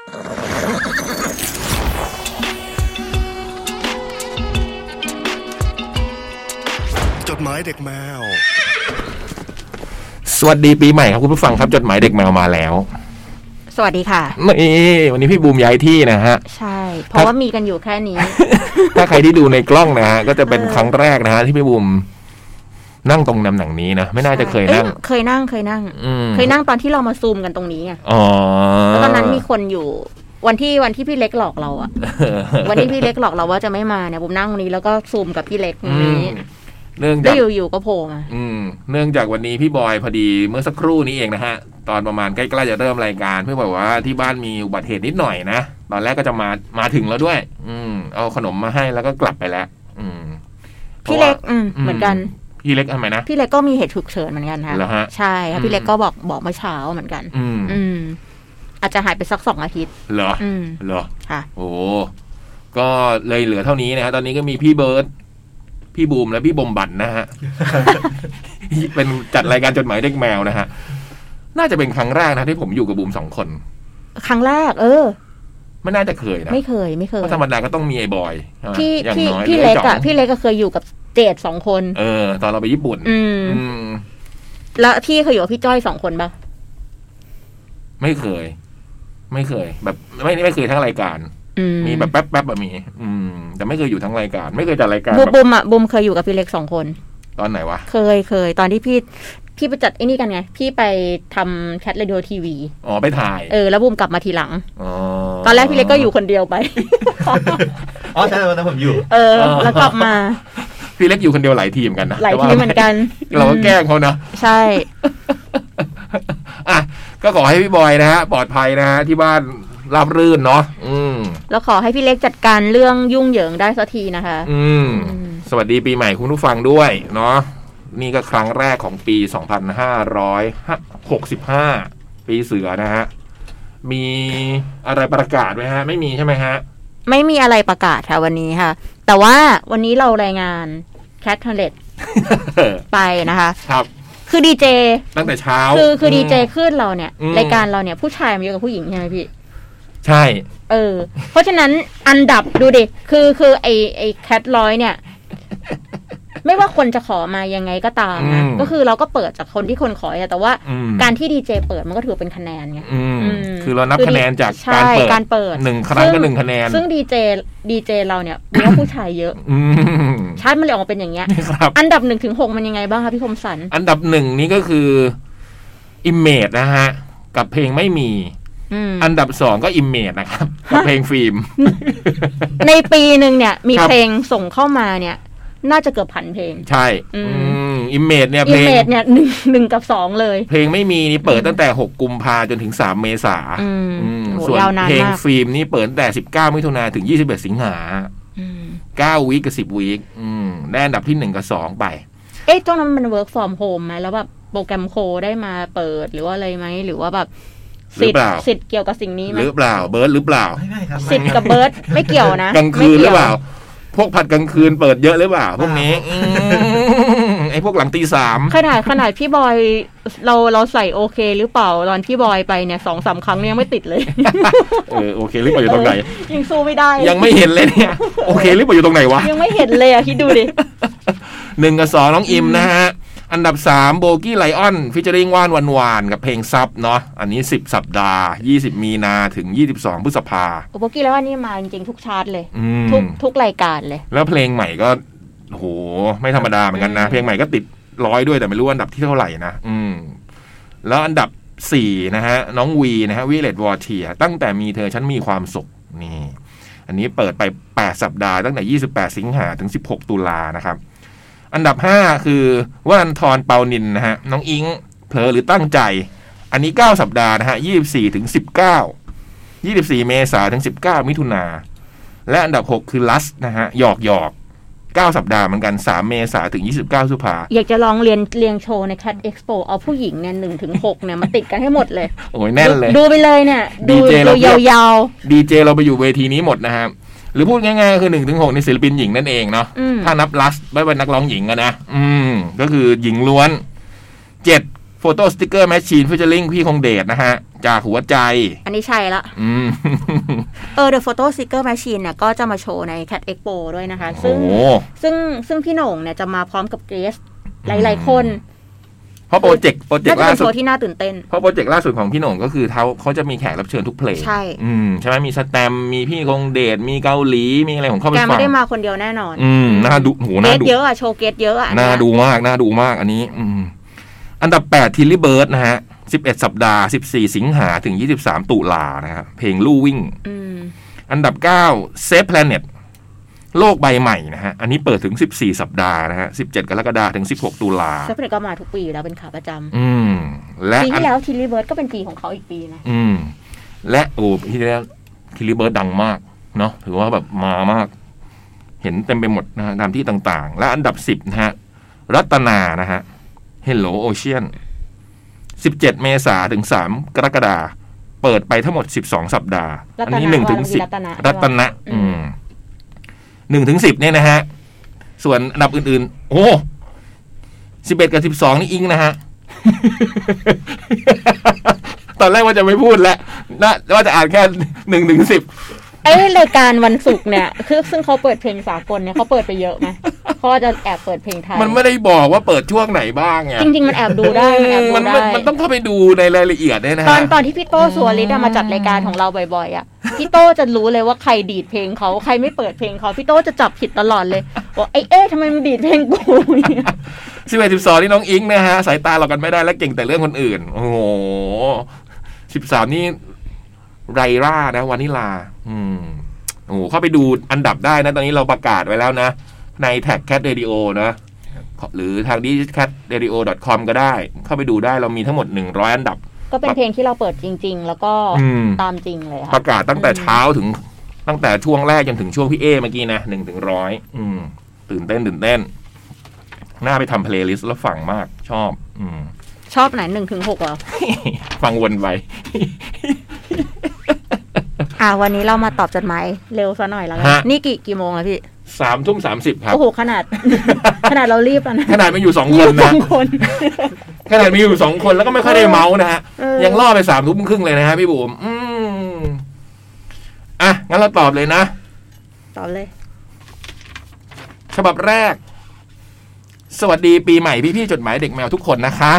จดหมายเด็กแมวสวัสดีปีใหม่ครับคุณผู้ฟังครับจดหมายเด็กแมวมาแล้วสวัสดีค่ะนี่วันนี้พี่บูมย้ายที่นะฮะใช่เพราะว่ามีกันอยู่แค่นี้ถ้าใครที่ดูในกล้องนะฮะก็จะเป็นครั้งแรกนะฮะที่พี่บูมนั่งตรงตำแหน่งนี้นะไม่น่าจะเคยนั่งเคยนั่งตอนที่เรามาซูมกันตรงนี้ไงแล้วตอนนั้นมีคนอยู่วันที่พี่เล็กหลอกเราอะ วันที่พี่เล็กหลอกเราว่าจะไม่มาเนี่ยผมนั่งตรงนี้แล้วก็ซูมกับพี่เล็กตรงนี้เนื่องจากอยู่ก็โผล่มาเนื่องจากวันนี้พี่บอยพอดีเมื่อสักครู่นี้เองนะฮะตอนประมาณใกล้ๆจะเริ่มรายการพี่บอกว่าที่บ้านมีอุบัติเหตุนิดหน่อยนะตอนแรกก็จะมาถึงแล้วด้วยเอาขนมมาให้แล้วก็กลับไปแล้วพี่เล็กเหมือนกันพี่เล็กทำไมนะพี่เล็กก็มีเหตุฉุกเฉินเหมือนกันค่ะใช่ค่ะพี่เล็กก็บอกเมื่อเช้าเหมือนกันอาจจะหายไปสัก2 อาทิตย์เหรอค่ะโอ้ก็เลยเหลือเท่านี้นะฮะตอนนี้ก็มีพี่เบิร์ดพี่บูมและพี่บมบันนะฮะ เป็นจัดรายการจดหมายเด็กแมวนะฮะน่าจะเป็นครั้งแรกนะที่ผมอยู่กับบูม2 คนครั้งแรกไม่น่าจะเคยนะไม่เคยเพราะธรรมดาก็ต้องมีไอ้บอยพี่เล็กก็เคยอยู่กับเจด2 คนตอนเราไปญี่ปุ่นแล้วพี่เคยอยู่กับพี่จ้อย2 คนปะไม่เคยแบบไม่เคยทั้งรายการมีแบบแป๊บแบบมีแต่ไม่เคยอยู่ทั้งรายการไม่เคยจัดรายการบุมเคยอยู่กับพี่เล็ก2 คนตอนไหนวะเคยตอนที่พี่ไปจัดไอ้นี่กันไงพี่ไปทำแคทเรดิโอทีวีไปถ่ายแล้วบุมกลับมาทีหลังตอนแรกพี่เล็กก็อยู่คนเดียวไปใช่ตอนนั้นผมอยู่แล้วกลับมาพี่เล็กอยู่คนเดียวหลายทีมกันนะหลายทีเหมือนกันเราก็แกล้งเขานะใช่ก็ขอให้พี่บอยนะฮะปลอดภัยนะฮะที่บ้านราบรื่นเนาะแล้วขอให้พี่เล็กจัดการเรื่องยุ่งเหยิงได้สักทีนะคะสวัสดีปีใหม่คุณผู้ฟังด้วยเนาะนี่ก็ครั้งแรกของปี2565ปีเสือนะฮะมีอะไรประกาศไหมฮะไม่มีใช่ไหมฮะไม่มีอะไรประกาศค่ะวันนี้ค่ะแต่ว่าวันนี้เรารายงานแคทเทเลตไปนะคะครับคือดีเจตั้งแต่เช้าคือดีเจขึ้นเราเนี่ยรายการเราเนี่ยผู้ชายมันเยอะกว่าผู้หญิงใช่ไหมพี่ใช่เพราะฉะนั้นอันดับดูดิคือไอแคทร้อยเนี่ยไม่ว่าคนจะขอมายังไงก็ตามนะก็คือเราก็เปิดจากคนที่คนขอแต่ว่าการที่ดีเจเปิดมันก็ถือเป็นคะแนนไงคือเรานับคะแนนจากการเปิด 1 ครั้งก็1 คะแนนซึ่งดีเจเราเนี่ยมีผู้ชายเยอะชาติมันเลยออกมาเป็นอย่างเงี้ยอันดับ 1-6 มันยังไงบ้างคะพี่คมสันอันดับ1นี้ก็คือ Image นะฮะกับเพลงไม่มีอันดับ2ก็ Image นะครับกับเพลงฟิล์มในปีนึงเนี่ยมีเพลงส่งเข้ามาเนี่ยน่าจะเกือบ1,000 เพลงใช่Image เนี่ยเพลง Image เนี่ย1 กับ 2เลยเพลงไม่มีนี่เปิดตั้งแต่6 กุมภาจนถึง3 เมษาส่วนเพลงฟิล์มนี่เปิดตั้งแต่19 มิถุนาถึง21 สิงหา9 วีคกับ10 วีคได้อันดับที่1กับ2ไปตรงนั้นมัน work from home ไหมแล้วแบบโปรแกรมโคได้มาเปิดหรือว่าอะไรไหมหรือว่าแบบสิทธิ์เกี่ยวกับสิ่งนี้ไหมหรือเปล่าเบิร์ดหรือเปล่าไม่ครับสิทธิ์กับเบิร์ดไม่เกี่ยวนะกลางคืนหรือเปล่าพวกผัดกลางคืนเปิดเยอะหรือเปล่าพวกนี้ไอ้พวกหลังตี 3 ขนาดพี่บอยเราใส่โอเคหรือเปล่าตอนพี่บอยไปเนี่ย 2-3 ครั้งยังไม่ติดเลยโอเคหรือเปล่าอยู่ตรงไหนยังสู้ไม่ได้ยังไม่เห็นเลยเนี่ยโอเคหรือเปล่าอยู่ตรงไหนวะยังไม่เห็นเลยอ่ะคิดดูดิ 1 กับ 2น้องอิมนะฮะอันดับ3โบกี้ไลออนฟีเจอริ่งว่านวานกับเพลงซับเนาะอันนี้10 สัปดาห์20 มีนาถึง22 พฤษภาโบกี้ไลออนนี่มาจริงๆทุกชาร์ตเลยทุกรายการเลยแล้วเพลงใหม่ก็โหไม่ธรรมดาเหมือนกันนะเพลงใหม่ก็ติด100ด้วยแต่ไม่รู้อันดับที่เท่าไหร่นะแล้วอันดับ4นะฮะน้องวีนะฮะวิเลตวอเทียตั้งแต่มีเธอฉันมีความสุขนี่อันนี้เปิดไป8 สัปดาห์ตั้งแต่28 สิงหาถึง16 ตุลานะครับอันดับ5คือวรันทรเปานินนะฮะน้องอิงเผลอหรือตั้งใจอันนี้9 สัปดาห์นะฮะ24 ถึง 19 24 เมษายนถึง19 มิถุนาและอันดับ6คือลัสนะฮะหยอก9 สัปดาห์เหมือนกัน3 เมษายนถึง29 พฤษภาอยากจะลองเรียงโชว์ใน Cat Expo เอาผู้หญิงเนี่ย1-6เนี่ยมาติดกันให้หมดเลยโอ้ยแน่นเลยดูไปเลยเนี่ยดูยาวๆดีเจเราไปอยู่เวทีนี้หมดนะฮะหรือพูดง่ายๆคือ 1-6 ในศิลปินหญิงนั่นเองเนาะถ้านับลัสไม่เป็นนักร้องหญิงอะนะก็คือหญิงล้วน7 โฟโต้สติ๊กเกอร์แมชชีนฟิชเชอร์ลิงพี่คงเดชนะฮะจากหัวใจอันนี้ใช่ละThe Photo Sticker Machine เนี่ยก็จะมาโชว์ใน Cat Expo ด้วยนะคะซึ่งพี่โหน่งเนี่ยจะมาพร้อมกับเกสหลายๆคนเพราะโปรเจกต์ล่าสุดที่น่าตื่นเต้นเพราะโปรเจกต์ล่าสุดของพี่โหน่งก็คือเขาจะมีแขกรับเชิญทุกเพลงใช่ใช่ไหมมีสแตมมีพี่คงเดชมีเกาหลีมีอะไรของเขาไปฟังแกไม่ได้มาคนเดียวแน่นอนน่าดูโหน่าดูเยอะอะโชว์เกสเยอะอะน่าดูมากอันนี้อันดับ8ทิลลี่เบิร์ดนะฮะ11สัปดาห์14สิงหาถึง23ตุลานะครับเพลงลู่วิ่งอันดับ9 Save Planet โลกใบใหม่นะฮะอันนี้เปิดถึง14สัปดาห์นะฮะ17กรกฎาคมถึง16ตุลา Save Planet ก็มาทุกปีอยู่แล้วเป็นขาประจำและปีที่แล้วทิลลี่เบิร์ดก็เป็นปีของเขาอีกปีนะและปีที่แล้วทิลลี่เบิร์ดดังมากเนาะถือว่าแบบมามากเห็นเต็มไปหมดนะฮะตามที่ต่างๆและอันดับ10นะฮะรัตนานะฮะ Hello Ocean 17เมษายนถึง3กรกฎาคมเปิดไปทั้งหมด12สัปดาห์อันนี้1ถึง10รัตนะ1ถึง10เนี่ยนะฮะส่วนอันดับอื่นๆโอ้11กับ12นี่อิงนะฮะ ตอนแรกว่าจะไม่พูดแล้วนะว่าจะอ่านแค่1ถึง10 รายการวันศุกร์เนี่ยคือซึ่งเขาเปิดเพลงสากลเนี่ยเขาเปิดไปเยอะไหมเขาจะแอบเปิดเพลงไทยมันไม่ได้บอกว่าเปิดช่วงไหนบ้างไงจริงๆมันแอบดูได้มันต้องเข้าไปดูในรายละเอียดด้วยนะตอนที่พี่โต้สุวรรณมาจัดรายการของเราบ่อยๆอ่ะพี่โต้จะรู้เลยว่าใครดีดเพลงเขาใครไม่เปิดเพลงเขาพี่โต้จะจับผิดตลอดเลยว่าทำไมมึงดีดเพลงกู 11 12นี่น้องอิงนะฮะสายตาเรากันไม่ได้และเก่งแต่เรื่องคนอื่นโอ้โห13นี่ไรร่านะวานิลาโอ้เข้าไปดูอันดับได้นะตอนนี้เราประกาศไว้แล้วนะในแท็ก Cat Radio นะหรือทาง digicatradio.com ก็ได้เข้าไปดูได้เรามีทั้งหมด100อันดับก็เป็นเพลงที่เราเปิดจริงๆแล้วก็ตามจริงเลยค่ะประกาศตั้งแต่เช้าถึงตั้งแต่ช่วงแรกจนถึงช่วงพี่เอเมื่อกี้นะ1ถึง100ตื่นเต้นน่าไปทำเพลย์ลิสต์แล้วฟังมากชอบไหน1ถึง6เหรอฟังวนไปวันนี้เรามาตอบจดหมายเร็วซะหน่อยแล้วกันนี่กี่โมงแล้วพี่ 3:30ครับโอ้โหขนาดเรารีบแล้วนะขนาดมันอยู่2คนนะขนาดมีอยู่2คนแล้วก็ไม่ค่อยได้เมาส์นะฮะยังล่อไป3:30เลยนะฮะพี่บุ๋มงั้นเราตอบเลยนะตอบเลยฉบับแรกสวัสดีปีใหม่พี่ๆจดหมายเด็กแมวทุกคนนะคะ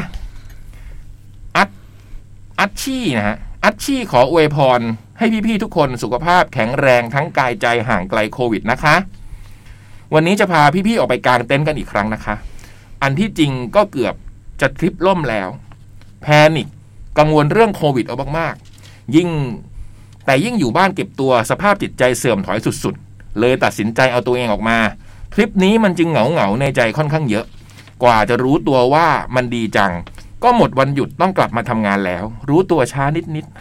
อัชชี่นะฮะอัชชี่ขออวยพรให้พี่ๆทุกคนสุขภาพแข็งแรงทั้งกายใจห่างไกลโควิดนะคะวันนี้จะพาพี่ๆออกไปกางเต็นท์กันอีกครั้งนะคะอันที่จริงก็เกือบจะทริปล่มแล้วแพนิคกังวลเรื่องโควิดเอามากๆยิ่งอยู่บ้านเก็บตัวสภาพจิตใจเสื่อมถอยสุดๆเลยตัดสินใจเอาตัวเองออกมาทริปนี้มันจึงเหงาในใจค่อนข้างเยอะกว่าจะรู้ตัวว่ามันดีจังก็หมดวันหยุดต้องกลับมาทำงานแล้วรู้ตัวช้านิด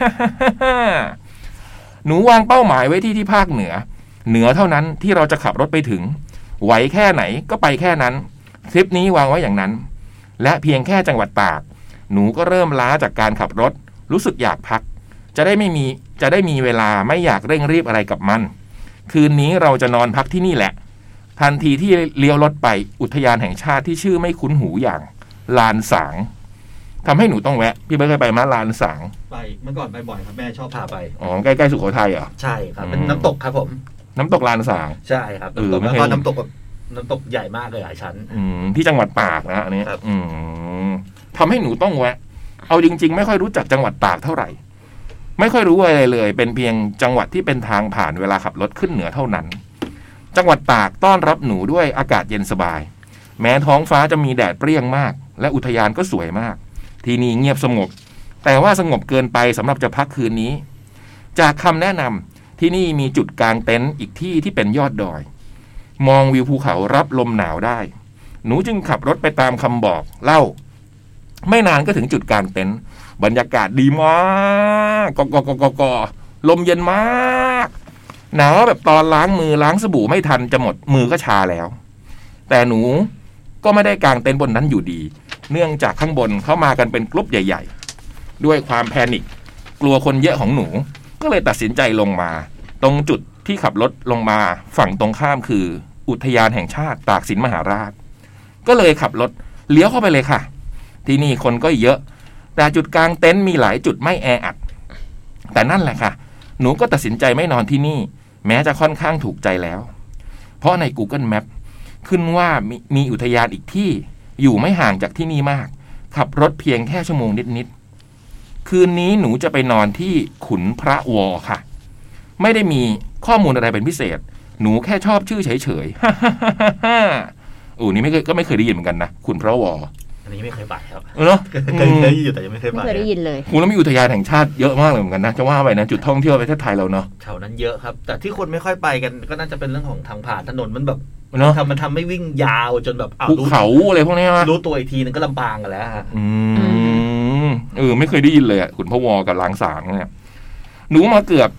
หนูวางเป้าหมายไว้ที่ภาคเหนือเท่านั้นที่เราจะขับรถไปถึงไหวแค่ไหนก็ไปแค่นั้นทริปนี้วางไว้อย่างนั้นและเพียงแค่จังหวัดตากหนูก็เริ่มล้าจากการขับรถรู้สึกอยากพักจะได้มีเวลาไม่อยากเร่งรีบอะไรกับมันคืนนี้เราจะนอนพักที่นี่แหละทันทีที่เลี้ยวรถไปอุทยานแห่งชาติที่ชื่อไม่คุ้นหูอย่างลานสางทำให้หนูต้องแวะพี่เบิร์ดเคยไปมาลานสางไปเมื่อก่อนไปบ่อยครับแม่ชอบพาไปใกล้ๆสุโขทัยเหรอใช่ครับเป็นน้ำตกครับผมน้ำตกลานสางใช่ครับแล้วก็น้ำตกใหญ่มากเลยหลายชั้นที่จังหวัดตากนะอันนี้ทำให้หนูต้องแวะเอาจริงๆไม่ค่อยรู้จักจังหวัดตากเท่าไหร่ไม่ค่อยรู้อะไรเลยเป็นเพียงจังหวัดที่เป็นทางผ่านเวลาขับรถขึ้นเหนือเท่านั้นจังหวัดตากต้อนรับหนูด้วยอากาศเย็นสบายแม้ท้องฟ้าจะมีแดดเปรี้ยงมากและอุทยานก็สวยมากที่นี่เงียบสงบแต่ว่าสงบเกินไปสำหรับจะพักคืนนี้จากคำแนะนำที่นี่มีจุดกางเต็นท์อีกที่เป็นยอดดอยมองวิวภูเขารับลมหนาวได้หนูจึงขับรถไปตามคำบอกเล่าไม่นานก็ถึงจุดกางเต็นท์บรรยากาศดีมากกลมเย็นมากหนาวแบบตอนล้างมือล้างสบู่ไม่ทันจะหมดมือก็ชาแล้วแต่หนูก็ไม่ได้กางเต็นท์บนนั้นอยู่ดีเนื่องจากข้างบนเข้ามากันเป็นกลุ่มใหญ่ๆด้วยความแพนิคกลัวคนเยอะของหนูก็เลยตัดสินใจลงมาตรงจุดที่ขับรถลงมาฝั่งตรงข้ามคืออุทยานแห่งชาติตากสินมหาราชก็เลยขับรถเลี้ยวเข้าไปเลยค่ะที่นี่คนก็เยอะแต่จุดกลางเต็นท์มีหลายจุดไม่แออัดแต่นั่นแหละค่ะหนูก็ตัดสินใจไม่นอนที่นี่แม้จะค่อนข้างถูกใจแล้วเพราะใน Google Map ขึ้นว่ามีอุทยานอีกที่อยู่ไม่ห่างจากที่นี่มากขับรถเพียงแค่ชั่วโมงนิดๆคืนนี้หนูจะไปนอนที่ขุนพระวอค่ะไม่ได้มีข้อมูลอะไรเป็นพิเศษหนูแค่ชอบชื่อเฉยๆนี่ไม่เคยได้ยินเหมือนกันนะขุนพระวออันนี้ไม่เคยไปครับเนาะเคยได้ยินแต่ยังไม่เคยไปไม่เคยได้ยินเลยแล้วมีอุทยานแห่งชาติเยอะมากเลยเหมือนกันนะจะว่าไปนะจุดท่องเที่ยวประเทศไทยเราเนาะแถวนั้นเยอะครับแต่ที่คนไม่ค่อยไปกันก็น่าจะเป็นเรื่องของทางผ่านถนนมันแบบเนาะมันทำไม่วิ่งยาวจนแบบภูเขาอะไรพวกนี้รู้ตัวอีกทีนึงก็ลำบากกันแล้วไม่เคยได้ยินเลยอ่ะขุนพระวอกับลางสางเนี่ยหนูมาเกือบ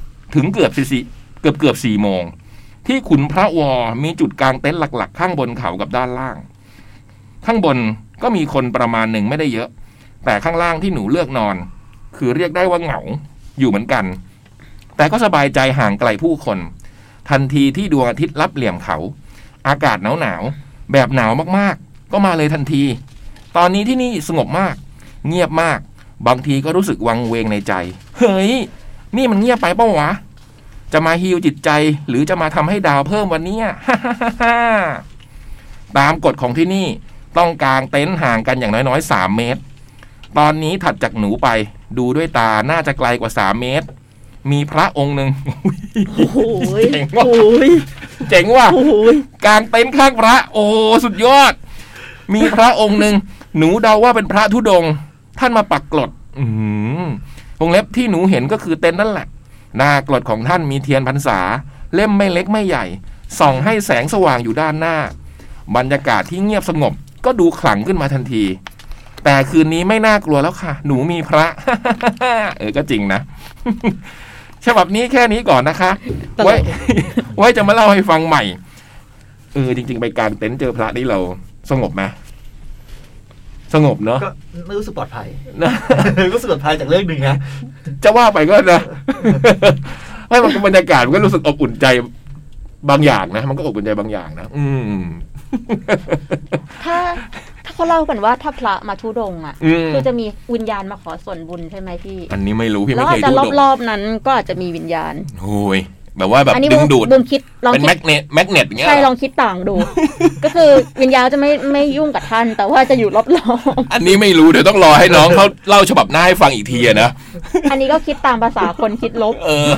4 โมงที่ขุนพระวอมีจุดกลางเต็นท์หลักๆข้างบนเขากับด้านล่างข้างบนก็มีคนประมาณหนึ่งไม่ได้เยอะแต่ข้างล่างที่หนูเลือกนอนคือเรียกได้ว่าเหงาอยู่เหมือนกันแต่ก็สบายใจห่างไกลผู้คนทันทีที่ดวงอาทิตย์ลับเหลี่ยมเขาอากาศหนาวแบบหนาวมากๆก็มาเลยทันทีตอนนี้ที่นี่สงบมากเงียบมากบางทีก็รู้สึกวังเวงในใจเฮ้ยนี่มันเงียบไปเปล่าวะจะมาฮีลจิตใจหรือจะมาทำให้ดาวเพิ่มวันนี้ ตามกฎของที่นี่ต้องกางเต็นท์ห่างกันอย่างน้อยๆ3 เมตรตอนนี้ถัดจากหนูไปดูด้วยตาน่าจะไกลกว่า3 เมตรมีพระองค์หนึ่งเจ๋งว่ะกางเต็นท์ข้างพระโอ้สุดยอดมีพระองค์หนึ่งหนูเดาว่าเป็นพระธุดงค์ท่านมาปักกลดวงเล็บที่หนูเห็นก็คือเต็นท์นั่นแหละหน้ากลดของท่านมีเทียนพรรษาเล่มไม่เล็กไม่ใหญ่ส่องให้แสงสว่างอยู่ด้านหน้าบรรยากาศที่เงียบสงบก็ดูขลังขึ้นมาทันทีแต่คืนนี้ไม่น่ากลัวแล้วค่ะหนูมีพระ ก็จริงนะ ฉบับนี้แค่นี้ก่อนนะคะ ไว้จะมาเล่าให้ฟังใหม่จริงๆไปกางเต็นท์เจอพระนี่เราสงบไหมสงบเนาะก็ไม่รู้สึกปลอดภัยนะรู้สึกปลอดภัยจากเรื่องหนึ่งนะจะว่าไปก็นะให้มันบรรยากาศมันก็รู้สึกอบอุ่นใจบางอย่างนะมันก็อบอุ่นใจบางอย่างนะถ้าเขาเล่ากันว่าถ้าพระมาธุดงค์คือจะมีวิญญาณมาขอส่วนบุญใช่ไหมพี่อันนี้ไม่รู้พี่ไม่เคยธุดงค์แล้วรอบๆนั้นก็อาจจะมีวิญญาณโอ้ยแบบว่าแบบดึงดูดเป็นแมกเนตอย่างเงี้ยใช่ลองคิดต่างดู ก็คือวิญญาณจะไม่ยุ่งกับท่านแต่ว่าจะอยู่รอบๆอันนี้ไม่รู้เดี๋ยวต้องรอให้น้องเขาเล่าฉบับหน้าให้ฟังอีกทีนะอันนี้ก็คิดตามภาษาคนคิดลบ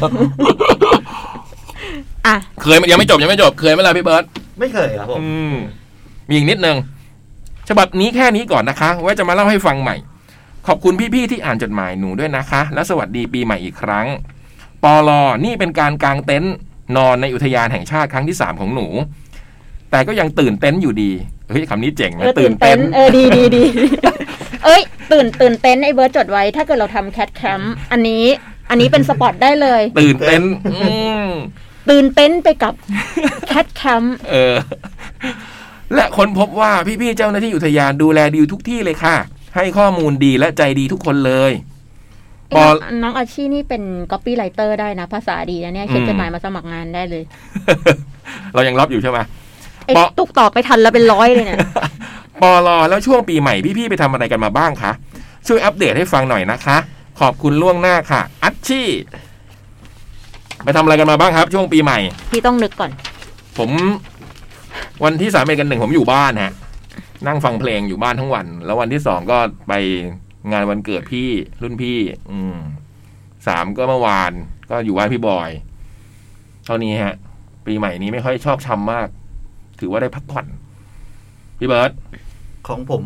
เคยยังไม่จบเคยไหมล่ะพี่เบิร์ตไม่เคยครับผมมีอีกนิดนึงฉบับนี้แค่นี้ก่อนนะคะไว้จะมาเล่าให้ฟังใหม่ขอบคุณพี่ๆที่อ่านจดหมายหนูด้วยนะคะและสวัสดีปีใหม่อีกครั้งปลนี่เป็นการกางเต็นท์นอนในอุทยานแห่งชาติครั้งที่3ของหนูแต่ก็ยังตื่นเต้นอยู่ดีเฮ้ยคำนี้เจ๋งนะตื่นเต้นดีตื่นเต้นไอ้เบิร์ดจดไว้ถ้าเกิดเราทำแคทแคมป์อันนี้เป็นสปอตได้เลยตื่นเต้นตื่นเต้นไปกับแคทแคมป์และค้นพบว่าพี่ๆเจ้าหน้าที่อุทยานดูแลดีทุกที่เลยค่ะให้ข้อมูลดีและใจดีทุกคนเลยน้องอาชีนี่เป็น copywriter ได้นะภาษาดีนะเนี่ยเขียนจดหมายมาสมัครงานได้เลยเรายังรับอยู่ใช่ไหมตุกตอบไปทันแล้วเป็น100เลยเนี่ยปลแล้วช่วงปีใหม่พี่ๆไปทำอะไรกันมาบ้างคะช่วยอัปเดตให้ฟังหน่อยนะคะขอบคุณล่วงหน้าค่ะอัชชี่ไปทำอะไรกันมาบ้างครับช่วงปีใหม่พี่ต้องนึกก่อนผมวันที่31/1ผมอยู่บ้านฮะนั่งฟังเพลงอยู่บ้านทั้งวันแล้ววันที่2ก็ไปงานวันเกิดพี่รุ่นพี่3ก็เมื่อวานก็อยู่บ้านพี่บอยเท่านี้ฮะปีใหม่นี้ไม่ค่อยชอบช้ำมากถือว่าได้พักผ่อนพี่เบิร์ตของผม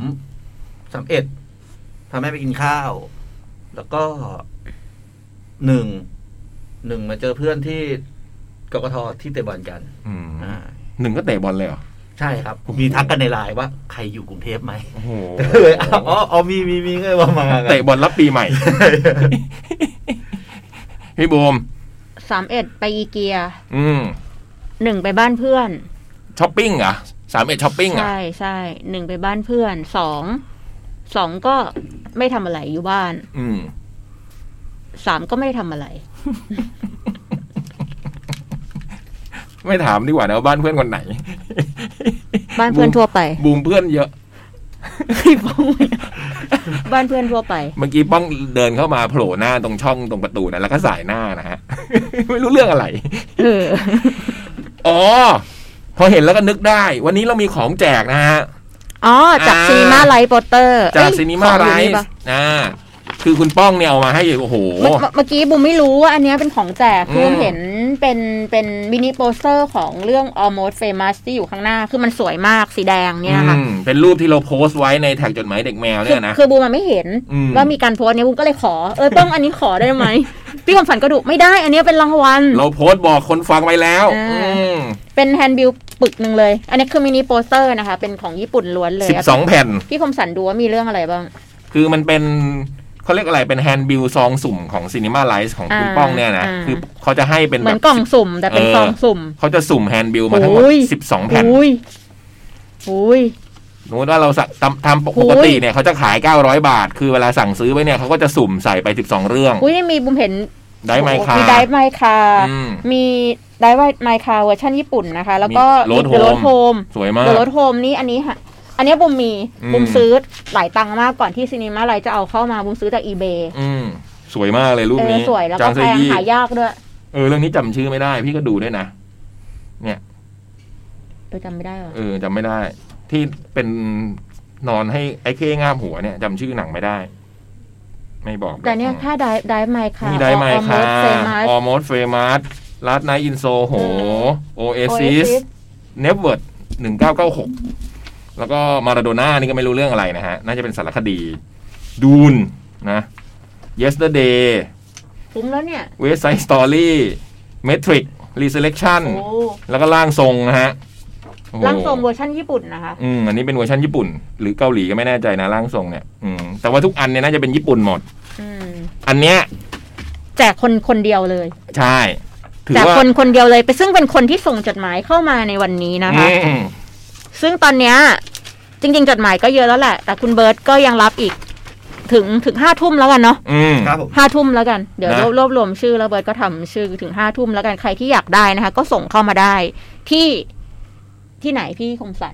31พาแม่ไปกินข้าวแล้วก็1มาเจอเพื่อนที่กกท.ที่เตะบอลกัน 1ก็เตะบอลเลยเหรอใช่ครับมีทักกันในไลน์ว่าใครอยู่กรุงเทพไหมโอ้โหมีก็ว่ามาเตะบอลรับปีใหม่พี่บูม 31ไปอีเกีย1ไปบ้านเพื่อนช้อปปิ้งเหรอ31ช้อปปิ้งเหรอใช่1ไปบ้านเพื่อน2ก็ไม่ทำอะไรอยู่บ้าน3ก็ไม่ได้ทำอะไรไม่ถามดีกว่านะว่าบ้านเพื่อนคนไหนบ้านเพื่อนทั่วไปบูมเพื่อนเยอะพี่บูมบ้านเพื่อนทั่วไปเมื่อกี้ป้องเดินเข้ามาโผล่หน้าตรงช่องตรงประตูนะแล้วก็สายหน้านะฮะ ไม่รู้เรื่องอะไรอ๋อพอเห็นแล้วก็นึกได้วันนี้เรามีของแจกนะฮะอ๋อจากซีนีมาไลท์โปสเตอร์จากซีนีมาไลท์คือคุณป้องเนี่ยเอามาให้โอ้โหเมื่อกี้บูมไม่รู้ว่าอันนี้เป็นของแจกคือเห็นเป็นมินิโปสเตอร์ของเรื่อง Almost Famous ที่อยู่ข้างหน้าคือมันสวยมากสีแดงเนี่ยค่ะเป็นรูปที่เราโพสต์ไว้ในแท็กจดหมายเด็กแมวเนี่ยนะคือบูมไม่เห็นว่ามีการโพสต์เนี่ยบูมก็เลยขอป้องอันนี้ขอได้ไหมพี่คำฝันก็ดุไม่ได้อันนี้เป็นรางวัลเราโพสต์บอกคนฟังไว้แล้วเป็นแฮนด์บิลปึกนึงเลยอันนี้คือมินิโปสเตอร์นะคะเป็นของญี่ปุ่นล้วนเลย 12แผ่นพี่คำสันดูว่ามีเรื่องอะไรบ้างคือมันเป็นเขาเรียกอะไรเป็นแฮนด์บิลซองสุ่มของซีนีมาไลท์ของคุณป้องเนี่ยนะคือเขาจะให้เป็นเหมือนกล่องสุ่มแต่เป็นซองสุ่มเขาจะสุ่มแฮนด์บิลมาทั้งหมด12แผ่นสมมติว่าเราทำปกติเนี่ยเขาจะขาย900 บาทคือเวลาสั่งซื้อไว้เนี่ยเขาก็จะสุ่มใส่ไป12เรื่องนี่มีบุมเห็นได้ไมค์คามีได้ไมค์คามีได้ไมค์คาเวอร์ชันญี่ปุ่นนะคะแล้วก็โรดโฮมสวยมากโรดโฮมนี่อันนี้ค่ะอันนี้บุมซื้อหลายตังค์มากก่อนที่ซีนีมาไลท์จะเอาเข้ามาบุมซื้อจาก eBay สวยมากเลยรูปนี้สวยแล้วก็แพงหายากด้วยเรื่องนี้จำชื่อไม่ได้พี่ก็ดูด้วยนะเนี่ยจำไม่ได้หรอจำไม่ได้ที่เป็นนอนให้ไอ้เข้ง่ามหัวเนี่ยจำชื่อหนังไม่ได้ไม่บอกแต่เนี่ยถ้าได้ไมค์ค่ะมีได้ไมค์ค่ะ Almost Famous Last Night in Soho Oasis Never 1996แล้วก็มาราโดน่านี่ก็ไม่รู้เรื่องอะไรนะฮะน่าจะเป็นสารคดีดูนนะ Yesterday คุ้มแล้วเนี่ย West Side Story Matrix Resurrection แล้วก็ร่างทรงนะฮะร่างทรงเวอร์ชันญี่ปุ่นนะคะอันนี้เป็นเวอร์ชันญี่ปุ่นหรือเกาหลีก็ไม่แน่ใจนะร่างทรงเนี่ยแต่ว่าทุกอันเนี่ยน่าจะเป็นญี่ปุ่นหมดอันเนี้ยแจกคนเดียวเลยใช่แจกคนเดียวเลยไปซึ่งเป็นคนที่ส่งจดหมายเข้ามาในวันนี้นะคะซึ่งตอนเนี้ยจริงๆจดหมายก็เยอะแล้วแหละแต่คุณเบิร์ตก็ยังรับอีกถึง5 ทุ่มแล้วกันเนาะ5 ทุ่มแล้วกันเดี๋ยวรวบรวมชื่อแล้วเบิร์ตก็ทำชื่อถึง5 ทุ่มแล้วกันใครที่อยากได้นะคะก็ส่งเข้ามาได้ที่ไหนพี่คมสัน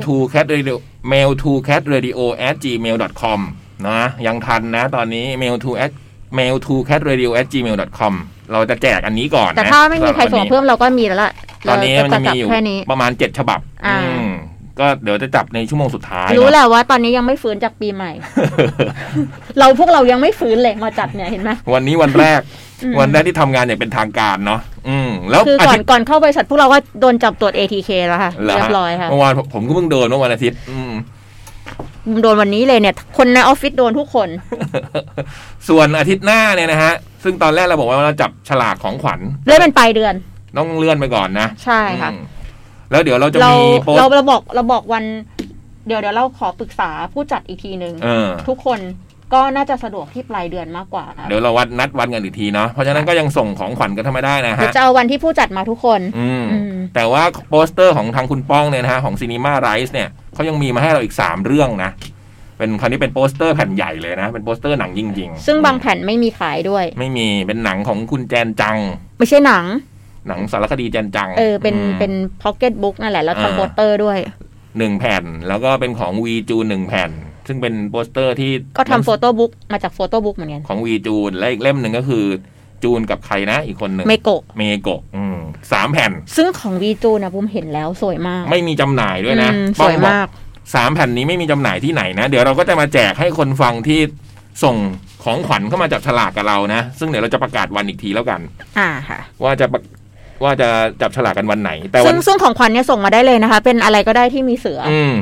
mail2catradio@gmail.com นะยังทันนะตอนนี้ mail2catradio@gmail.com เราจะแจกอันนี้ก่อนแต่ถ้าไม่มีใครส่งเพิ่มเราก็มีแล้วล่ะตอนนี้มันจะมีอยู่ประมาณ7ฉบับก็เดี๋ยวจะจับในชั่วโมงสุดท้ายรู้แหละว่าตอนนี้ยังไม่ฟื้นจากปีใหม่ พวกเรายังไม่ฟื้นเลยมาจัดเนี่ยเห็นไหมวันนี้วันแรกที่ทำงานอย่างเป็นทางการเนาะแล้วคือก่อนเข้าบริษัทพวกเราก็โดนจับตรวจ ATK แล้วค่ะเรียบร้อยค่ะเมื่อวานผมก็เพิ่งโดนเมื่อวันอาทิตย์โดนวันนี้เลยเนี่ยคนในออฟฟิศโดนทุกคนส่วนอาทิตย์หน้าเนี่ยนะฮะซึ่งตอนแรกเราบอกว่าเราจับฉลากของขวัญเลื่อนเป็นปลายเดือนต้องเลื่อนไปก่อนนะใช่ค่ะแล้วเดี๋ยวเราจะมีโพสเราบอกวันเดี๋ยวเราขอปรึกษาผู้จัดอีกทีนึงทุกคนก็น่าจะสะดวกที่ปลายเดือนมากกว่าเดี๋ยวเรานัดวันกันอีกทีเนาะเพราะฉะนั้นก็ยังส่งของขวัญกันทำไม่ได้นะฮะจะเอาวันที่ผู้จัดมาทุกคนแต่ว่าโปสเตอร์ของทางคุณป้องเนี่ยนะฮะของซีนีมาไรส์เนี่ยเขายังมีมาให้เราอีก3เรื่องนะเป็นคราวนี้เป็นโปสเตอร์แผ่นใหญ่เลยนะเป็นโปสเตอร์หนังจริงๆซึ่งบางแผ่นไม่มีขายด้วยไม่มีเป็นหนังของคุณแจนจังไม่ใช่หนังสารคดีแจนจังเป็นพ็อกเก็ตบุ๊กนั่นแหละแล้วทำโปสเตอร์ด้วย 1แผ่นแล้วก็เป็นของวีจูน1แผ่นซึ่งเป็นโปสเตอร์ที่ก็ทำโฟโต้บุ๊กมาจากโฟโต้บุ๊กเหมือนกันของวีจูนและอีกเล่มหนึ่งก็คือจูนกับใครนะอีกคนหนึ่งเมโกะ 3แผ่นซึ่งของวีจูนนะผมเห็นแล้วสวยมากไม่มีจำหน่ายด้วยนะสวยมาก 3แผ่นนี้ไม่มีจำหน่ายที่ไหนนะเดี๋ยวเราก็จะมาแจกให้คนฟังที่ส่งของขวัญเข้ามาจับฉลากกับเรานะซึ่งเดี๋ยวเราจะประกาศวันอีกทีแล้วกันค่ะว่าจะจับฉลากกันวันไหนแต่ซึ่งของขวัญเนี่ยส่งมาได้เลยนะคะเป็นอะไรก็ได้ที่มีเสือ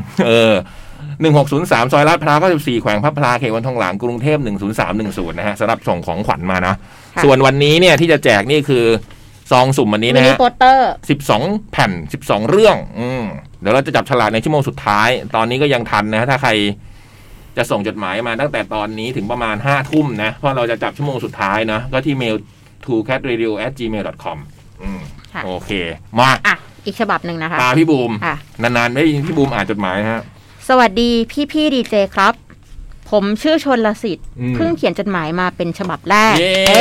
1603ซอยลาดพร้าว94แขวงพระพลาเขตวังทองหลางกรุงเทพ10310นะฮะสำหรับส่งของขวัญมานะส่วนวันนี้เนี่ยที่จะแจกนี่คือซองสุ่มวันนี้นะฮะโปสเตอร์ 12แผ่น12เรื่องเดี๋ยวเราจะจับฉลากในชั่วโมงสุดท้ายตอนนี้ก็ยังทันนะถ้าใครจะส่งจดหมายมาตั้งแต่ตอนนี้ถึงประมาณ 5 ทุ่มนะเพราะเราจะจับชั่วโมงสุดท้ายนะก็ที่เมล 2catradio@gmail.com โอเคมาอีกฉบับหนึ่งนะคะพี่บูมนานๆไม่ได้ยินพี่บูมอ่านจดหมายฮะสวัสดีพี่ดีเจครับผมชื่อชลสิทธิ์เพิ่งเขียนจดหมายมาเป็นฉบับแรก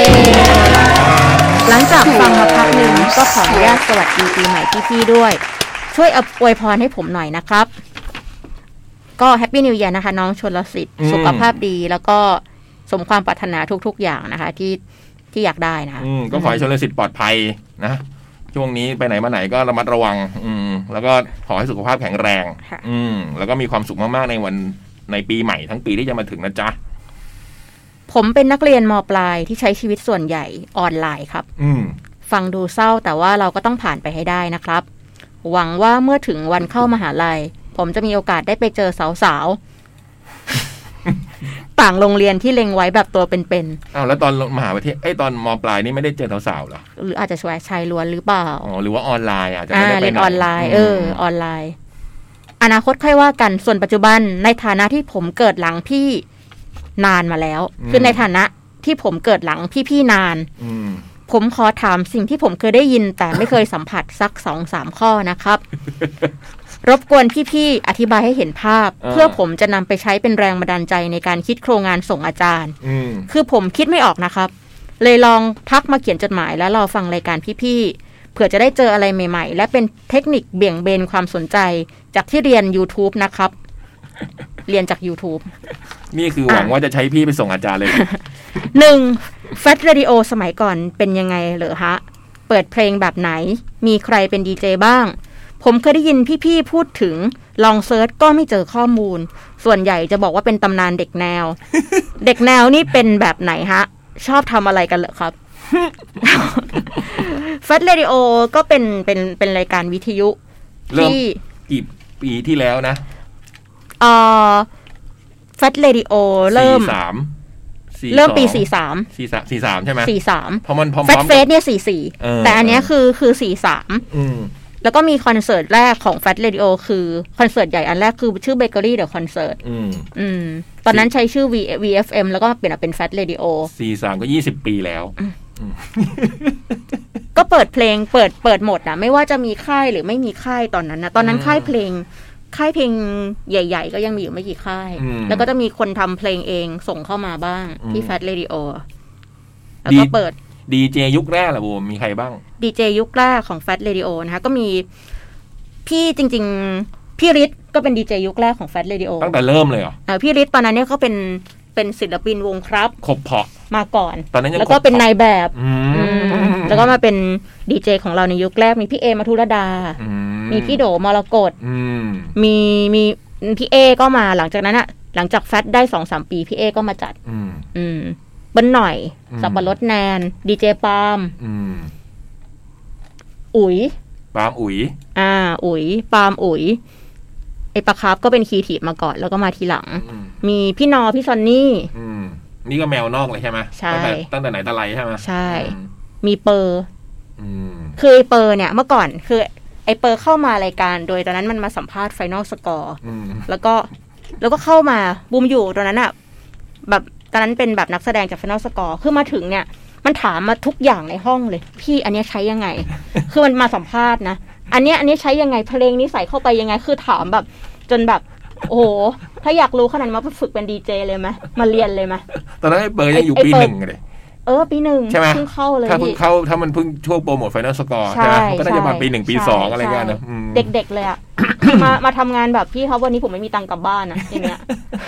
หลังจากฟังมาพักหนึ่งก็ขออนุญาตสวัสดีปีใหม่พี่ด้วยช่วยอวยพรให้ผมหน่อยนะครับก็แฮปปี้นิว e ียร์นะคะน้องชลสิทธิ์สุขภาพดีแล้วก็สมความปรารถนาทุกๆอย่างนะคะที่อยากได้นะคะก็ขอให้ชลสิทธิ์ปลอดภัยนะช่วงนี้ไปไหนมาไหนก็ระมัดระวังแล้วก็ขอให้สุขภาพแข็งแรงแล้วก็มีความสุขมากๆในปีใหม่ทั้งปีที่จะมาถึงนะจ๊ะผมเป็นนักเรียนม.ปลายที่ใช้ชีวิตส่วนใหญ่ออนไลน์ครับฟังดูเศร้าแต่ว่าเราก็ต้องผ่านไปให้ได้นะครับหวังว่าเมื่อถึงวันเข้ามหาลัยผมจะมีโอกาสได้ไปเจอสาวๆ ต่างโรงเรียนที่เล็งไว้แบบตัวเป็นๆอ้าวแล้วตอนมหาวิทยาลัยตอนม.ปลายนี่ไม่ได้เจอสาวๆหรอหรืออาจจะชายล้วนหรือเปล่าหรือว่าออนไลน์อาจจะไม่ได้ไปไหนเรียนออนไลน์ออนไลน์อนาคตค่อยว่ากันส่วนปัจจุบันในฐานะที่ผมเกิดหลังพี่นานมาแล้วคือในฐานะที่ผมเกิดหลังพี่นานผมขอถามสิ่งที่ผมเคยได้ยินแต่ไม่เคยสัมผัสสัก 2-3 ข้อนะครับ รบกวนพี่ๆอธิบายให้เห็นภาพเพื่อผมจะนำไปใช้เป็นแรงบันดาลใจในการคิดโครงงานส่งอาจารย์คือผมคิดไม่ออกนะครับเลยลองทักมาเขียนจดหมายแล้วรอฟังรายการพี่ๆเผื่อจะได้เจออะไรใหม่ๆและเป็นเทคนิคเบี่ยงเบนความสนใจจากที่เรียน YouTube นะครับเรียนจาก YouTube นี่คือหวังว่าจะใช้พี่ไปส่งอาจารย์เลย 1. แฟตเรดิโอสมัยก่อนเป็นยังไงเหรอฮะเปิดเพลงแบบไหนมีใครเป็นดีเจบ้างผมเคยได้ยินพี่ๆพูดถึงลองเซิร์ชก็ไม่เจอข้อมูลส่วนใหญ่จะบอกว่าเป็นตำนานเด็กแนว เด็กแนวนี่เป็นแบบไหนฮะชอบทำอะไรกันเหรอครับ แฟตเรดิโอก็เป็นรายการวิทยุที่กี่ปีที่แล้วนะแฟตเรดิโอเริ่มปี43ใช่ไหม43เพราะมันพร้อมแฟตเฟสเนี่ย44แต่อันนี้คือ43แล้วก็มีคอนเสิร์ตแรกของแฟตเรดิโอคือคอนเสิร์ตใหญ่อันแรกคือชื่อเบเกอรี่เดอะคอนเสิร์ตตอนนั้นใช้ชื่อ VFM แล้วก็เปลี่ยนเป็นแฟตเรดิโอ 43ก็20ปีแล้วก็เปิดเพลงเปิดหมดนะไม่ว่าจะมีค่ายหรือไม่มีค่ายตอนนั้นนะตอนนั้นค่ายเพลงใหญ่ๆก็ยังมีอยู่ไม่กี่ค่ายแล้วก็จะมีคนทำเพลงเองส่งเข้ามาบ้างที่แฟตเรดิโอแล้วก็เปิดดีเจยุคแรกล่ะบูมมีใครบ้างดีเจยุคแรกของแฟตเรดิโอนะคะก็มีพี่จริงๆพี่ฤทธิ์ก็เป็นดีเจยุคแรกของแฟตเรดิโอตั้งแต่เริ่มเลยเหรอพี่ฤทธิ์ตอนนั้นเนี่ยเขาเป็นศิลปินวงครับขบเพาะมาก่อนตอนนั้นแล้วก็เป็นนายแบบแล้วก็มาเป็นดีเจของเราในยุคแรกมีพี่เอมัทุรดามีพี่โดมรกตมีพี่เอก็มาหลังจากนั้นอะหลังจากแฟตได้ 2-3 ปีพี่เอก็มาจัดเบิ้ลหน่อยสับปะรดแนนดีเจปาล์มอุ๋ยปาล์มอุ๋ยอุ๋ยปาล์มอุ๋ยไอปะครับก็เป็นคีย์ทีฟมาก่อนแล้วก็มาทีหลังมีพี่นอพี่ซอนนี่นี่ก็แมวนอกเลยใช่ไหมใช่ตั้งแต่ไหนแต่ไรใช่ไหมใช่มีเปอร์คือไอเปอร์เนี่ยเมื่อก่อนคือไอเปอร์เข้ามารายการโดยตอนนั้นมันมาสัมภาษณ์ไฟนอลสกอร์แล้วก็เข้ามาบูมอยู่ตอนนั้นอะแบบตอนนั้นเป็นแบบนักแสดงจากไฟนอลสกอร์คือมาถึงเนี่ยมันถามมาทุกอย่างในห้องเลยพี่อันนี้ใช้ยังไง คือมันมาสัมภาษณ์นะอันนี้ใช้ยังไงเพลงนี้ใส่เข้าไปยังไงคือถามแบบจนแบบโอ้โหถ้าอยากรู้ขนาดนี้มาฝึกเป็นดีเจเลยไหมมาเรียนเลยไหมตอนนั้นไอ้เปิร์ยังอยู่ปี1เลยปี1 ใช่ไหมเพิ่งเข้าเลยถ้าเพิ่งเข้าถ้ามันเพิ่งช่วงโปรโมทไฟนอลสกอร์ใช่ไหมมันก็น่าจะมาปี1ปี2อะไรเงี้ยนะเด็กๆเลยอ่ะมาทำงานแบบพี่เขาวันนี้ผมไม่มีตังค์กลับบ้านนะอย่างเงี้ย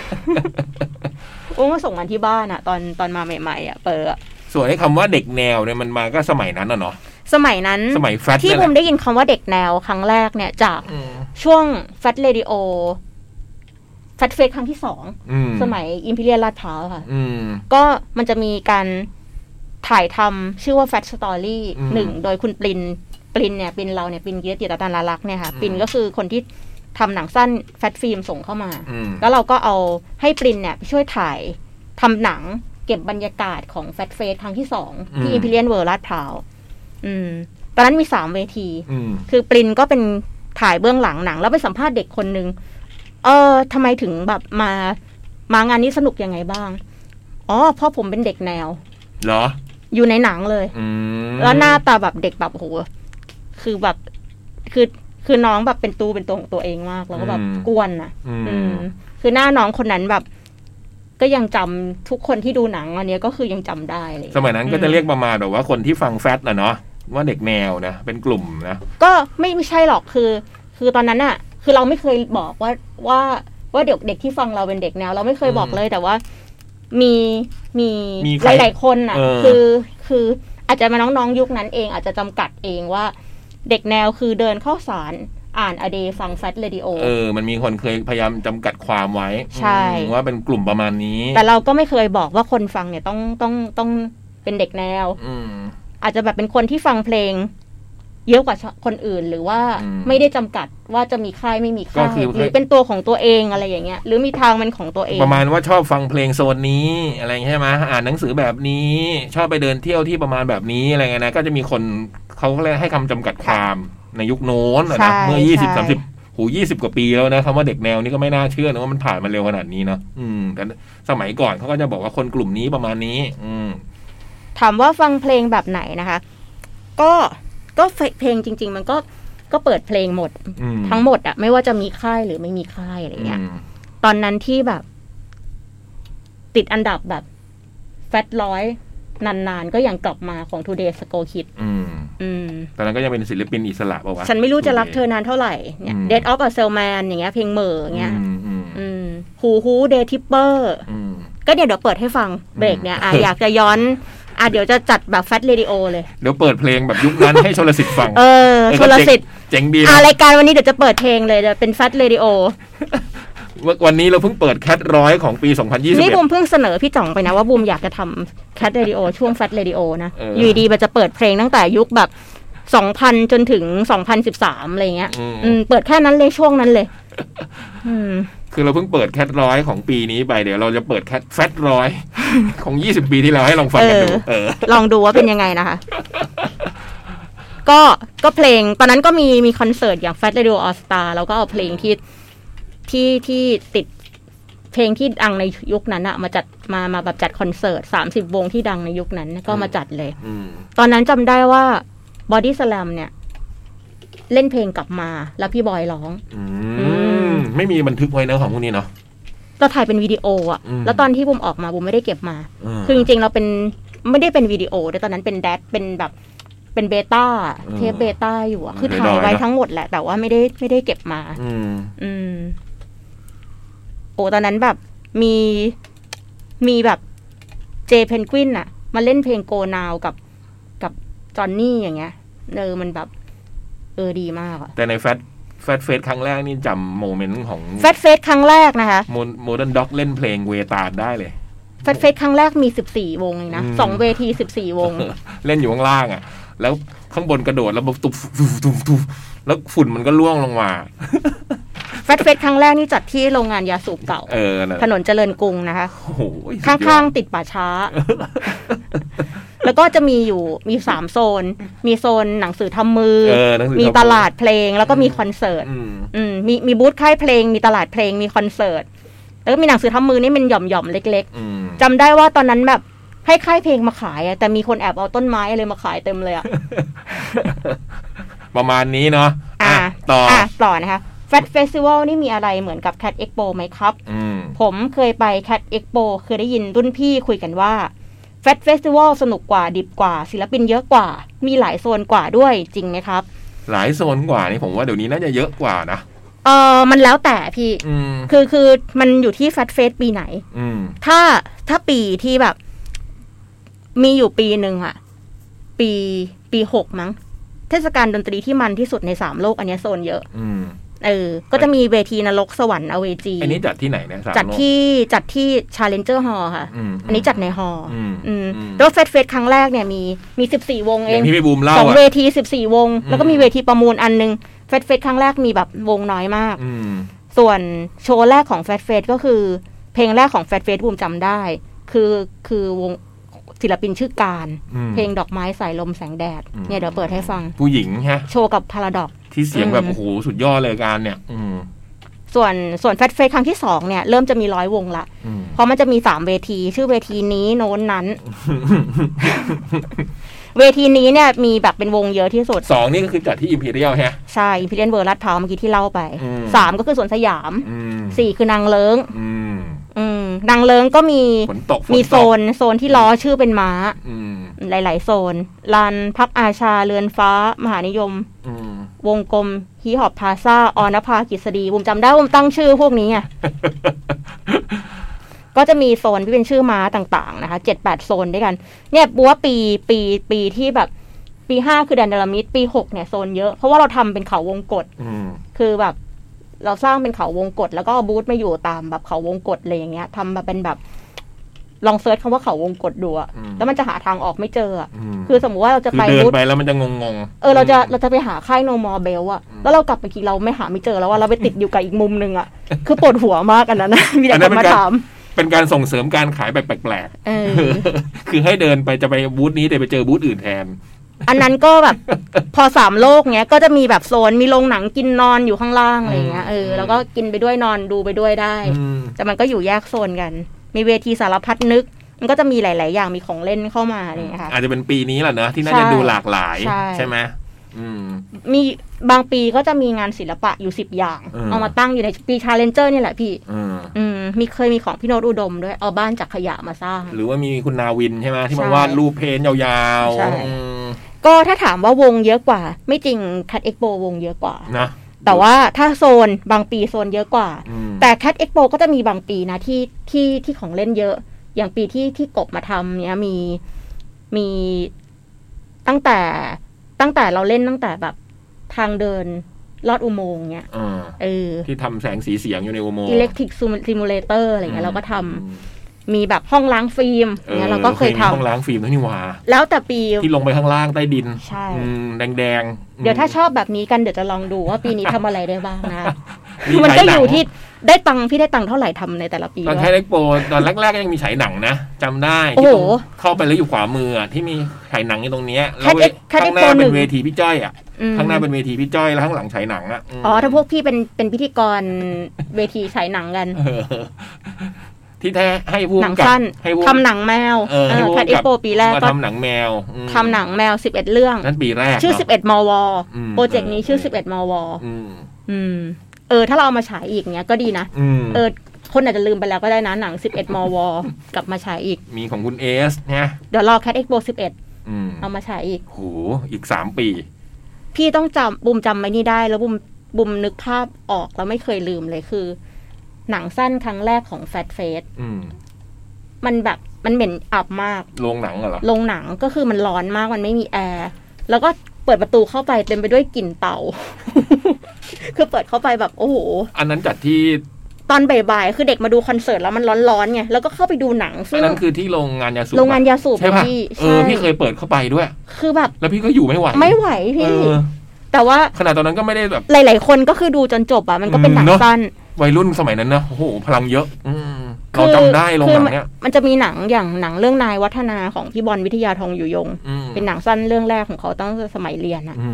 มาส่งงานที่บ้านอ่ะตอนมาใหม่ๆอ่ะเปิร์ส่วนไอ้คำว่าเด็กแนวเนี่ยมันมาก็สมัยนั้นอ่ะเนาะสมัยนั้นที่ผมได้ยินคำว่าเด็กแนวครั้งแรกเนี่ยจากช่วงแฟตเรดิโอแฟตเฟสครั้งที่2สมัยอิมพีเรียลลาดพร้าวค่ะก็มันจะมีการถ่ายทำชื่อว่าแฟตสตอรี่1โดยคุณปรินเนี่ยปรินเราเนี่ยปรินกิรติตาลาลักษณ์เนี่ยค่ะปรินก็คือคนที่ทำหนังสั้นแฟตฟิล์มส่งเข้ามาแล้วเราก็เอาให้ปรินเนี่ยไปช่วยถ่ายทำหนังเก็บบรรยากาศของแฟตเฟสครั้งที่2ที่อิมพีเรียลเวิลด์ลาดพร้าวตอนนั้นมี3เวทีคือปรินก็เป็นถ่ายเบื้องหลังหนังแล้วไปสัมภาษณ์เด็กคนนึงทำไมถึงแบบมางานนี้สนุกยังไงบ้างเพราะผมเป็นเด็กแนวเหรออยู่ในหนังเลยแล้วหน้าตาแบบเด็กแบบโหคือแบบคือน้องแบบเป็นตัวของตัวเองมากแล้วก็แบบกวนนะคือหน้าน้องคนนั้นแบบก็ยังจำทุกคนที่ดูหนังอันนี้ก็คือยังจำได้เลยสมัยนั้นก็จะเรียกประมาณแบบว่าคนที่ฟังแฟตน่ะเนาะว่าเด็กแนวนะเป็นกลุ่มนะก็ไม่ใช่หรอกคือตอนนั้นอะคือเราไม่เคยบอกว่าว่าเด็กที่ฟังเราเป็นเด็กแนวเราไม่เคยบอกเลยแต่ว่ามีหลายๆคนน่ะคืออาจจะมาน้องๆยุคนั้นเองอาจจะจำกัดเองว่าเด็กแนวคือเดินเข้าสารอ่านอเดย์ฟังแฟตเรดิโอมันมีคนเคยพยายามจำกัดความไว้ใช่ว่าเป็นกลุ่มประมาณนี้แต่เราก็ไม่เคยบอกว่าคนฟังเนี่ยต้องเป็นเด็กแนวอาจจะแบบเป็นคนที่ฟังเพลงเยอะกว่าคนอื่นหรือว่าไม่ได้จำกัดว่าจะมีค่ายไม่มีค่ายหรือเป็นตัวของตัวเองอะไรอย่างเงี้ยหรือมีทางเป็นของตัวเองประมาณว่าชอบฟังเพลงโซนนี้อะไรใช่ไหมอ่านหนังสือแบบนี้ชอบไปเดินเที่ยวที่ประมาณแบบนี้อะไรเงี้ยนะก็จะมีคนเขาเลยให้คำจำกัดความในยุคโน้นนะเมื่อ20-30 กว่าปีแล้วนะคำว่าเด็กแนวนี่ก็ไม่น่าเชื่อนะว่ามันผ่านมาเร็วขนาดนี้เนาะแต่สมัยก่อนเขาก็จะบอกว่าคนกลุ่มนี้ประมาณนี้ถามว่าฟังเพลงแบบไหนนะคะก็เพลงจริงๆมันก็เปิดเพลงหมดทั้งหมดอะไม่ว่าจะมีค่ายหรือไม่มีค่ายอะไรเงี้ยตอนนั้นที่แบบติดอันดับแบบแฟต100นานๆก็ยังกลับมาของ Today Score Hit ตอนนั้นก็ยังเป็นศิลปินอิสระป่าววะฉันไม่รู้จะรักเธอนานเท่าไหร่เนี่ย Dead of a Salesman อย่างเงี้ยเพลงเหม่ออย่างเงี้ยฮูDay Tipper ก็เดี๋ยวเปิดให้ฟังเบรกเนี่ยอยากจะย้อนเดี๋ยวจะจัดแบบแฟตเรดิโอเลยเดี๋ยวเปิดเพลงแบบยุคนั้นให้ชลสิทธิ์ฟังชลสิทธิ์เจ๋งดีรายการวันนี้เดี๋ยวจะเปิดเพลงเลยจะเป็นแฟตเรดิโอวันนี้เราเพิ่งเปิดแคท100ของปี2021 นี่บูมเพิ่งเสนอพี่จ่องไปนะว่าบูมอยากจะทำแคทเรดิโอช่วงแฟตเรดิโอนะอยู่ดีมันจะเปิดเพลงตั้งแต่ยุคแบบ2000จนถึง2013อะไรเงี้ยเปิดแค่นั้นเลยช่วงนั้นเลยคือเราเพิ่งเปิดแคท100ของปีนี้ไปเดี๋ยวเราจะเปิดแคทแฟต100ของ20ปีที่แล้วให้ลองฟังกันดูลองดูว่าเป็นยังไงนะคะก็เพลงตอนนั้นก็มีคอนเสิร์ตอย่าง Fat Radio All Star แล้วก็เอาเพลงที่ติดเพลงที่ดังในยุคนั้นอะมาจัดมาแบบจัดคอนเสิร์ต30วงที่ดังในยุคนั้นก็มาจัดเลยตอนนั้นจำได้ว่า Body Slam เนี่ยเล่นเพลงกลับมาแล้วพี่บอยร้องไม่มีบันทึกไว้นะของพวกนี้เนาะเราถ่ายเป็นวิดีโออ่ะแล้วตอนที่บุมออกมาบุมไม่ได้เก็บมาคือจริงๆเราเป็นไม่ได้เป็นวิดีโอแต่ตอนนั้นเป็นแดดเป็นแบบเป็นเบต้าเทปเบต้าอยู่อ่ะคือถ่ายไว้ทั้งหมดแหละแต่ว่าไม่ได้เก็บมาตอนนั้นแบบมีแบบเจเพนกวินอ่ะมาเล่นเพลงโกนาวกับจอนนี่อย่างเงี้ยมันแบบดีมากอ่ะแต่ในแฟตเฟสครั้งแรกนี่จำโมเมนต์ของแฟตเฟสครั้งแรกนะคะโมเดิร์นด็อกเล่นเพลงเวตาลได้เลยแฟตเฟสครั้งแรกมี14วงเลยนะ2เวที14วงเล่นอยู่ข้างล่างอ่ะแล้วข้างบนกระโดดแล้วตุบแล้วฝุ่นมันก็ล่วงลงมาแฟตเฟสครั้งแรกนี่จัดที่โรงงานยาสูบเก่าถนนเจริญกรุงนะคะข้างๆติดป่าช้าแล้วก็จะมี3โซนมีโซนหนังสือทำมือมีตลาดเพลงแล้วก็มีคอนเสิร์ตมีบูธค่ายเพลงมีตลาดเพลงมีคอนเสิร์ตแล้วก็มีหนังสือทำมือนี่เป็นหย่อมๆเล็กๆจำได้ว่าตอนนั้นแบบให้ค่ายเพลงมาขายแต่มีคนแอบเอาต้นไม้อะไรมาขายเต็มเลยอะประมาณนี้เนาะต่อนะคะแฟตเฟสติวัลนี่มีอะไรเหมือนกับ Cat Expo ไหมครับผมเคยไป Cat Expo เคยได้ยินรุ่นพี่คุยกันว่าแฟตเฟสติวัลสนุกกว่าดิบกว่าศิลปินเยอะกว่ามีหลายโซนกว่าด้วยจริงไหมครับหลายโซนกว่านี่ผมว่าเดี๋ยวนี้น่าจะเยอะกว่านะมันแล้วแต่พี่คือมันอยู่ที่แฟตเฟสปีไหนถ้าปีที่แบบมีอยู่ปีนึงอะปี6มั้งเทศกาลดนตรีที่มันที่สุดใน3โลกอันนี้โซนเยอะก็จะมีเวทีนรกสวรรค์อเวจีอันนี้จัดที่ไหนเนี่ยจัดที่ Challenger Hall ค่ะอันนี้จัดในฮอลล์แล้วเฟสครั้งแรกเนี่ยมี14วงเองที่พี่บูมเล่า 2เวที14วงแล้วก็มีเวทีประมูลอันนึงเฟสครั้งแรกมีแบบวงน้อยมากส่วนโชว์แรกของเฟสก็คือเพลงแรกของเฟสบูมจำได้คือวงศิลปินชื่อการเพลงดอกไม้สายลมแสงแดดเนี่ยเดี๋ยวเปิดให้ฟังผู้หญิงฮะโชว์กับพาราดอกที่เสียงแบบโอ้โหสุดยอดเลยการเนี่ยส่วนแฟตครั้งที่2เนี่ยเริ่มจะมี100วงละเพราะมันจะมี3เวทีชื่อเวทีนี้โน้นนั้น เวทีนี้เนี่ยมีแบบเป็นวงเยอะที่สุด 2นี่ก็คือจัดที่ Imperial ฮะใช่ Imperial World ลาดพร้าวเมื่อกี้ที่เล่าไป3ก็คือสวนสยาม4คือนางเลิ้งนางเลิ้งก็มีโซนที่ล้อชื่อเป็นม้าหลายๆโซนลานพักอาชาเรือนฟ้ามหานิยมวงกลมฮีฮอปพลาซ่าออนภากฤษฎีบุมจำได้บุมตั้งชื่อพวกนี้ไง ก็จะมีโซนที่เป็นชื่อม้าต่างๆนะคะ 7-8 โซนด้วยกันเนี่ยบัวปีที่แบบปี5คือแดนเดลามิดปี6เนี่ยโซนเยอะเพราะว่าเราทำเป็นเขาวงกตคือแบบเราสร้างเป็นเขาวงกตแล้วก็บูธมาอยู่ตามแบบเขาวงกตอะไรอย่างเงี้ยทำมาเป็นแบบลองเซิร์ชคำว่าเขาวงกตดูอะแล้วมันจะหาทางออกไม่เจออะคือสมมติว่าเราจะไปบูธไปแล้วมันจะงงเราจะไปหาค่ายโนมอร์เบลอะแล้วเรากลับไปกี่เราไม่หาไม่เจอแล้วว่าเราไปติดอยู่กับอีกมุมนึงอะคือปวดหัวมากอันนั้นนะมีแต่คนมาถามเป็นการส่งเสริมการขายแบบแปลกๆคือให้เดินไปจะไปบูธนี้แต่ไปเจอบูธอื่นแทนอันนั้นก็แบบพอ3โลกเงี้ยก็จะมีแบบโซนมีโรงหนังกินนอนอยู่ข้างล่างอะไรเงี้ยแล้วก็กินไปด้วยนอนดูไปด้วยได้แต่มันก็อยู่แยกโซนกันมีเวทีสารพัดนึกมันก็จะมีหลายๆอย่างมีของเล่นเข้ามาอะไรเงี้ยค่ะอาจจะเป็นปีนี้แหละเนอะที่น่าจะดูหลากหลายใช่ไหมมีบางปีก็จะมีงานศิลปะอยู่10อย่างเอามาตั้งอยู่ในปีชาเลนเจอร์นี่แหละพี่เคยมีของพี่โนตอุดมด้วยเอาบ้านจากขยะมาสร้างหรือว่ามีคุณนาวินใช่ไหมที่มาวาดรูปเพนยาวๆก็ถ้าถามว่าวงเยอะกว่าไม่จริงคัทเอ็กโปวงเยอะกว่านะแต่ว่าถ้าโซนบางปีโซนเยอะกว่าแต่คัทเอ็กโปก็จะมีบางปีนะที่ของเล่นเยอะอย่างปีที่กบมาทำเนี้ยมีตั้งแต่เราเล่นตั้งแต่แบบทางเดินลอดอุโมงค์เนี้ยที่ทำแสงสีเสียงอยู่ในอุโมงค์ Electric Simulator อะไรเงี้ยเราก็ทำมีแบบห้องล้างฟิล์มเนี้ยเราก็เคยทำห้องล้างฟิล์มทั้งนี่ว่าแล้วแต่ปีที่ลงไปข้างล่างใต้ดินใช่แดงเดี๋ยวถ้าชอบแบบนี้กันเดี๋ยวจะลองดูว่าปีนี้ทำอะไรได้บ้างนะคือมันก็อยู่ที่ได้ตังค์พี่ได้ตังค์เท่าไหร่ทำในแต่ละปีตอนแค่เล็กโปตอนแรกๆก็ยังมีฉายหนังนะจำได้ที่เข้าไปแล้วอยู่ขวามือที่มีฉายหนังอยู่ตรงนี้แล้วข้างหน้าเป็นเวทีพี่จ้อยอ่ะข้างหน้าเป็นเวทีพี่จ้อยแล้วข้างหลังฉายหนังอ่ะถ้าพวกพี่เป็นพิธีกรเวทีฉายหนังกันที่แท้ให้พูดหนังสั้นทำหนังแมวแคทเอ็กโปปีแรกก็ทำหนังแมวทำหนังแมว11เรื่องนั่นปีแรกชื่อ11มวโปรเจกต์นี้ชื่อ11มวถ้าเราเอามาฉายอีกเนี้ยก็ดีนะคนอาจจะลืมไปแล้วก็ได้นะหนัง11มวกลับมาฉายอีกมีของคุณเอสเนี่ยเดี๋ยวรอแคทเอ็กโป11เอามาฉายอีกโหอีก3ปีพี่ต้องบุมจำไม่นี่ได้แล้วบุมนึกภาพออกแล้วไม่เคยลืมเลยคือหนังสั้นครั้งแรกของแฟตเฟสมันแบบมันเหม็นอับมากโรงหนังเหรอโรงหนังก็คือมันร้อนมากมันไม่มีแอร์แล้วก็เปิดประตูเข้าไปเต็มไปด้วยกลิ่นเตา คือเปิดเข้าไปแบบโอ้โหอันนั้นจัดที่ตอนบ่ายๆคือเด็กมาดูคอนเสิร์ตแล้วมันร้อนๆไงแล้วก็เข้าไปดูหนังซึ่งนั่นคือที่โรงงานยาสูบใช่ป่ะพี่เคยเปิดเข้าไปด้วยคือแบบแล้วพี่ก็อยู่ไม่ไหวพี่แต่ว่าขนาดตอนนั้นก็ไม่ได้แบบหลายๆคนก็คือดูจนจบอ่ะมันก็เป็นหนังสั้นวัยรุ่นสมัยนั้นนะโอ้โหพลังเยอะเราจำได้โรงหนังเนี้ยมันจะมีหนังอย่างหนังเรื่องนายวัฒนาของพี่บอลวิทยาทองอยู่ยงเป็นหนังสั้นเรื่องแรกของเขาตั้งแต่สมัยเรียนอ่ะ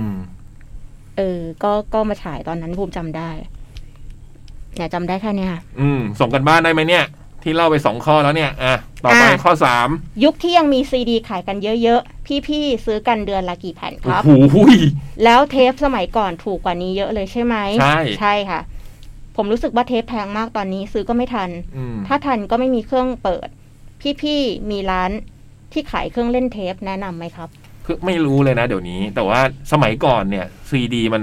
ก็มาฉายตอนนั้นภูมิจำได้เนี่ยจำได้แค่นี้ค่ะส่งกันบ้านได้ไหมเนี่ยที่เล่าไป2ข้อแล้วเนี่ยต่อไปข้อ3 ยุคที่ยังมีซีดีขายกันเยอะๆพี่ๆซื้อกันเดือนละกี่แผ่นครับโอ้โหแล้วเทปสมัยก่อนถูกกว่านี้เยอะเลยใช่ไหมใช่ค่ะผมรู้สึกว่าเทปแพงมากตอนนี้ซื้อก็ไม่ทันถ้าทันก็ไม่มีเครื่องเปิดพี่ๆมีร้านที่ขายเครื่องเล่นเทปแนะนำไหมครับคือไม่รู้เลยนะเดี๋ยวนี้แต่ว่าสมัยก่อนเนี่ยซีดีมัน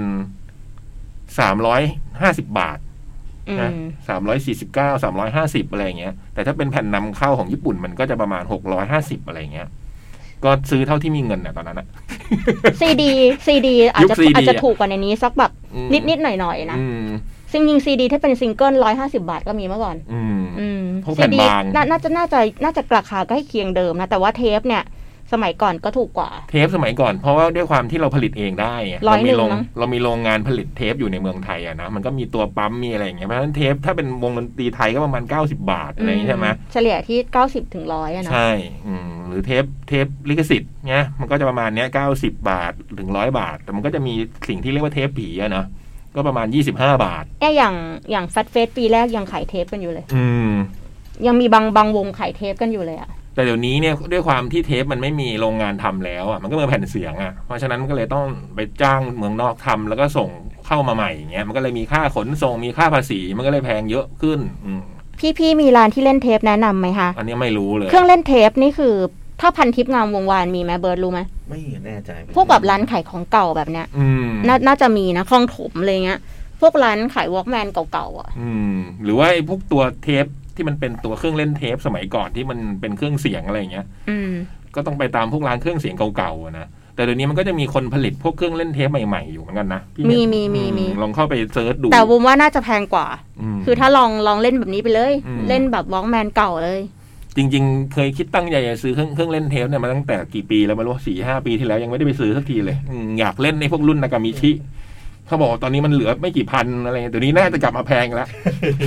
350 บาทนะ349 350อะไรอย่างเงี้ยแต่ถ้าเป็นแผ่นนำเข้าของญี่ปุ่นมันก็จะประมาณ650อะไรอย่างเงี้ยก็ซื้อเท่าที่มีเงินน่ะตอนนั้นนะซีดีอาจจะถูกกว่าในนี้สักแบบนิดๆหน่อยๆนะซึ่งยิงซีดีถ้าเป็นซิงเกิล150 บาทก็มีเมื่อก่อนซีดีน่าจะราคาใกล้เคียงเดิมนะแต่ว่าเทปเนี่ยสมัยก่อนก็ถูกกว่าเทปสมัยก่อนเพราะว่าด้วยความที่เราผลิตเองได้เรามีโรงงานผลิตเทปอยู่ในเมืองไทยอะนะมันก็มีตัวปั๊มมีอะไรอย่างเงี้ยเพราะฉะนั้นเทปถ้าเป็นวงดนตรีไทยก็ประมาณ90 บาทอะไรอย่างงี้ใช่ไหมเฉลี่ยที่90 ถึง 100อะนะใช่หรือเทปลิขสิทธิ์เนี่ยมันก็จะประมาณเนี้ย90 บาทถึง100 บาทแต่มันก็จะมีสิ่งที่เรียกว่าเทปผีอะนะก็ประมาณ25 บาทอย่างแฟตเฟสปีแรกยังขายเทปกันอยู่เลยยังมีบางวงขายเทปกันอยู่เลยอะแต่เดี๋ยวนี้เนี่ยด้วยความที่เทปมันไม่มีโรงงานทำแล้วอ่ะมันก็เป็นแผ่นเสียงอ่ะเพราะฉะนั้นก็เลยต้องไปจ้างเมืองนอกทำแล้วก็ส่งเข้ามาใหม่อย่างเงี้ยมันก็เลยมีค่าขนส่งมีค่าภาษีมันก็เลยแพงเยอะขึ้นพี่มีร้านที่เล่นเทปแนะนำไหมคะอันนี้ไม่รู้เลยเครื่องเล่นเทปนี่คือถ้าพันทิพย์งามวงวานมีไหมเบิร์ดรู้ไหมไม่แน่ใจพวกแบบร้านขายของเก่าแบบเนี้ยน่าจะมีนะคลองถมอะไรเงี้ยพวกร้านขายวอล์กแมนเก่าๆอ่ะหรือว่าไอ้พวกตัวเทปที่มันเป็นตัวเครื่องเล่นเทปสมัยก่อนที่มันเป็นเครื่องเสียงอะไรเงี้ยก็ต้องไปตามพวกร้านเครื่องเสียงเก่าๆนะแต่เดี๋ยวนี้มันก็จะมีคนผลิตพวกเครื่องเล่นเทปใหม่ๆอยู่เหมือนกันนะมีลองเข้าไปเซิร์ชดูแต่วงว่าน่าจะแพงกว่าคือถ้าลองเล่นแบบนี้ไปเลยเล่นแบบวอล์กแมนเก่าเลยจริงๆเคยคิดตั้งใจจะซื้อเครื่องเล่นเทปเนี่ยมาตั้งแต่กี่ปีแล้วไม่รู้ 4-5 ปีที่แล้วยังไม่ได้ไปซื้อสักทีเลยอยากเล่นในพวกรุ่นนากามิชิเขาบอกตอนนี้มันเหลือไม่กี่พันอะไรเดี๋ยวนี้น่าจะกลับมาแพงแล้ว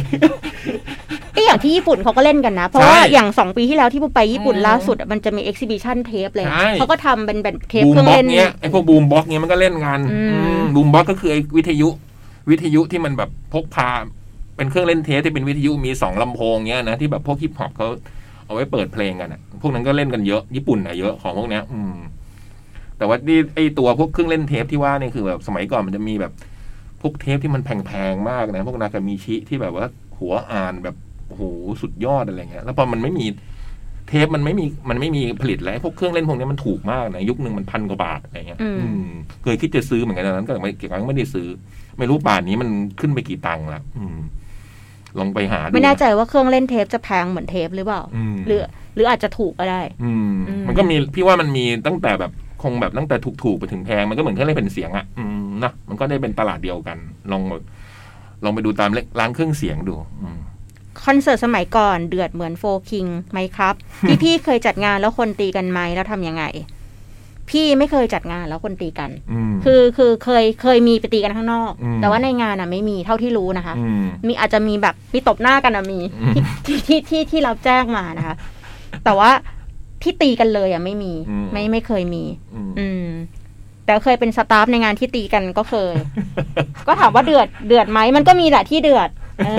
อย่างที่ญี่ปุ่นเขาก็เล่นกันนะเพราะว่าอย่าง2ปีที่แล้วที่ไปญี่ปุ่นล่าสุดมันจะมีเอ็กซิบิชันเทปเลยเขาก็ทำเป็นแบบเทปเครื่องเล่นเนี้ยไอ้พวกบูมบ็อกเนี้ยมันก็เล่นกันบูมบ็อกก็คือไอ้วิทยุที่มันแบบพกพาเป็นเครื่องเล่นเทปที่เป็นวิทยุมี2ลำโพงเงี้ยนะที่แบบพวกฮิปฮอปเขาเอาไว้เปิดเพลงกันอ่ะพวกนั้นก็เล่นกันเยอะญี่ปุ่นอ่ะเยอะของพวกเนี้ยแต่ว่านี่ไอ้ตัวพวกเครื่องเล่นเทปที่ว่าเนี่ยคือแบบสมัยก่อนมันจะมีแบบพวกเทปที่มันแพงๆมากนะพวกนากามิชิที่แบบว่าหัวอ่านแบบโอ้โหสุดยอดอะไรเงี้ยแล้วพอมันไม่มีเทปมันไม่มีผลิตแล้วพวกเครื่องเล่นพวกนี้มันถูกมากนะยุคนึงมัน1,000 กว่าบาทอะไรเงี้ยเคยคิดจะซื้อเหมือนกันตอนนั้นก็ไม่ได้ซื้อไม่รู้ป่านนี้มันขึ้นไปกี่ตังค์ละลองไปหาดูไม่แน่ใจว่าเครื่องเล่นเทปจะแพงเหมือนเทปหรือเปล่าหรืออาจจะถูกก็ได้มันก็มีพี่ว่ามันมีตั้งแต่แบบคงแบบตั้งแต่ถูกไปถึงแพงมันก็เหมือนเครื่องเล่นเป็นเสียงอ่ะนะมันก็ได้เป็นตลาดเดียวกันลองไปดูตามร้านเครื่องเสียงดูคอนเสิร์ตสมัยก่อนเดือดเหมือนโฟคิงไหมครับ พี่เคยจัดงานแล้วคนตีกันไหมแล้วทำยังไงพี่ไม่เคยจัดงานแล้วคนตีกันคือเคยมีไปตีกันข้างนอกแต่ว่าในงานไม่มีเท่าที่รู้นะคะมีอาจจะมีแบบมีตบหน้ากันมีที่เราแจ้งมานะคะแต่ว่าที่ตีกันเลยไม่มีไม่เคยมีแต่เคยเป็นสตาฟในงานที่ตีกันก็เคย ก็ถามว่าเดือดไหมมันก็มีแหละที่เดือด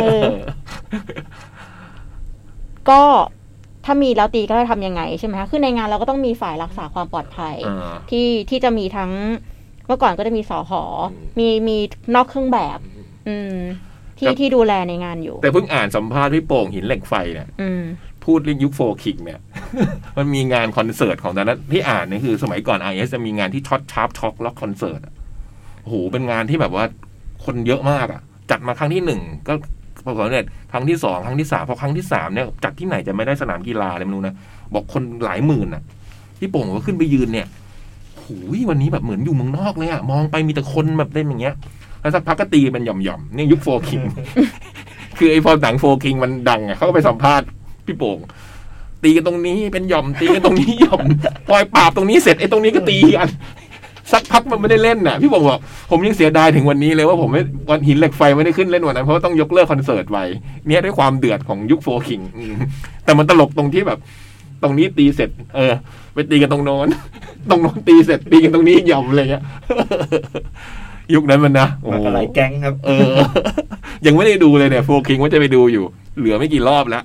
ก็ถ้ามีแล้วตีก็จะทำยังไงใช่ไหมคะคือในงานเราก็ต้องมีฝ่ายรักษาความปลอดภัยที่จะมีทั้งเมื่อก่อนก็จะมีสห.มีนอกเครื่องแบบที่ดูแลในงานอยู่แต่เพิ่งอ่านสัมภาษณ์พี่โป่งหินเหล็กไฟเนี่ยพูดเรื่องยุคโฟคิงเนี่ย มันมีงานคอนเสิร์ตของตอนนั้นที่อ่านนี่คือสมัยก่อน IS จะมีงานที่ช็อตชาร์ปช็อกล็อกคอนเสิร์ตโอ้โหเป็นงานที่แบบว่าคนเยอะมากจัดมาครั้งที่1ก็พอเนี่ยครั้งที่2ครั้งที่3พอครั้งที่3เนี่ยจัดที่ไหนจะไม่ได้สนามกีฬาเลยไม่รู้นะบอกคนหลายหมื่นพี่โป่งก็ขึ้นไปยืนเนี่ยโอ้ยวันนี้แบบเหมือนอยู่เมืองนอกเลยมองไปมีแต่คนแบบเล่นอย่างเงี้ยแล้วสักพักก็ตีเป็นหย่อมๆเนี่ยยุคโฟคิง คือไอ้พอหนังโฟคิงมันดังเขาก็ไปสัมภาษณ์พี่โป่งตีกันตรงนี้เป็นหย่อมตีกันตรงนี้หย่อมปล่อยปราบตรงนี้เสร็จไอ้ตรงนี้ก็ตีกันสักพักมันไม่ได้เล่นพี่บอกผมยังเสียดายถึงวันนี้เลยว่าผมไม่วันหินเหล็กไฟไม่ได้ขึ้นเล่นวันนั้นเพราะว่าต้องยกเลิกคอนเสิร์ตไปเนี่ยด้วยความเดือดของยุคโฟคิงแต่มันตลกตรงที่แบบตรงนี้ตีเสร็จไปตีกันตรงโน้นตีเสร็จตีกันตรงนี้หย่อมอะไรเงี้ยยุคนั้นมันนะโอ้หลายแก๊งครับยังไม่ได้ดูเลยเนี่ยโฟคิงว่าจะไปดูอยู่เหลือไม่กี่รอบแล้ว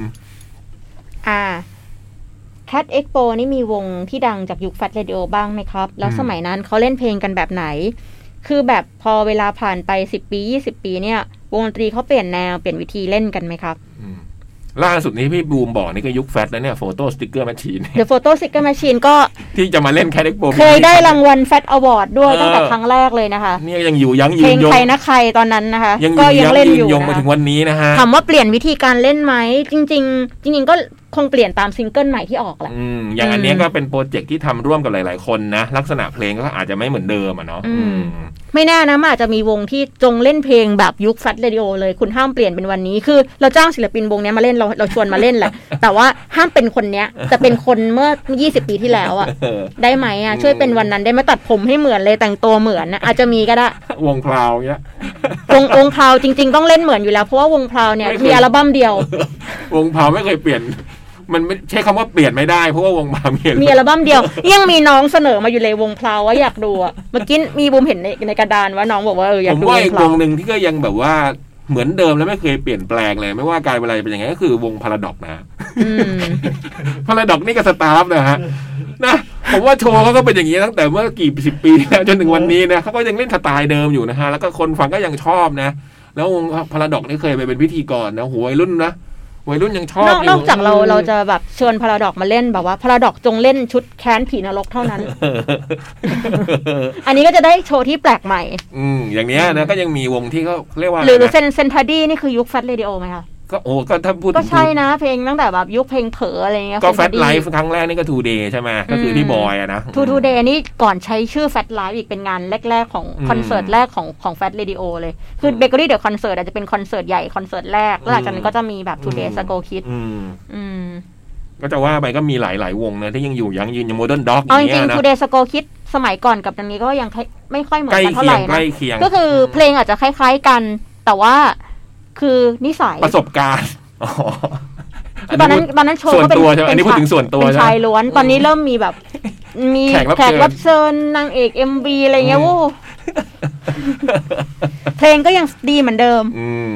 Cat Expo นี่มีวงที่ดังจากยุค Fat Radio บ้างไหมครับแล้วสมัยนั้นเขาเล่นเพลงกันแบบไหนคือแบบพอเวลาผ่านไป10ปี20ปีเนี่ยวงดนตรีเขาเปลี่ยนแนวเปลี่ยนวิธีเล่นกันไหมครับล่าสุดนี้พี่บูมบอกนี่ก็ยุคแฟตแล้วเนี่ยโฟโต้สติ๊กเกอร์แมชชีนเดี๋ยวโฟโต้สติ๊กเกอร์แมชชีนก็ที่จะมาเล่นแคทเอ็กโปเคยได้รางวัลแฟตอวอร์ดด้วยตั้งแต่ครั้งแรกเลยนะคะนี่ยังอยู่ยั้งยืนยงเพลงใครนะใครตอนนั้นนะคะก็ยังเล่นอยู่มาถึงวันนี้นะฮะถามว่าเปลี่ยนวิธีการเล่นไหมจริงก็คงเปลี่ยนตามซิงเกิลใหม่ที่ออกแหละอย่างอันนี้ก็เป็นโปรเจกต์ที่ทำร่วมกับหลายๆคนนะลักษณะเพลงก็อาจจะไม่เหมือนเดิมเนาะไม่แน่นะมันอาจจะมีวงที่จงเล่นเพลงแบบยุคแฟตเรดิโอเลยคุณห้ามเปลี่ยนเป็นวันนี้คือเราจ้างศิลปินวงนี้มาเล่นเราชวนมาเล่นแหละแต่ว่าห้ามเป็นคนเนี้ยจะเป็นคนเมื่อ20ปีที่แล้วได้ไหมช่วยเป็นวันนั้นได้ไหมตัดผมให้เหมือนเลยแต่งตัวเหมือนนะอาจจะมีก็ได้วงพราวเนี้ยวงพราวจริงๆต้องเล่นเหมือนอยู่แล้วเพราะว่าวงพราวเนี่ยมีอัลบั้มเดียววงพราวไม่เคยเปลี่ยนมันไม่ใช้คำว่าเปลี่ยนไม่ได้เพราะว่าวงพราวมีอัลบั้มเดียวยังมีน้องเสนอมาอยู่เลยวงพราวว่าอยากดูเมื่อกี้มีบูมเห็นในกระดานว่าน้องบอกว่าอยากดูวงพราวผมว่าอีกวงนึงที่ก็ยังแบบว่าเหมือนเดิมแล้วไม่เคยเปลี่ยนแปลงเลยไม่ว่าการเวลาเป็นยังไงก็คือวงพาราดอกนะพาราดอกนี่ก็สตาฟนะฮะนะผมว่าโชว์เขาก็เป็นอย่างนี้ตั้งแต่เมื่อกี่สิบปีแล้วจนถึงวันนี้นะเขาก็ยังเล่นสไตล์เดิมอยู่นะฮะแล้วก็คนฟังก็ยังชอบนะแล้ววงพาราดอกนี่เคยไปเป็นพิธีกรนะโหวัยรุ่นนะวัยรุ่นยังชอบนอกจากเราจะแบบเชิญพาราดอกมาเล่นแบบว่าพาราดอกจงเล่นชุดแค้นผีนรกเท่านั้น อันนี้ก็จะได้โชว์ที่แปลกใหม่อย่างเนี้ยนะก็ยังมีวงที่เขาเรียกว่าหรือเซนทาดี้นี่คือยุคแฟตเรดิโอไหมคะก็ถ้าพูดก็ใช่นะเพลงตั้งแต่แบบยุคเพลงเผลออะไรเงี้ยก็แฟตไลฟ์ครั้งแรกนี่ก็ 2 Day ใช่ไหมก็คือที่บอยอะนะ 2 Day นี่ก่อนใช้ชื่อแฟตไลฟ์อีกเป็นงานแรกๆของคอนเสิร์ตแรกของแฟตเรดิโอเลยคือเบเกอรี่เดอะคอนเสิร์ตอาจจะเป็นคอนเสิร์ตใหญ่คอนเสิร์ตแรกแล้วหลังจากนั้นก็จะมีแบบ2 Day Go Kid ก็จะว่าไปก็มีหลายๆวงนะที่ยังอยู่ยังยืนอย่างโมเดิร์นด็อกอย่างเงี้ยนะ2 Day Go Kid สมัยก่อนกับตรงนี้ก็ยังไม่ค่อยเหมือนกันเท่าไหร่นะก็คือเพลงอาจจะคล้ายๆกันแต่ว่าคือนิสัยประสบการณ์ตอนนั้นโชว์ก็เป็นอันนี้พูดถึงส่วนตัวเป็นชายล้วนตอนนี้เริ่มมีแบบมีแขกรับเชิญนางเอก MV อะไรเงี้ยโว้เพลงก็ยังดีเหมือนเดิม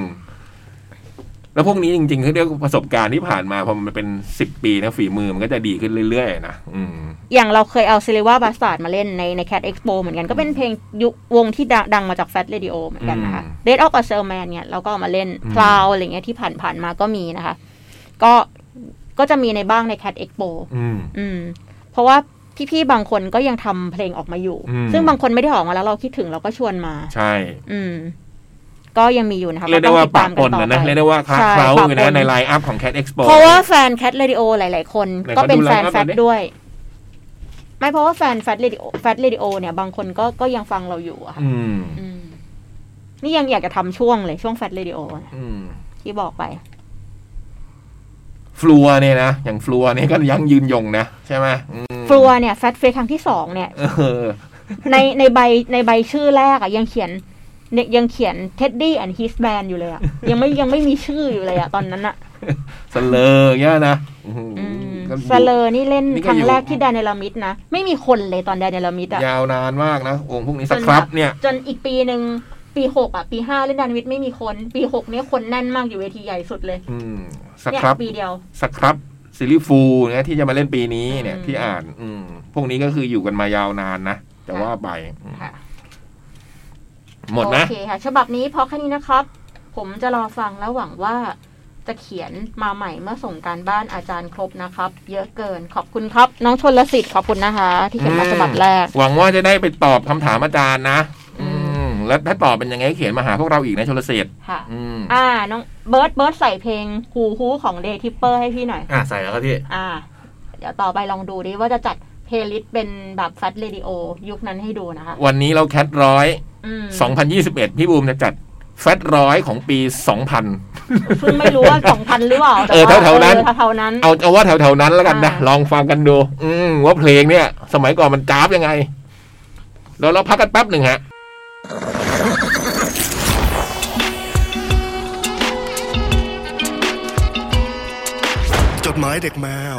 แล้วพวกนี้จริงๆคือเรียกประสบการณ์ที่ผ่านมาพอมันเป็น10 ปีนะฝีมือมันก็จะดีขึ้นเรื่อยๆนะอย่างเราเคยเอาซิลิว่าบาสตาร์ดมาเล่นใน Cat Expo เหมือนกันก็เป็นเพลงยุควงที่ดังมาจาก Fat Radio เหมือนกันนะคะ Dead of a Salesman เนี่ยเราก็เอามาเล่นพลาวอะไรเงี้ยที่ผ่านมาก็มีนะคะก็จะมีในบ้างใน Cat Expo เพราะว่าพี่ๆบางคนก็ยังทำเพลงออกมาอยู่ซึ่งบางคนไม่ได้ออกมาแล้วเราคิดถึงเราก็ชวนมาใช่ก็ยังมีอยู่นะคะเรียกได้ว่าปะปนนะเรียกได้ว่าคลาเคล้าอยู่นะในไลน์อัพของ Cat Expo เพราะว่าแฟน Cat Radio หลายๆคนก็เป็นแฟนแฟตด้วยไม่เพราะว่าแฟนแฟตเรดิโอเนี่ยบางคนก็ยังฟังเราอยู่อะค่ะนี่ยังอยากจะทำช่วงเลยช่วงแฟตเรดิโอที่บอกไปฟลัวเนี่ยนะอย่างฟลัวเนี่ยก็ยังยืนยงนะใช่ไหมฟลัวเนี่ยแฟตเฟสครั้งที่2เนี่ยในใบชื่อแรกอะยังเขียนเท็ดดี้แอนด์ฮิสแบนอยู่เลยอะยังไม่มีชื่ออยู่เลยอะตอนนั้นอะสเลอร์เงี้ยนะสเลอร์นี่เล่นครั้งแรกที่แดนเนลามิดนะไม่มีคนเลยตอนแดนเนลามิดอะยาวนานมากนะวงพวกนี้สักครับเนี่ยจนอีกปีนึงปี6อะปี5เล่นแดนเนลามิดไม่มีคนปี6เนี่ยคนแน่นมากอยู่เวทีใหญ่สุดเลยสักครับปีเดียวสักครับซิลิฟูเนี่ยที่จะมาเล่นปีนี้เนี่ยที่อ่านพวกนี้ก็คืออยู่กันมายาวนานนะแต่ว่าไปหมดนะโอเคค่ะฉบับนี้พอแค่นี้นะครับผมจะรอฟังแล้วหวังว่าจะเขียนมาใหม่เมื่อส่งการบ้านอาจารย์ครบนะครับเยอะเกินขอบคุณครับน้องชลสิทธิ์ขอบคุณนะคะที่เขียนมาฉบับแรกหวังว่าจะได้ไปตอบคำถามอาจารย์นะแล้วถ้าตอบเป็นยังไงเขียนมาหาพวกเราอีกนะชลสิทธิ์ค่ะน้องเบิร์ดใส่เพลงฮูของเดย์ทิปเปอร์ให้พี่หน่อยใส่แล้วครับพี่เดี๋ยวต่อไปลองดูดิว่าจะจัดเพลย์ลิสต์เป็นแบบแฟตเรดิโอยุคนั้นให้ดูนะคะวันนี้เราแคท100 2021พี่บูมจะจัดแฟต100ของปี 2000 ซึ่งไม่รู้ว่า 2,000 หรือเปล่าแถวๆนั้นเอาว่าแถวๆนั้นแล้วกันนะลองฟังกันดูว่าเพลงเนี่ยสมัยก่อนมันจ้าบยังไงแล้วเราพักกันแป๊บหนึ่งฮะจดหมายเด็กแมว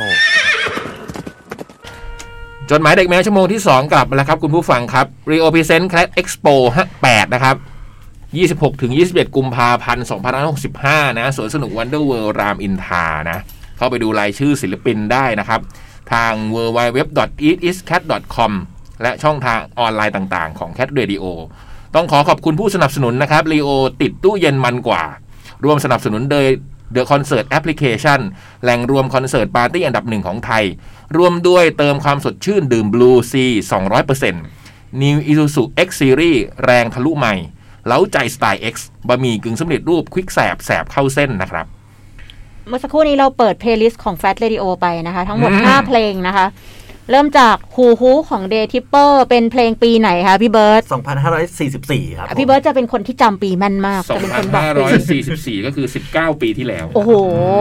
จดหมายเด็กแมวชั่วโมงที่2กลับมาแล้วครับคุณผู้ฟังครับ Rio Present Cat Expo 8นะครับ26-21 กุมภาพันธ์2565นะสวนสนุก Wonder World รามอินทรานะเข้าไปดูรายชื่อศิลปินได้นะครับทาง www.eatiscat.com และช่องทางออนไลน์ต่างๆของ Cat Radio ต้องขอบคุณผู้สนับสนุนนะครับ Rio ติดตู้เย็นมันกว่าร่วมสนับสนุนโดย The Concert Application แหล่งรวมคอนเสิร์ตปาร์ตี้อันดับ1ของไทยร่วมด้วยเติมความสดชื่นดื่ม Blue Sea 200% New Isuzu X Series แรงทะลุใหม่เล้าใจสไตล์ X บะหมี่กึ่งสำเร็จรูปควิกแสบเข้าเส้นนะครับเมื่อสักครู่นี้เราเปิดเพลย์ลิสต์ของ Fat Radio ไปนะคะทั้งหมด5เพลงนะคะเริ่มจากฮูของ Day Tipper เป็นเพลงปีไหนคะพี่เบิร์ต 2544ครับพี่เบิร์ตจะเป็นคนที่จำปีแม่นมากจะเป็นคนบอกปี2544ก็คือ19ปีที่แล้วโอ้โห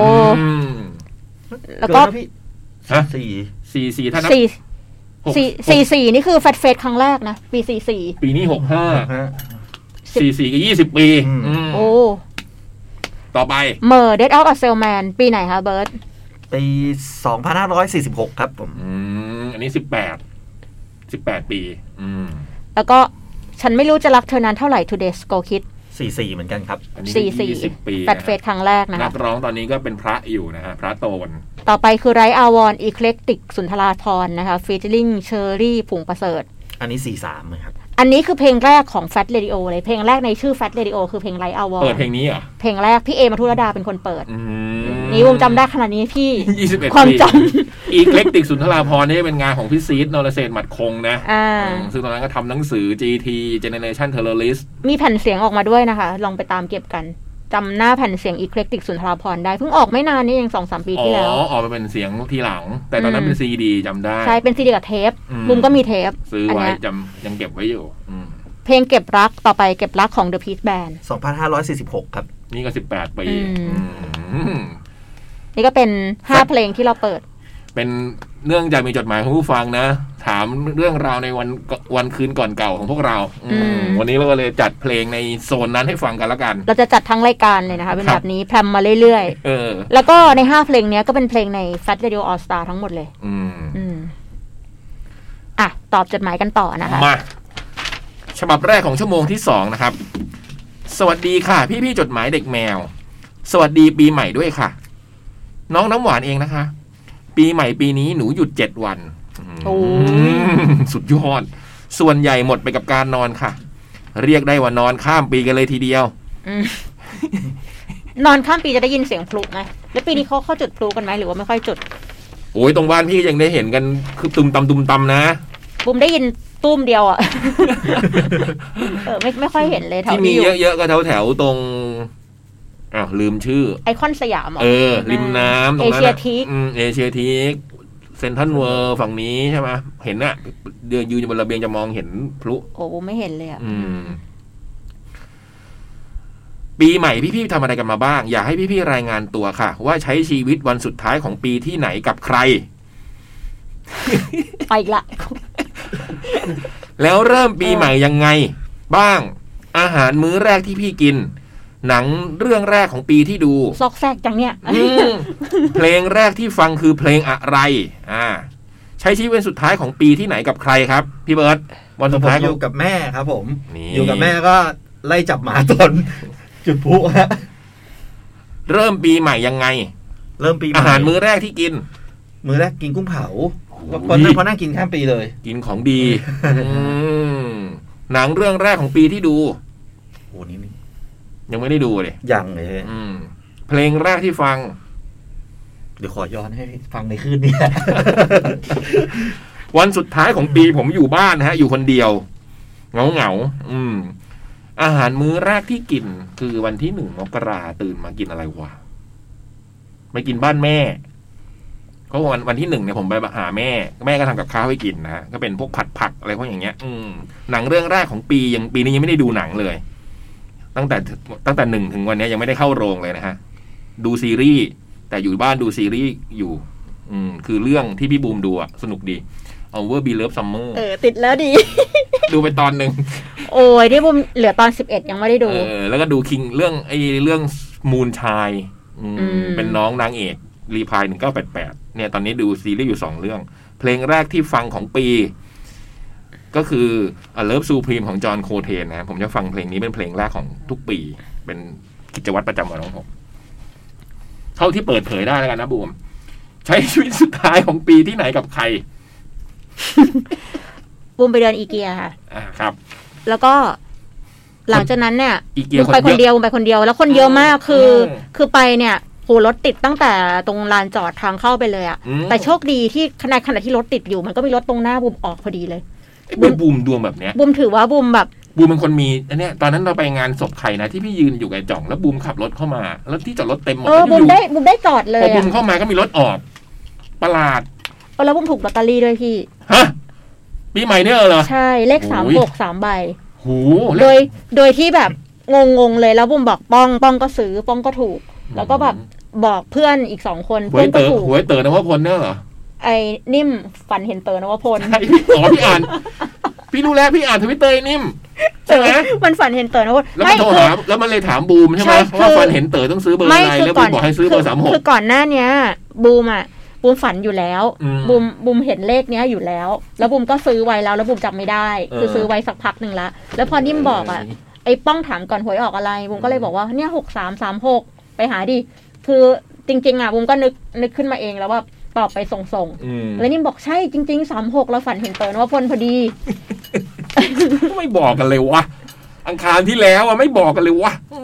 แล้วก็ 44ถ้านับ 44นี่คือแฟตเฟสครั้งแรกนะปี44 ปีนี้64ก็20ปีโอ้ต่อไป Dead of a Salesman ปีไหนคะเบิร์ตปี2546ครับผมอันนี้18ปีแล้วก็ฉันไม่รู้จะรักเธอนานเท่าไหร่ Today's Go Kid 44เหมือนกันครับ 20ปีแฟตเฟสครั้งแรกนะคะนักร้องตอนนี้ก็เป็นพระอยู่นะฮะพระโตนต่อไปคือไรอาวอนอีเคล็กติกสุนทราภรณ์นะคะฟีเจอริ่งเชอรี่ผงประเสริฐอันนี้43ครับอันนี้คือเพลงแรกของ Fat Radio เลยเพลงแรกในชื่อ Fat Radio คือเพลงไรอาวอนเปิดเพลงนี้เหรอเพลงแรกพี่เอมาทุรดาเป็นคนเปิดนี่บูมจำได้ขนาดนี้พี่ 21 ความปีจอีกเล็กติกสุนทราภรณ์นี่เป็นงานของพี่ซีดนรเศรษฐ์หมัดคงนะ ซึ่งตอนนั้นก็ทำหนังสือ GT Generation Terrorist มีแผ่นเสียงออกมาด้วยนะคะลองไปตามเก็บกันจำหน้าแผ่นเสียงอีเคล็กติกสุนทราภรณ์ได้เพิ่งออกไม่นานนี่เอง 2-3 ปีที่แล้วออกมาเป็นเสียงทีหลังแต่ตอนนั้นเป็นซีดีจำได้ใช่เป็นซีดีกับเทปบูมก็มีเทปซื้อไว้จำยังเก็บไว้อยู่เพลงเก็บรักต่อไปเก็บรักของ The Peach Band 2546 ครับนี่ก็18 ปีนี่ก็เป็น5เพลงที่เราเปิดเป็นเนื่องจากมีจดหมายของผู้ฟังนะถามเรื่องราวในวันคืนก่อนเก่าของพวกเราวันนี้เราก็เลยจัดเพลงในโซนนั้นให้ฟังกันแล้วกันเราจะจัดทั้งรายการเลยนะคะเป็นแบบนี้แพรมมาเรื่อยๆแล้วก็ใน5เพลงนี้ก็เป็นเพลงใน Fat Radio All Star ทั้งหมดเลยอ่ะตอบจดหมายกันต่อนะคะมาฉบับแรกของชั่วโมงที่2นะครับสวัสดีค่ะพี่ๆจดหมายเด็กแมวสวัสดีปีใหม่ด้วยค่ะน้องน้ำหวานเองนะคะปีใหม่ปีนี้หนูหยุด7 วันสุดยอดส่วนใหญ่หมดไปกับการนอนค่ะเรียกได้ว่านอนข้ามปีกันเลยทีเดียวนอนข้ามปีจะได้ยินเสียงพลุไหมแล้วปีนี้เขาจุดพลุกันไหมหรือว่าไม่ค่อยจุดโอ้ยตรงบ้านพี่ยังได้เห็นกันคือตุ่มตำนะบุมได้ยินตุ้มเดียวอ่ะ ไม่ค่อยเห็นเลยที่มีเยอะๆก็แถวตรงลืมชื่อไอคอนสยามริมน้ำตรงนั้นเอเชียทีคเอเชียทีคเซ็นทรัลเวิลด์ฝั่งนี้ใช่ไหมเห็นน่ะเดินยืนอยู่บนระเบียงจะมองเห็นพลุโอ้ไม่เห็นเลยอ่ะปีใหม่พี่ๆทำอะไรกันมาบ้างอยากให้พี่ๆรายงานตัวค่ะว่าใช้ชีวิตวันสุดท้ายของปีที่ไหนกับใครไปอีกละแล้วเริ่มปีใหม่ยังไงบ้างอาหารมื้อแรกที่พี่กินหนังเรื่องแรกของปีที่ดูซอกแซกจังเนี่ยเพลงแรกที่ฟังคือเพลงอะไรใช้ชีวิตวันสุดท้ายของปีที่ไหนกับใครครับพี่เบิร์ตวันสุดท้ายอยู่กับแม่ครับผมอยู่กับแม่ก็ไล่จับหมาตนจุดพลุฮะเริ่มปีใหม่ยังไงเริ่มปีอาหารมื้อแรกที่กินมื้อแรกกินกุ้งเผาพอนั่งกินข้ามปีเลยกินของดีหนังเรื่องแรกของปีที่ดูโอ้นี่ยังไม่ได้ดูเลยยังเลยเพลงแรกที่ฟังเดี๋ยวขอย้อนให้ฟังในคืนนี้วันสุดท้ายของปีผมอยู่บ้านฮะอยู่คนเดียวเหงาอาหารมื้อแรกที่กินคือวันที่1 มกราตื่นมากินอะไรวะไปกินบ้านแม่เพราะวันที่1เนี่ยผมไปหาแม่ก็ทำกับข้าวให้กินนะก็เป็นพวกผัดผักอะไรพวกอย่างเงี้ยหนังเรื่องแรกของปีปีนี้ยังไม่ได้ดูหนังเลยตั้งแต่1 ถึงวันนี้ยังไม่ได้เข้าโรงเลยนะฮะดูซีรีส์แต่อยู่บ้านดูซีรีส์อยู่คือเรื่องที่พี่บูมดูอ่ะสนุกดีOur Beloved Summer ติดแล้วดีดูไปตอนนึงโอ้ยที่บูมเหลือตอน11ยังไม่ได้ดูแล้วก็ดูคิงเรื่องมูนชายเป็นน้องนางเอกรีพาย1988เนี่ยตอนนี้ดูซีรีส์อยู่2เรื่องเพลงแรกที่ฟังของปีก็คือ Love Supreme ของจอห์นโคเทนนะผมจะฟังเพลงนี้เป็นเพลงแรกของทุกปีเป็นกิจวัตรประจำวันของผมเท่าที่เปิดเผยได้แล้วกันนะบูมใช้ชีวิตสุดท้ายของปีที่ไหนกับใครบูมไปเดินอีเกียค่ะครับแล้วก็หลังจากนั้นเนี่ยบูมไปคนเดียวแล้วคนเยอะมากคือไปเนี่ยโหรถติดตั้งแต่ตรงลานจอดทางเข้าไปเลยอ่ะแต่โชคดีที่ขณะที่รถติดอยู่มันก็มีรถตรงหน้าบูมออกพอดีเลยบูมดวงแบบเนี้ยบูมถือว่าบูมเป็นคนมีอันเนี้ยตอนนั้นเราไปงานศพใครนะที่พี่ยืนอยู่กับจ่องแล้วบูมขับรถเข้ามาแล้วที่จอดรถเต็มหมดบูมได้จอดเลยพอบูมเข้ามาก็มีรถออกประหลาดแล้วบูมถูกลอตเตอรี่ด้วยพี่ฮะปีใหม่เนี่ยเหรอใช่เลข36 3 ใบโหโดยที่แบบงงเลยแล้วบูมบอกป้องก็ซื้อป้องก็ถูกแล้วก็แบบบอกเพื่อนอีก2 คนเพื่อนก็ถูกหวยเต๋อนวพลเนี่ยเหรอไอ้นิ่มฝันเห็นเต๋อนวพลใช่พี่อ่านพี่รู้แล้วพี่อ่านทวิตเตอร์นิ่มใช่ไหมมันฝันเห็นเต๋อนวพลแล้วมันโทรหาแล้วมันเลยถามบูมใช่ไหมว่าฝันเห็นเต๋อต้องซื้อเบอร์อะไรแล้วบูมบอกให้ซื้อเบอร์36 คือก่อนหน้านี้บูมฝันอยู่แล้วบูมเห็นเลขเนี้ยอยู่แล้วบูมก็ซื้อไว้แล้วบูมจำไม่ได้คือซื้อไว้สักพักนึงแล้วพอนิ่มบอกไอ้ป้องถามก่อนหวยออกอะไรบูมก็เลยบอกว่าเนี่ย6336ไปหาดิคือจริงๆบูมก็นึกขึ้นมาเองแล้วว่าตอบไปส่งแล้วนิ่มบอกใช่จริงๆ36เราฝันเห็นเต๋อนวพลพอดีไม่บอกกันเลยวะอังคารที่แล้วไม่บอกกันเลยวะ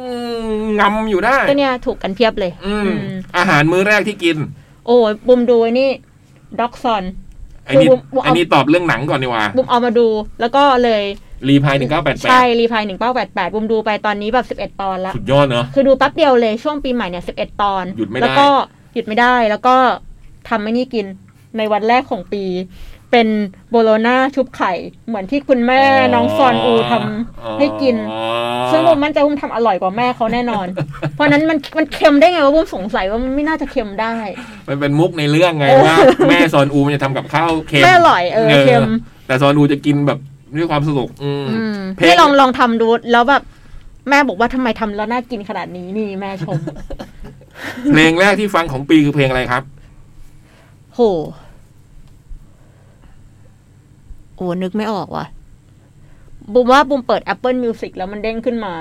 งำอยู่ได้ก็เนี่ยถูกกันเพียบเลยอาหารมื้อแรกที่กินโอ้ยบุมดูนี่ด็อกซอนไอ้นี่ตอบเรื่องหนังก่อนดีกว่าบุมเอามาดูแล้วก็เลยรีพาย1988 ใช่รีพาย1988บุมดูไปตอนนี้แบบ11ตอนแล้วสุดยอดเนาะคือดูแป๊บเดียวเลยช่วงปีใหม่เนี่ย11ตอนหยุดไม่ได้แล้วก็หยุดไม่ได้แล้วก็ทำไม่นี่กินในวันแรกของปีเป็นโบโลน่าชุบไข่เหมือนที่คุณแม่น้องซอนอูทำให้กินซึ่งบุมมั่นใจบุมทำอร่อยกว่าแม่เขาแน่นอนเพราะนั้นมันเค็มได้ไงว่าบุมสงสัยว่ามันไม่น่าจะเค็มได้มันเป็นมุกในเรื่องไงว่าแม่ซอนอูมันจะทำกับข้าวเค็มแม่อร่อยเค็มแต่ซอนอูจะกินแบบด้วยความสนุกให้ลองทำดูแล้วแบบแม่บอกว่าทำไมทำแล้วน่ากินขนาดนี้นี่แม่ชมเพลงแรกที่ฟังของปีคือเพลงอะไรครับโหนึกไม่ออกว่ะบุมว่าบุมเปิด Apple Music แล้วมันเด้งขึ้นมา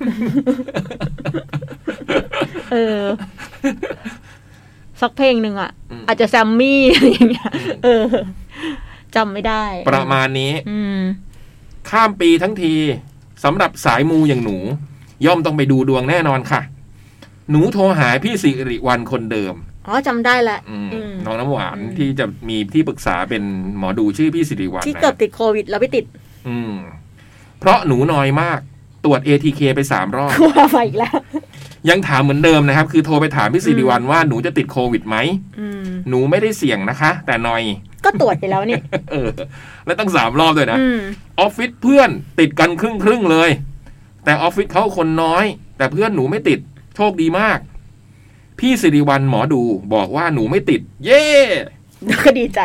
สักเพลงหนึ่งอ่ะอาจจะแซมมี่อะไรอย่างเงี้ยจำไม่ได้ประมาณนี้ข้ามปีทั้งทีสำหรับสายมูอย่างหนูย่อมต้องไปดูดวงแน่นอนค่ะหนูโทรหาพี่สิริวัลย์คนเดิมจำได้ละน้องน้ำหวานที่จะมีที่ปรึกษาเป็นหมอดูชื่อพี่สิริวัลย์ที่เกือบติดโควิดแล้วไม่ติดเพราะหนูน้อยมากตรวจ ATK ไป3 รอบว่าไปอีกแล้วยังถามเหมือนเดิมนะครับคือโทรไปถามพี่สิริวัลย์ว่าหนูจะติดโควิดไหมหนูไม่ได้เสี่ยงนะคะแต่นอยก็ตรวจไปแล้วนี่แล้วตั้ง3 รอบด้วยนะออฟฟิศเพื่อนติดกันครึ่งเลยแต่ออฟฟิศเขาคนน้อยแต่เพื่อนหนูไม่ติดโชคดีมากพี่สิริวัลย์หมอดูบอกว่าหนูไม่ติดเย้ก็ดีใจ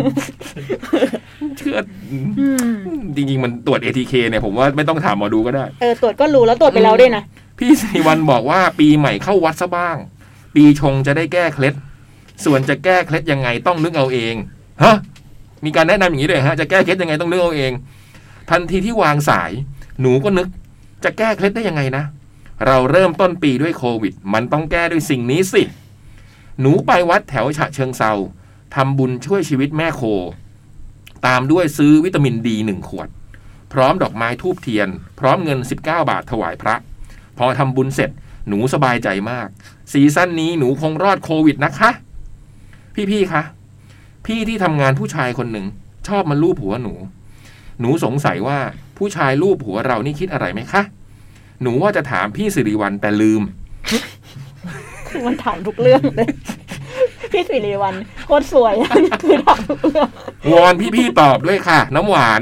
เชื่อจริงๆมันตรวจ ATK เนี่ยผมว่าไม่ต้องถามหมอดูก็ได้ตรวจก็รู้แล้วตรวจไปแล้วด้วยนะพี่สิริวัลย์บอกว่าปีใหม่เข้าวัดซะบ้างปีชงจะได้แก้เคล็ดส่วนจะแก้เคล็ดยังไงต้องนึกเอาเองฮะมีการแนะนำอย่างนี้ด้วยฮะจะแก้เคล็ดยังไงต้องนึกเอาเองทันทีที่วางสายหนูก็นึกจะแก้เคล็ดได้ยังไงนะเราเริ่มต้นปีด้วยโควิดมันต้องแก้ด้วยสิ่งนี้สิหนูไปวัดแถวฉะเชิงเทราทำบุญช่วยชีวิตแม่โคตามด้วยซื้อวิตามินดี1 ขวดพร้อมดอกไม้ธูปเทียนพร้อมเงิน19 บาทถวายพระพอทำบุญเสร็จหนูสบายใจมากซีซั่นนี้หนูคงรอดโควิดนะคะพี่คะพี่ที่ทำงานผู้ชายคนหนึ่งชอบมาลูบหัวหนูสงสัยว่าผู้ชายลูบหัวเรานี่คิดอะไรไหมคะหนูว่าจะถามพี่สิริวัลย์แต่ลืมมันถามทุกเรื่องเลยพี่สิริวัลย์โคตรสวยคือถามทุกเรื่องวอนพี่ตอบด้วยค่ะน้ำหวาน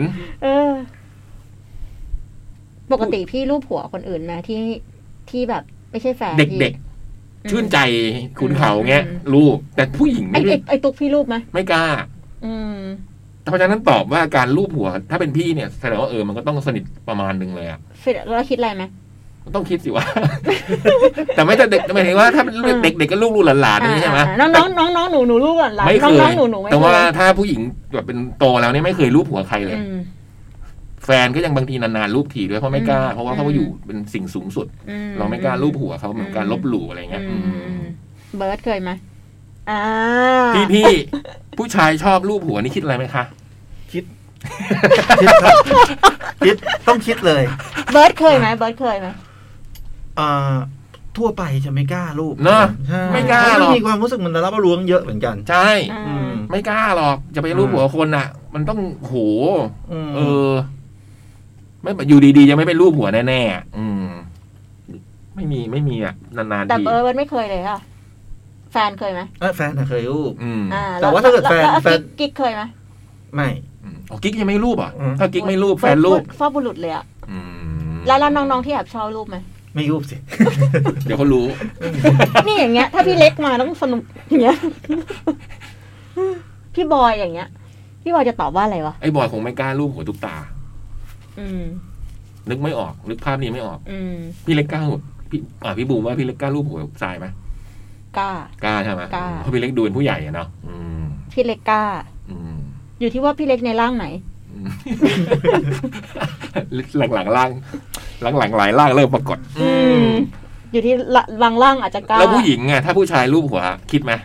ปกติพี่ลูบหัวคนอื่นนะที่แบบไม่ใช่แฟนเด็กๆชื่นใจขุนเขาเงี้ยลูบแต่ผู้หญิงไอ้ตุ๊กพี่ลูบไหมไม่กล้าเพราะฉะนั้นตอบว่าการลูบหัวถ้าเป็นพี่เนี่ยแสดงว่ามันก็ต้องสนิทประมาณนึงเลยอะแล้วคิดอะไรไหมต้องคิดสิว่าแต่ไม่แต่เด็กหมายถึงว่าถ้าเด็กก็ลูกหลานนี่ใช่ไหมน้องหนูลูกหลานน้องหนูแต่ว่าถ้าผู้หญิงแบบเป็นโตแล้วเนี่ยไม่เคยลูบหัวใครเลยแฟนก็ยังบางทีนานๆลูบทีด้วยเพราะไม่กล้าเพราะว่าเขาอยู่เป็นสิ่งสูงสุดเราไม่กล้าลูบหัวเขาเหมือนการลบหลู่อะไรเงี้ยเบิร์ดเคยไหมพี่ผู้ชายชอบลูบหัวนี่คิดอะไรไหมคะคิดต้องคิดเลยเบิร์ดเคยไหมทั่วไปจะไม่กล้าลูบเนาะไม่กล้าหรอกมีความรู้สึกมันรับรู้เยอะเหมือนกันใช่ไม่กล้าหรอกจะไปลูบหัวคนอ่ะมันต้องโหไม่อยู่ดีๆจะไม่ไปลูบหัวแน่ๆไม่มีอ่ะนานๆทีแต่เบิร์ดไม่เคยเลยค่ะแฟนเคยไหมแฟนเคยลูบแต่ว่าถ้าเกิดแฟนกิ๊กเคยไหมไม่กิ๊กยังไม่รูปอ่ะถ้ากิ๊กไม่รูปแฟนรูปฟอบุรุษเลยอ่ะแล้วน้องๆที่แอบชอบรูปไหมไม่รูปสิเดี๋ยวเขารู้นี่อย่างเงี้ยถ้าพี่เล็กมาต้องสนุกอย่างเงี้ยพี่บอยอย่างเงี้ยพี่บอยจะตอบว่าอะไรวะไอ้บอยคงไม่กล้ารูปหัวทุกตานึกไม่ออกนึกภาพนี้ไม่ออกพี่เล็กกล้าพี่บูมว่าพี่เล็กกล้ารูปหัวทรายไหมกล้าใช่ไหมเพราะพี่เล็กดูเป็นผู้ใหญ่อะเนาะพี่เล็กกล้าอยู่ที่ว่าพี่เล็กในร่างไหนหลังๆร่างหลังๆหลายร่างเริ่มปรากฏอยู่ที่บางร่างอาจจะกล้าแล้วผู้หญิงไงถ้าผู้ชายรูปหัวคิดไหม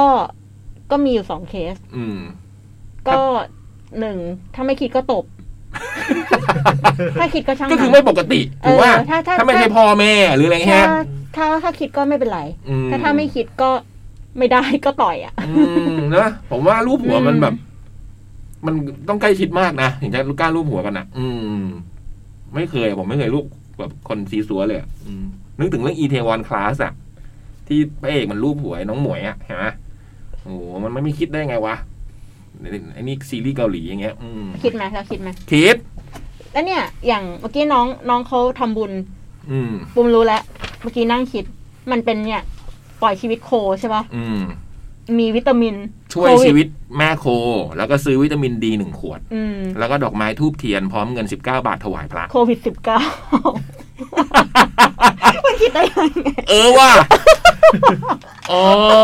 ก็มีอยู่2 เคสก็1ถ้าไม่คิดก็ตบถ้าคิดก็ช่างก็คือไม่ปกติถูกว่าถ้าไม่ใช่พ่อแม่หรืออะไรเงี้ยถ้าคิดก็ไม่เป็นไรถ้าไม่คิดก็ไม่ได้ก็ต่อยอ่ะนะผมว่ารูปหัวมันแบบมันต้องใกล้ชิดมากนะถึงจะกล้ารูปหัวกันนะไม่เคยผมไม่เคยรูปแบบคนซีซัวเลยนึกถึงเรื่องอีเทวอนคลาสอะที่พระเอกมันรูปหัวน้องหมวยอะเห็นไหมโอ้มันไม่คิดได้ไงวะไอ้นี่ซีรีส์เกาหลีอย่างเงี้ยคิดไหมเราคิดไหมคิดแล้วเนี่ยอย่างเมื่อกี้น้องเขาทำบุญปุ้มรู้แล้วเมื่อกี้นั่งคิดมันเป็นเนี่ยปล่อยชีวิตโคใช่ป่ะมีวิตามินช่วยชีวิตแม่โคแล้วก็ซื้อวิตามินดี1 ขวดแล้วก็ดอกไม้ธูปเทียนพร้อมเงิน19 บาทถวายพระโควิด 19มันคิดได้ยังไงว่ะอ๋อ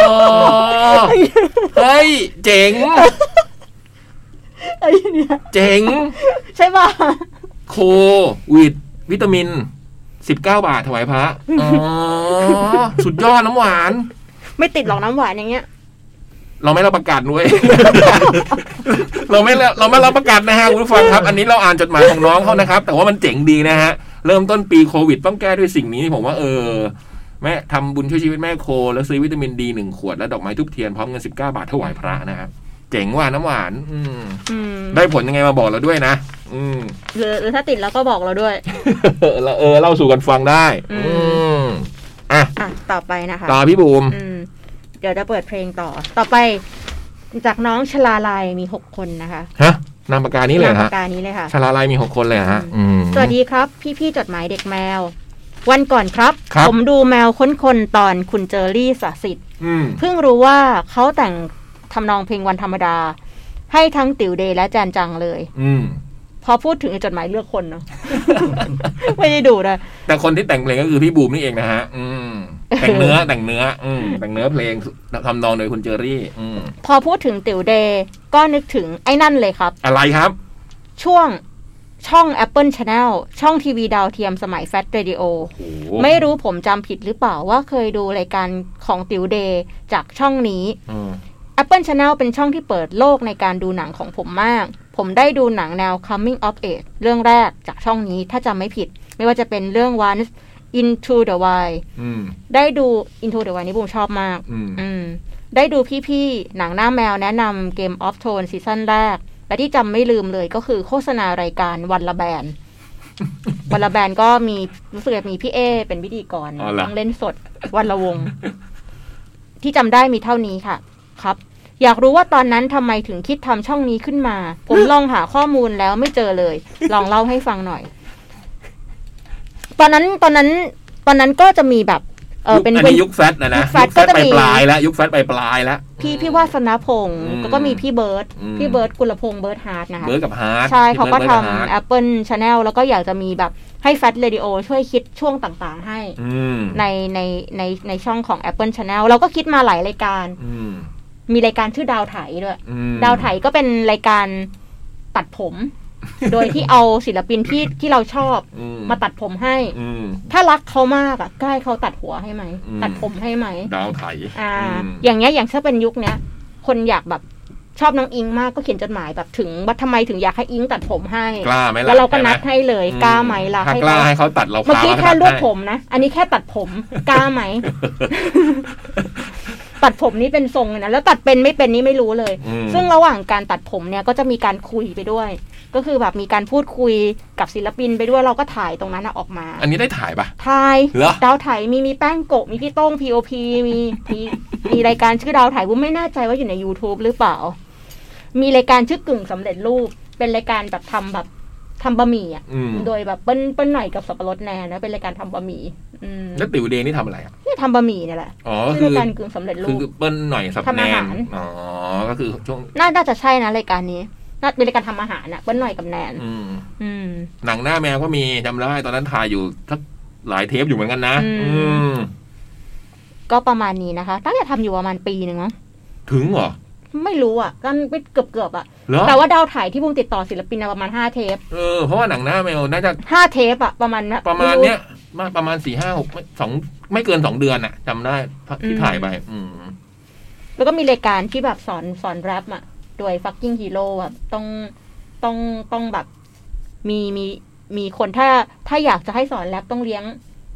เฮ้ยเจ๋งไอ้เนี่ยเจ๋งใช่ป่ะโควิตามิน19 บาทถวายพระอ๋อสุดยอดน้ำหวานไม่ติดหรอกน้ำหวานอย่างเงี้ยเราไม่รับประกันด้วย เราไม่รับประกันนะฮะคุณผู้ฟังครับอันนี้เราอ่านจดหมายของน้องเขานะครับแต่ว่ามันเจ๋งดีนะฮะเริ่มต้นปีโควิดต้องแก้ด้วยสิ่งนี้ผมว่าแม่ทำบุญช่วยชีวิตแม่โคแล้วซื้อวิตามินดี1 ขวดแล้วดอกไม้ทูบเทียนพร้อมเงิน19 บาทถวายพระนะครับเจ๋งว่าน้ำหวานได้ผลยังไงมาบอกเราด้วยนะหรือถ้าติดแล้วก็บอกเราด้วยเล่าสู่กันฟังได้อ่ะต่อไปนะคะต่อพี่บูมเดี๋ยวจะเปิดเพลงต่อไปจากน้องชลาลัยมี6 คนนะคะฮะนามปากกานี้เลยฮะนามปากกานี้เลยค่ะชลาลัยมี6 คนเลยฮะสวัสดีครับพี่จดหมายเด็กแมววันก่อนครับผมดูแมวค้นคนตอนคุณเจอรี่สสิทธิ์เพิ่งรู้ว่าเขาแต่งทำนองเพลงวันธรรมดาให้ทั้งติ๋วเดย์และแจนจังเลยพอพูดถึงจดหมายเลือกคนเนาะ ไม่ได้ดูนะแต่คนที่แต่งเพลงก็คือพี่บูมนี่เองนะฮะแต่งเนื้อแต่งเนื้อเพลงทำนองโดยคุณเจอรี่พอพูดถึงติ๋วเดย์ก็นึกถึงไอ้นั่นเลยครับอะไรครับช่อง Apple Channel ช่องทีวีดาวเทียมสมัย Fat Radio ไม่รู้ผมจำผิดหรือเปล่าว่าเคยดูรายการของติ๋วเดย์จากช่องนี้Apple Channel เป็นช่องที่เปิดโลกในการดูหนังของผมมากผมได้ดูหนังแนว Coming of Age เรื่องแรกจากช่องนี้ถ้าจำไม่ผิดไม่ว่าจะเป็นเรื่อง Once Into the Wild ได้ดู Into the Wild นี่ผมชอบมากได้ดูพี่ๆหนังหน้าแมวแนะนำ Game of Thrones ซีซั่นแรกและที่จำไม่ลืมเลยก็คือโฆษณารายการวันละแบน วันละแบนก็มีรู้สึกมีพี่เอเป็นพิธีกรต้องเล่นสดวันละวงที่จำได้มีเท่านี้ค่ะครับอยากรู้ว่าตอนนั้นทำไมถึงคิดทำช่องนี้ขึ้นมาผมลองหาข้อมูลแล้วไม่เจอเลยลองเล่าให้ฟังหน่อยตอนนั้นก็จะมีแบบเป็นยุคแฟตนะแฟตก็จะมีปลายแล้วยุคแฟตปลายแล้วพี่วาสนาพงศ์ก็มีพี่เบิร์ดกุลพงศ์เบิร์ดฮาร์ดนะคะเบิร์ดกับฮาร์ดใช่เขาก็ทำ Apple Channel แล้วก็อยากจะมีแบบให้แฟตเรดิโอช่วยคิดช่วงต่างๆให้ในช่องของ Apple Channel เราก็คิดมาหลายรายการมีรายการชื่อดาวไถด้วยดาวไถก็เป็นรายการตัดผมโดยที่เอาศิลปินที่เราชอบมาตัดผมให้ถ้ารักเขามากอ่ะก็ให้เขาตัดหัวให้ไหมตัดผมให้ไหมดาวไถอย่างเงี้ยอย่างถ้าเป็นยุคเนี้ยคนอยากแบบชอบน้องอิงมากก็เขียนจดหมายแบบถึงว่าทำไมถึงอยากให้อิงตัดผมให้กล้าไหมล่ะแล้วเราก็นัดให้เลยกล้าไหมล่ะให้กล้าให้เขาตัดเราเมื่อกี้แค่รวบผมนะอันนี้แค่ตัดผมกล้าไหม ตัดผมนี่เป็นทรงนะแล้วตัดเป็นไม่เป็นนี่ไม่รู้เลยซึ่งระหว่างการตัดผมเนี่ยก็จะมีการคุยไปด้วยก็คือแบบมีการพูดคุยกับศิลปินไปด้วยเราก็ถ่ายตรงนั้นออกมาอันนี้ได้ถ่ายปะถ่ายดาวถ่ายมีแป้งโกะมีพี่โต้ง POP มีรายการชื่อดาวถ่ายวุ้มไม่แน่ใจว่าอยู่ใน YouTube หรือเปล่ามีรายการชื่อกึ่งสำเร็จรูปเป็นรายการแบบทำบะหมี่อ่ะโดยแบบเปิ้ลหน่อยกับสับปะรดแนนนะเป็นรายการทำบะหมี่แล้วติ๋วเดย์นี่ทำอะไรอ่ะนี่ทำบะหมี่นี่แหละคือรายการกึ่งสำเร็จรูปคือเปิ้ลหน่อยสับแนนก็คือช่วงน่าจะใช่นะรายการนี้น่าเป็นรายการทำอาหารน่ะเปิ้ลหน่อยกับแนนหนังหน้าแมวก็มีจำได้ตอนนั้นถ่ายอยู่ทักหลายเทปอยู่เหมือนกันนะก็ประมาณนี้นะคะตั้งแต่ทำอยู่ประมาณปีนึงมั้งถึงเหรอไม่รู้อ่ะกันไปเกือบอ่ะแต่ว่าดาวถ่ายที่บุ้งติดต่อศิลปินประมาณ5เทปเพราะว่าหนังหน้าแมวน่าจะ 5เทปอ่ะประมาณเนี้ยประมาณ 4-5-6 2ไม่เกิน2เดือนอ่ะจำได้ที่ถ่ายไปแล้วก็มีรายการที่แบบสอนแรปอ่ะโดย fucking hero แบบต้องแบบมีคนถ้าอยากจะให้สอนแรปต้องเลี้ยง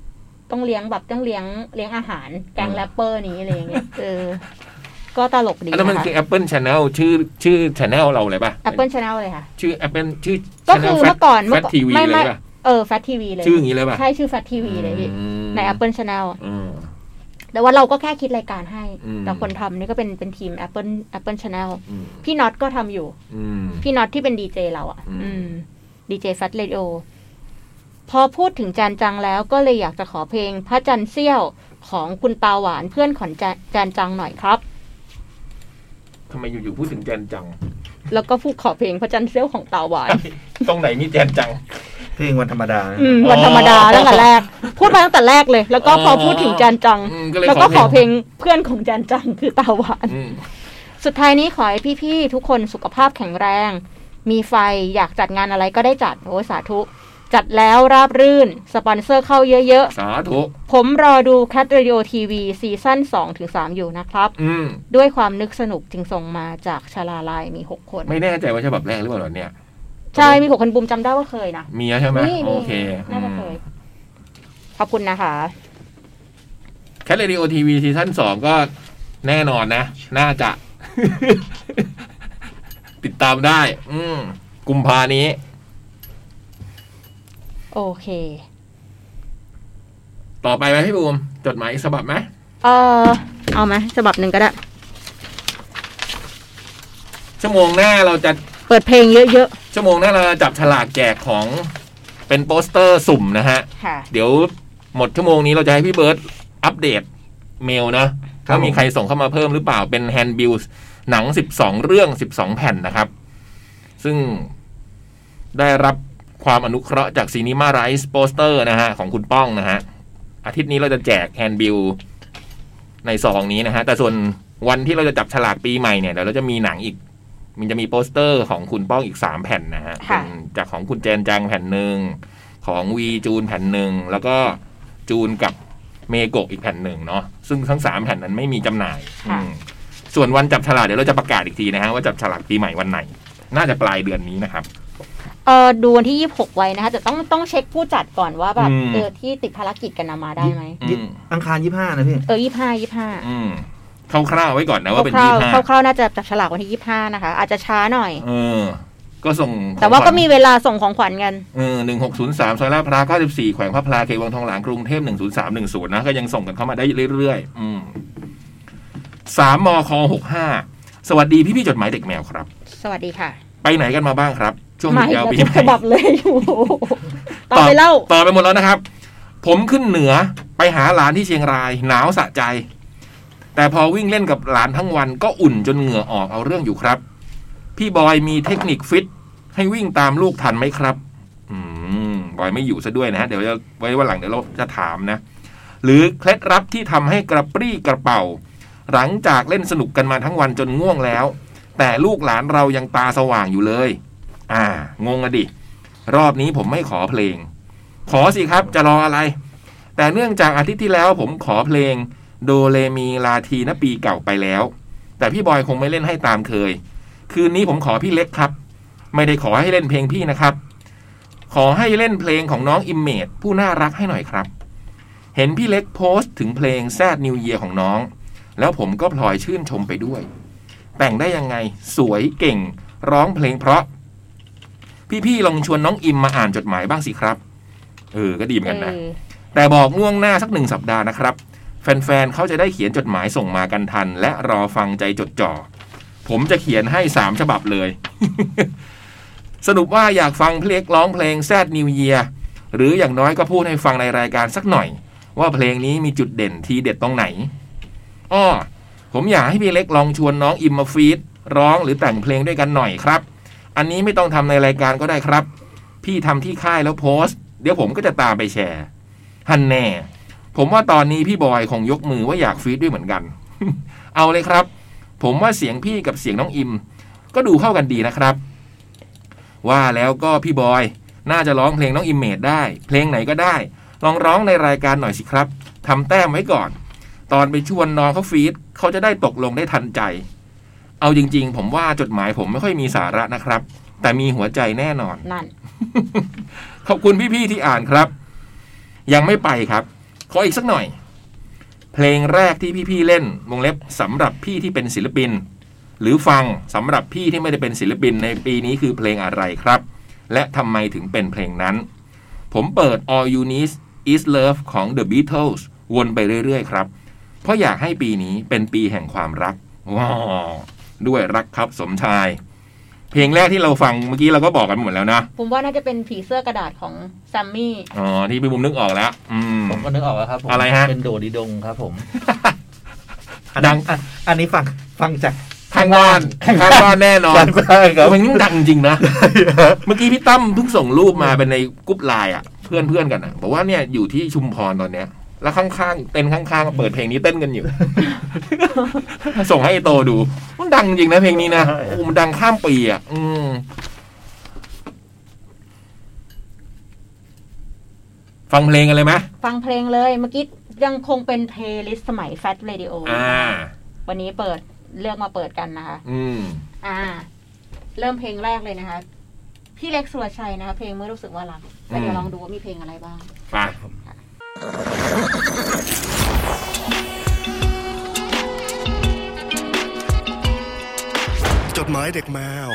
อาหารแกงแรปเปอร์นี้อะไรอย่างเงี้ยก็ตลกดีนะคะแล้วมันคือ Apple Channel ชื่อ Channel เราเลยป่ะ Apple Channel เลยค่ะชื่อ Apple ชื่อก็คือเมื่อก่อน Fat TV เลยป่ะ Fat TV เลยชื่ออย่างนี้เลยป่ะใช่ชื่อ Fat TV เลยพี่ใน Apple Channel แต่ว่าเราก็แค่คิดรายการให้แต่คนทำนี่ก็เป็นทีม Apple Channel พี่น็อตก็ทำอยู่พี่น็อตที่เป็นดีเจเราอ่ะดีเจ Fat Radio พอพูดถึงจานจังแล้วก็เลยอยากจะขอเพลงพระจันทร์เสี้ยวของคุณตาหวานเพื่อนของจานจังหน่อยครับทำไมอยู่ๆพูดถึงจานจังแล้วก็พูดขอเพลงพระจันทร์เสี้ยวของตาหวานตรงไหนมีจานจังเพลงวันธรรมดาวันธรรมดาตั้งแต่แรกพูดมาตั้งแต่แรกเลยแล้วก็พอพูดถึงจานจังแล้วก็ขอเพลงเพื่อนของจานจังคือตาหวานสุดท้ายนี้ขอให้พี่ๆทุกคนสุขภาพแข็งแรงมีไฟอยากจัดงานอะไรก็ได้จัดโอ้สาธุจัดแล้วราบรื่นสปอนเซอร์เข้าเยอะๆสาธุผมรอดูแคทเรดิโอทีวีซีซั่น 2-3 อยู่นะครับด้วยความนึกสนุกจึงส่งมาจากชลาลัยมี6คนไม่แน่ใจว่าฉบับแรกหรือเปล่าเนี่ยใช่มี6คนบุมจำได้ว่าเคยนะมีใช่ไหมโอเคน่าจะเคยขอบคุณนะคะแคทเรดิโอทีวีซีซั่น 2ก็แน่นอนนะน่าจะ ติดตามได้กุมภานี้โอเคต่อไปไหมพี่บูมจดหมายอีกฉบับไหมเอาไหมฉบับหนึ่งก็ได้ชั่วโมงหน้าเราจะเปิดเพลงเยอะๆชั่วโมงหน้าเราจะจับฉลากแจกของเป็นโปสเตอร์สุ่มนะฮะเดี๋ยวหมดชั่วโมงนี้เราจะให้พี่เบิร์ตอัปเดตเมลนะถ้ามีใครส่งเข้ามาเพิ่มหรือเปล่าเป็นแฮนด์บิลหนัง12เรื่อง12แผ่นนะครับซึ่งได้รับความอนุเคราะห์จากซีนีมาไรส์โปสเตอร์นะฮะของคุณป้องนะฮะอาทิตย์นี้เราจะแจกแฮนด์บิลในซองนี้นะฮะแต่ส่วนวันที่เราจะจับฉลากปีใหม่เนี่ยเดี๋ยวเราจะมีหนังอีกมันจะมีโปสเตอร์ของคุณป้องอีก3แผ่นนะฮะเป็นจากของคุณแจนจังแผ่นหนึ่งของวีจูนแผ่นหนึ่งแล้วก็จูนกับเมโกะอีกแผ่นหนึ่งเนาะซึ่งทั้ง3แผ่นนั้นไม่มีจำหน่ายส่วนวันจับฉลากเดี๋ยวเราจะประกาศอีกทีนะฮะว่าจับฉลากปีใหม่วันไหนน่าจะปลายเดือนนี้นะครับดูวันที่26ไว้นะคะแต่ต้องเช็คผู้จัดก่อนว่าแบบที่ติดภารกิจกันมาได้ไหมอังคาร25นะพี่ 25 คร่าวๆไว้ก่อนนะว่าเป็น 25คร่าวๆน่าจะจับฉลากวันที่25นะคะอาจจะช้าหน่อยก็ส่งแต่ว่าก็มีเวลาส่งของขวัญกัน 1603ซอยลาดพร้าว94แขวงพระพลาเขตวังทองหลางกรุงเทพ10310นะก็ยังส่งกันเข้ามาได้เรื่อยๆ3มค65สวัสดีพี่ๆจดหมายเด็กแมวครับสวัสดีค่ะไปไหนกันมาบ้างครับช่วงหยุดยาวปีใหม่ฉบับเลยอยู่ต่อไปเล่าต่อไปหมดแล้วนะครับผมขึ้นเหนือไปหาหลานที่เชียงรายหนาวสะใจแต่พอวิ่งเล่นกับหลานทั้งวันก็อุ่นจนเหงื่อออกเอาเรื่องอยู่ครับพี่บอยมีเทคนิคฟิตให้วิ่งตามลูกทันไหมครับบอยไม่อยู่ซะด้วยนะฮะเดี๋ยวจะไว้วันหลังเดี๋ยวเราจะถามนะหรือเคล็ดลับที่ทำให้กระปรี้กระเป๋าหลังจากเล่นสนุกกันมาทั้งวันจนง่วงแล้วแต่ลูกหลานเรายังตาสว่างอยู่เลยงงอะดิรอบนี้ผมไม่ขอเพลงขอสิครับจะรออะไรแต่เนื่องจากอาทิตย์ที่แล้วผมขอเพลงโดเรมีลาทีนะปีเก่าไปแล้วแต่พี่บอยคงไม่เล่นให้ตามเคยคืนนี้ผมขอพี่เล็กครับไม่ได้ขอให้เล่นเพลงพี่นะครับขอให้เล่นเพลงของน้องอิมเมจผู้น่ารักให้หน่อยครับเห็นพี่เล็กโพสต์ถึงเพลงแซดนิวเยียร์ของน้องแล้วผมก็พลอยชื่นชมไปด้วยแต่งได้ยังไงสวยเก่งร้องเพลงเพราะพี่ๆลองชวนน้องอิมมาอ่านจดหมายบ้างสิครับก็ดีเหมือนกันนะแต่บอกล่วงหน้าสัก1 สัปดาห์นะครับแฟนๆเขาจะได้เขียนจดหมายส่งมากันทันและรอฟังใจจดจ่อผมจะเขียนให้3 ฉบับเลย สรุปว่าอยากฟังเพลงร้องเพลงแซดนิวเยียร์หรืออย่างน้อยก็พูดให้ฟังในรายการสักหน่อยว่าเพลงนี้มีจุดเด่นทีเด็ดตรงไหนผมอยากให้พี่เล็กลองชวนน้องอิมมาฟีดร้องหรือแต่งเพลงด้วยกันหน่อยครับอันนี้ไม่ต้องทำในรายการก็ได้ครับพี่ทำที่ค่ายแล้วโพสต์เดี๋ยวผมก็จะตามไปแชร์ฮันแน่ผมว่าตอนนี้พี่บอยคงยกมือว่าอยากฟีดด้วยเหมือนกัน เอาเลยครับผมว่าเสียงพี่กับเสียงน้องอิมก็ดูเข้ากันดีนะครับว่าแล้วก็พี่บอยน่าจะร้องเพลงน้องอิมเมจได้เพลงไหนก็ได้ลองร้องในรายการหน่อยสิครับทำแต้มไว้ก่อนตอนไปชวนน้องเขาฟีดเขาจะได้ตกลงได้ทันใจเอาจริงๆผมว่าจดหมายผมไม่ค่อยมีสาระนะครับแต่มีหัวใจแน่นอนนั่นขอบคุณพี่ๆที่อ่านครับ ยังไม่ไปครับขออีกสักหน่อยเพลงแรกที่พี่ๆเล่นวงเล็บสำหรับพี่ที่เป็นศิลปินหรือฟังสำหรับพี่ที่ไม่ได้เป็นศิลปินในปีนี้คือเพลงอะไรครับและทำไมถึงเป็นเพลงนั้นผมเปิด All You Need Is Love ของ The Beatles วนไปเรื่อยๆครับเพราะอยากให้ปีนี้เป็นปีแห่งความรักว้าวด้วยรักครับสมชายเพลงแรกที่เราฟังเมื่อกี้เราก็บอกกันหมดแล้วนะผมว่าน่าจะเป็นผีเสื้อกระดาษของแซมมี่อ๋อที่พี่บุ๋มนึกออกแล้วผมก็นึกออกแล้วครับผมอะไรฮะเป็นโดดิดงครับผมดังอันนี้ฟังจากข้างบ้านแน่นอนเพลงนี้ดังจริงนะเมื่อกี้พี่ตั้มเพิ่งส่งรูปมาเป็นในกรุ๊ปไลน์อ่ะเพื่อนกันอ่ะบอกว่าเนี่ยอยู่ที่ชุมพรตอนเนี้ยแล้วข้างๆเต้นข้างๆเปิดเพลงนี้เต้นกันอยู่ ส่งให้โตดูมันดังจริงนะเพลงนี้นะโอ้มันดังข้ามปีอ่ะฟังเพลงกันเลยไหมฟังเพลงเลยเมื่อกี้ยังคงเป็นเพลย์ลิสต์สมัย Fat Radio วันนี้เลือกมาเปิดกันนะคะเริ่มเพลงแรกเลยนะคะพี่เล็กสุรชัยนะคะเพลงเมื่อรู้สึกว่ารักเดี๋ยวลองดูว่ามีเพลงอะไรบ้างไปจดหมายเด็กแมว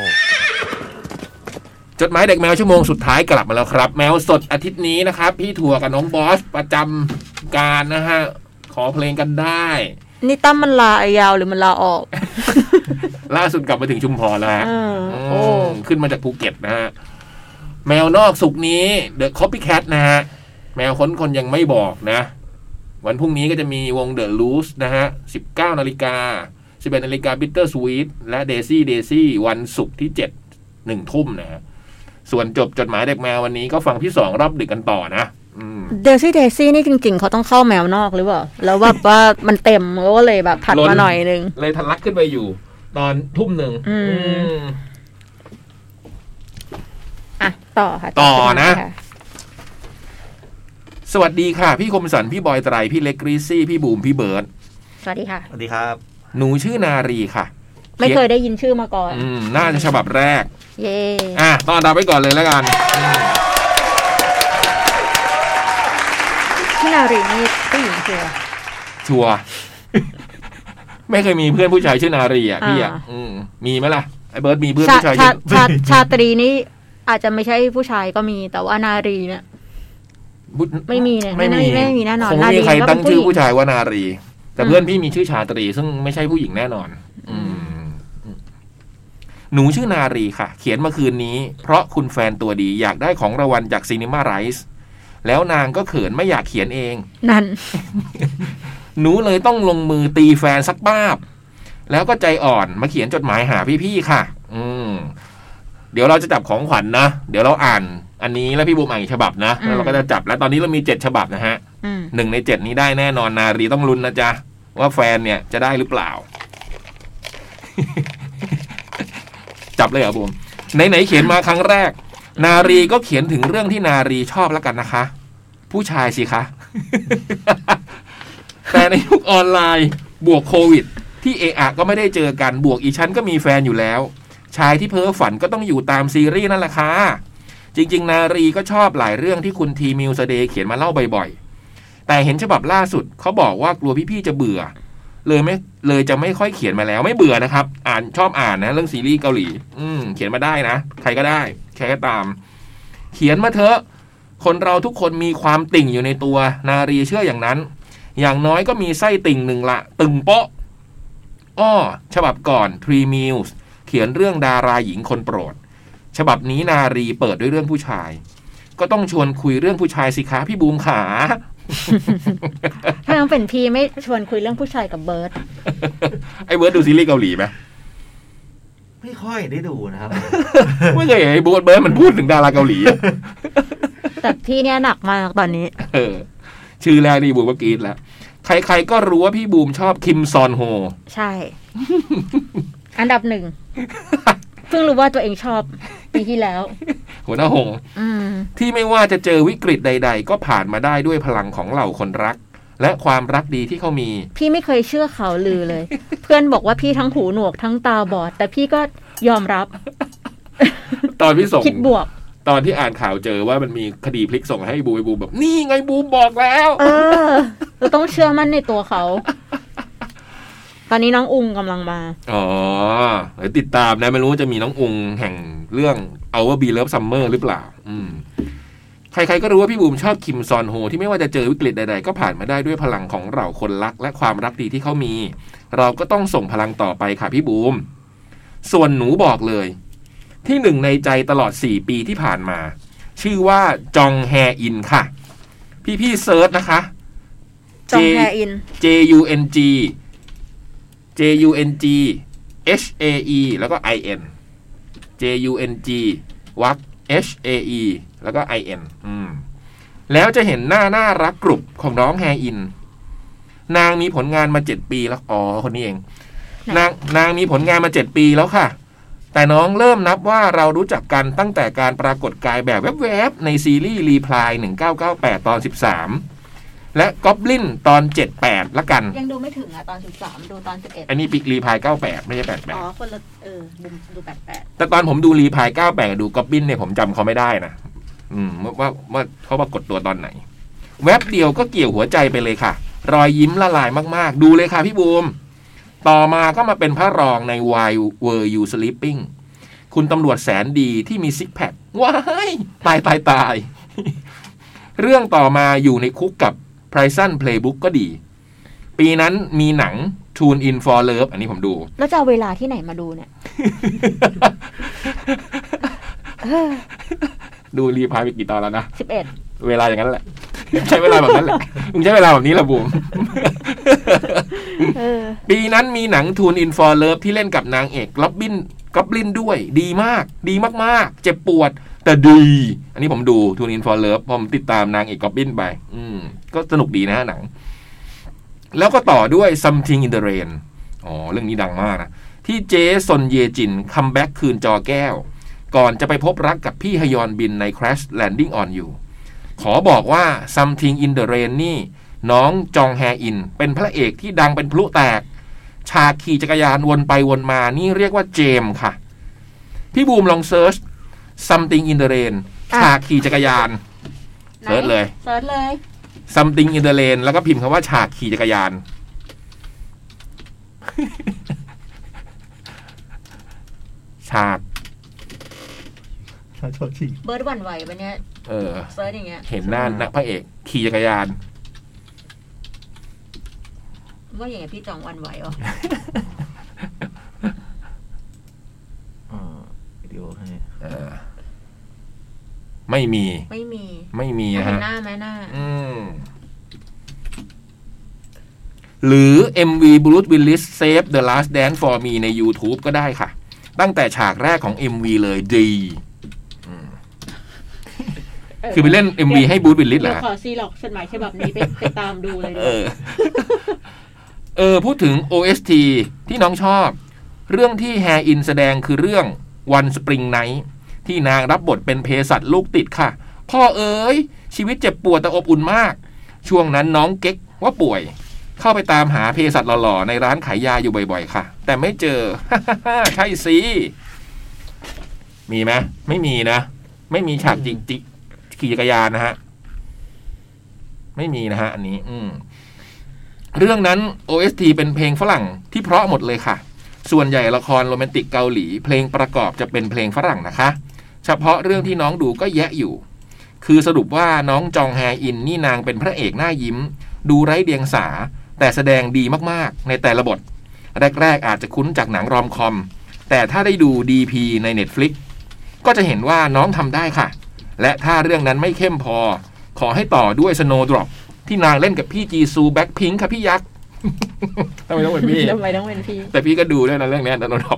จดหมายเด็กแมวชั่วโมงสุดท้ายกลับมาแล้วครับแมวสดอาทิตย์นี้นะครับพี่ถั่วกับน้องบอสประจำการนะฮะขอเพลงกันได้นี่ตั้มมันลายาวหรือมันลาออกล่าสุดกลับมาถึงชุมพรแล้วขึ้นมาจากภูเก็ตนะฮะแมวนอกสุกนี้ The Copycat นะฮะแมวค้นคนยังไม่บอกนะวันพรุ่งนี้ก็จะมีวง The Loose นะฮะ 19:00 น. 11:00 น. Bitter Sweet และ Daisy วันศุกร์ที่7 1 ทุ่มนะฮะส่วนจดหมายเด็กแมววันนี้ก็ฟังที่2รอบดึกกันต่อนะ Daisy นี่จริงๆเขาต้องเข้าแมวนอกหรือเปล่าแล้วว่ามันเต็มก็เลยแบบถัดมาหน่อยนึงเลยทะลักขึ้นไปอยู่ตอน 19:00 น. ต่อค่ะต่อนะสวัสดีค่ะพี่คมสันพี่บอยไตรพี่เล็กกรีซี่พี่บูมพี่เบิร์ดสวัสดีค่ะสวัสดีครับหนูชื่อนารีค่ะไม่เคยได้ยินชื่อมาก่อนน่าจะฉบับแรกเย่ต้อนรับไว้ก่อนเลยแล้วกันพี่นารีนี่ผู้หญิงชัวร์ไม่เคยมีเพื่อนผู้ชายชื่อนารีอ่ะพี่มีไหมล่ะไอ้เบิร์ดมีเพื่อนผู้ชายชาตรีนี่อาจจะไม่ใช่ผู้ชายก็มีแต่ว่านารีเนี่ยไม่มีเนี่ยไม่มีแน่นอนคงไม่มีใครตั้งชื่อผู้ชายว่านารีแต่เพื่อนพี่มีชื่อชาตรีซึ่งไม่ใช่ผู้หญิงแน่นอนหนูชื่อนารีค่ะเขียนเมื่อคืนนี้เพราะคุณแฟนตัวดีอยากได้ของรางวัลจากซีนีมาไรส์แล้วนางก็เขินไม่อยากเขียนเองนั่นหนูเลยต้องลงมือตีแฟนสักบ้าบแล้วก็ใจอ่อนมาเขียนจดหมายหาพี่ๆค่ะเดี๋ยวเราจะจับของขวัญนะเดี๋ยวเราอ่านอันนี้แล้วพี่บูมอ่านอีกฉบับนะแล้วเราก็จะจับแล้วตอนนี้เรามี7ฉบับนะฮะ1 ใน 7นี้ได้แน่นอนนารีต้องลุ้นนะจ๊ะว่าแฟนเนี่ยจะได้หรือเปล่า จับเลยเหรอบูมไหนๆเขียนมาครั้งแรกนารีก็เขียนถึงเรื่องที่นารีชอบแล้วกันนะคะผู้ชายสิคะ แต่ในยุคออนไลน์บวกโควิดที่เอะก็ไม่ได้เจอกันบวกอีชั้นก็มีแฟนอยู่แล้วชายที่เพ้อฝันก็ต้องอยู่ตามซีรีส์นั่นแหละค่ะจริงๆนารีก็ชอบหลายเรื่องที่คุณทีมิวสเดย์เขียนมาเล่าบ่อยๆแต่เห็นฉบับล่าสุดเขาบอกว่ากลัวพี่ๆจะเบื่อเลยจะไม่ค่อยเขียนมาแล้วไม่เบื่อนะครับชอบอ่านนะเรื่องซีรีส์เกาหลีเขียนมาได้นะใครก็ได้ใครก็ตามเขียนมาเถอะคนเราทุกคนมีความติ่งอยู่ในตัวนารีเชื่ออย่างนั้นอย่างน้อยก็มีไส้ติ่งหนึ่งละตึงโป๊ะฉบับก่อน Three Meals เขียนเรื่องดาราหญิงคนโปรดฉบับนี้นารีเปิดด้วยเรื่องผู้ชายก็ต้องชวนคุยเรื่องผู้ชายสิคะพี่บูมขาถ้าน้องเป็นพี่ไม่ชวนคุยเรื่องผู้ชายกับเบิร์ดไอ้เบิร์ดดูซีรีส์เกาหลีไหมไม่ค่อยได้ดูนะครับไม่เคยเห็นไอ้เบิร์ดมันพูดถึงดาราเกาหลีแต่พี่เนี่ยหนักมากตอนนี้ชื่อแรกนี่บูมก็กรี๊ดแล้วใครๆก็รู้ว่าพี่บูมชอบคิมซอนโฮใช่ อันดับ 1เพิ่งรู้ว่าตัวเองชอบปีที่แล้วหัวหน้าหงที่ไม่ว่าจะเจอวิกฤตใดๆก็ผ่านมาได้ด้วยพลังของเหล่าคนรักและความรักดีที่เขามีพี่ไม่เคยเชื่อข่าวลือเลย เพื่อนบอกว่าพี่ทั้งหูหนวกทั้งตาบอดแต่พี่ก็ยอมรับตอนพี่ส่งคิดบวกตอนที่อ่านข่าวเจอว่ามันมีคดีพลิกส่งให้บูมแบบนี่ไงบูมบอกแล้วเราต้องเชื่อมั่นในตัวเขา ตอนนี้น้องอุงกำลังมาเดี๋ยวติดตามนะไม่รู้จะมีน้องอุงแห่งเรื่อง Our Be Love Summer หรือเปล่าใครๆก็รู้ว่าพี่บูมชอบคิมซอนโฮที่ไม่ว่าจะเจอวิกฤตใดๆก็ผ่านมาได้ด้วยพลังของเราคนรักและความรักดีที่เขามีเราก็ต้องส่งพลังต่อไปค่ะพี่บูมส่วนหนูบอกเลยที่หนึ่งในใจตลอด4ปีที่ผ่านมาชื่อว่าจองแฮอินค่ะพี่เซิร์ชนะคะจองแฮอิน JUNG HAE แล้วก็ IN JUNG วัก HAE แล้วก็ IN แล้วจะเห็นหน้าน่ารักกรุบของน้องแฮอินนางมีผลงานมา7ปีแล้วคนนี้เองนางมีผลงานมา7ปีแล้วค่ะแต่น้องเริ่มนับว่าเรารู้จักกันตั้งแต่การปรากฏกายแบบแวบๆในซีรีส์รีพลาย1998ตอน13และก็อบลินตอน78ละกันยังดูไม่ถึงตอน13ดูตอน11 อันนี้ปิกรีพลาย98ไม่ใช่88 คนละดู88 แต่ตอนผมดูรีพลาย98ดูก็อบลินเนี่ยผมจำเขาไม่ได้นะว่าเขาปรากฏตัวตอนไหนแวบเดียวก็เกี่ยวหัวใจไปเลยค่ะรอยยิ้มละลายมากๆดูเลยค่ะพี่บูมต่อมาก็มาเป็นพระรองใน Why Were You Sleeping คุณตำรวจแสนดีที่มีซิกแพคว้ายตายเรื่องต่อมาอยู่ในคุกกับ Prison Playbook ก็ดีปีนั้นมีหนัง Tune In For Love อันนี้ผมดูแล้วจะเอาเวลาที่ไหนมาดูเนี่ยดูรีพายไปกี่ตอนแล้วนะ 11 เวลาอย่างนั้นแหละใช้เวลาแบบนั้นแหละมึงใช้เวลาแบบนี้ละบูมปีนั้นมีหนัง Tune In For Love ที่เล่นกับนางเอกก็อบลินด้วยดีมากเจ็บปวดแต่ดีอันนี้ผมดู Tune In For Love ผมติดตามนางเอกก็อบลินไปก็สนุกดีนะหนังแล้วก็ต่อด้วย Something in the Rain เรื่องนี้ดังมากนะที่เจซอนเยจินคัมแบ็กคืนจอแก้วก่อนจะไปพบรักกับพี่ฮยอนบินใน Crash Landing on You ขอบอกว่า Something in the Rain นี่น้องจองแฮอินเป็นพระเอกที่ดังเป็นพลุแตกฉากขี่จักรยานวนไปวนมานี่เรียกว่าเจมค่ะพี่บูมลองเซิร์ช Something in the Rain ฉากขี่จักรยานเซิร์ชเลย Something in the Rain แล้วก็พิมพ์คำว่าฉากขี่จักรยานฉากเบิร์ดวันไหวปะเนี่ยเซิร์ชอย่างเงี้ยเห็นหน้านักพระเอกขี่จักรยานว่าอย่างไงพี่จองวันไหวอ่ะวิดีโอให้ไม่มีนะฮะหน้าไหมหน้าหรือ MV Bruce Willis Save the Last Dance for Me ใน YouTube ก็ได้ค่ะตั้งแต่ฉากแรกของ MV เลยดีคือไปเล่น MV ให้บูธวิลลิสเหรอขอซีล็อกจดหมายฉบับนี้ไปตามดูเลยพูดถึง OST ที่น้องชอบเรื่องที่แฮอินแสดงคือเรื่อง One Spring Night ที่นางรับบทเป็นเภสัชลูกติดค่ะพ่อเอ๋ยชีวิตเจ็บปวดแต่อบอุ่นมากช่วงนั้นน้องเก๊กว่าป่วยเข้าไปตามหาเภสัชหล่อๆในร้านขายยาอยู่บ่อยๆค่ะแต่ไม่เจอ ใช่สิมีไหมไม่มีนะไม่มีฉากจริงขี่จักรยานนะฮะไม่มีนะฮะอันนี้เรื่องนั้น OST เป็นเพลงฝรั่งที่เพราะหมดเลยค่ะส่วนใหญ่ละครโรแมนติกเกาหลีเพลงประกอบจะเป็นเพลงฝรั่งนะคะเฉพาะเรื่องที่น้องดูก็แยะอยู่คือสรุปว่าน้องจองแฮอินนี่นางเป็นพระเอกหน้ายิ้มดูไร้เดียงสาแต่แสดงดีมากๆในแต่ละบทแรกๆอาจจะคุ้นจากหนังรอมคอมแต่ถ้าได้ดู DP ใน Netflix ก็จะเห็นว่าน้องทำได้ค่ะและถ้าเรื่องนั้นไม่เข้มพอขอให้ต่อด้วย Snowdrop ที่นางเล่นกับพี่จีซูแบ็คพิงค์ค่ะพี่ยักษ์ทำไมต้องเป็นพี่แต่พี่ก็ดูด้วยนะเรื่องนี้ Snowdrop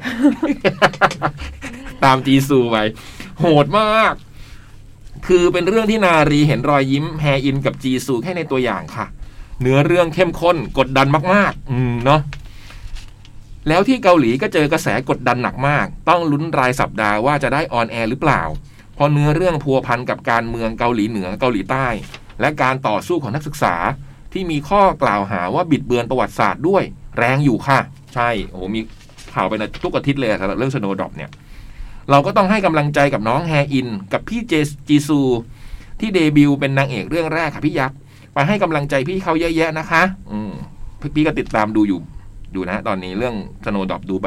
ตามจีซูไปโหดมากคือเป็นเรื่องที่นารีเห็นรอยยิ้มแฮอินกับจีซูแค่ในตัวอย่างค่ะเนื้อเรื่องเข้มข้นกดดันมากๆเนาะแล้วที่เกาหลีก็เจอกระแสกดดันหนักมากต้องลุ้นรายสัปดาห์ว่าจะได้ออนแอร์หรือเปล่าเพราะเนื้อเรื่องพัวพันกับการเมืองเกาหลีเหนือเกาหลีใต้และการต่อสู้ของนักศึกษาที่มีข้อกล่าวหาว่าบิดเบือนประวัติศาสตร์ด้วยแรงอยู่ค่ะใช่โอ้มีข่าวไปในทุกอาทิตย์เลยสำหรับเรื่อง Snowdrop เนี่ยเราก็ต้องให้กำลังใจกับน้องแฮอินกับพี่จีซูที่เดบิวต์เป็นนางเอกเรื่องแรกค่ะพี่ยักษ์ไปให้กำลังใจพี่เขาเยอะๆนะคะพี่ก็ติดตามดูอยู่นะตอนนี้เรื่อง Snowdrop ดูไป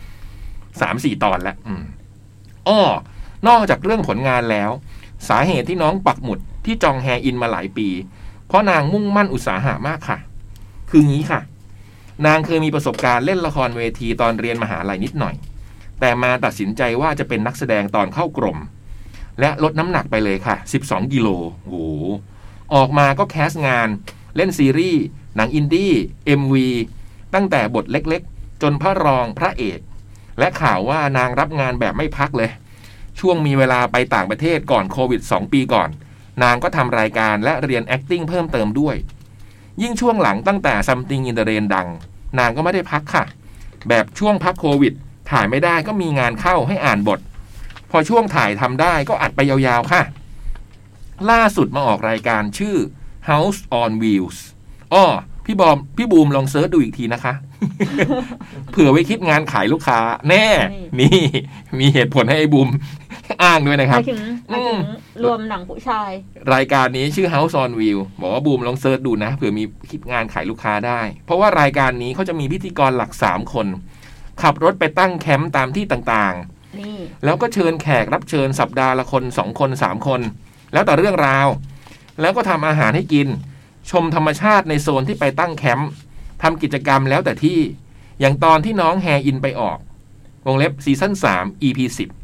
3-4 ตอนแล้วนอกจากเรื่องผลงานแล้วสาเหตุที่น้องปักหมุดที่จองแฮอินมาหลายปีเพราะนางมุ่งมั่นอุตสาหะมากค่ะคืองี้ค่ะนางเคยมีประสบการณ์เล่นละครเวทีตอนเรียนมหาลัยนิดหน่อยแต่มาตัดสินใจว่าจะเป็นนักแสดงตอนเข้ากรมและลดน้ำหนักไปเลยค่ะ12 กิโลโอ้ออกมาก็แคสงานเล่นซีรีส์หนังอินดี้ MV ตั้งแต่บทเล็กๆจนพระรองพระเอกและข่าวว่านางรับงานแบบไม่พักเลยช่วงมีเวลาไปต่างประเทศก่อนโควิด2 ปีก่อนนางก็ทำรายการและเรียน acting เพิ่มเติมด้วยยิ่งช่วงหลังตั้งแต่ Something in the Rain ดังนางก็ไม่ได้พักค่ะแบบช่วงพักโควิดถ่ายไม่ได้ก็มีงานเข้าให้อ่านบทพอช่วงถ่ายทำได้ก็อัดไปยาวๆค่ะล่าสุดมาออกรายการชื่อ House on Wheels พี่บูมลองเซิร์ชดูอีกทีนะคะ เผื่อไว้คิดงานขายลูกค้าแน่นี่มีเหตุผลให้ไอ้บูมอ้างด้วยนะครับหมายถึงรวมหนังผู้ชายรายการนี้ชื่อ House on Wheels บอกว่าบูมลองเซิร์ชดูนะเผื่อมีคิดงานขายลูกค้าได้เพราะว่ารายการนี้เขาจะมีพิธีกรหลัก3 คนขับรถไปตั้งแคมป์ตามที่ต่างๆแล้วก็เชิญแขกรับเชิญสัปดาห์ละคน2 คน 3 คนแล้วแต่เรื่องราวแล้วก็ทำอาหารให้กินชมธรรมชาติในโซนที่ไปตั้งแคมป์ทำกิจกรรมแล้วแต่ที่อย่างตอนที่น้องแฮอินไปออกวงเล็บซีซั่น3 EP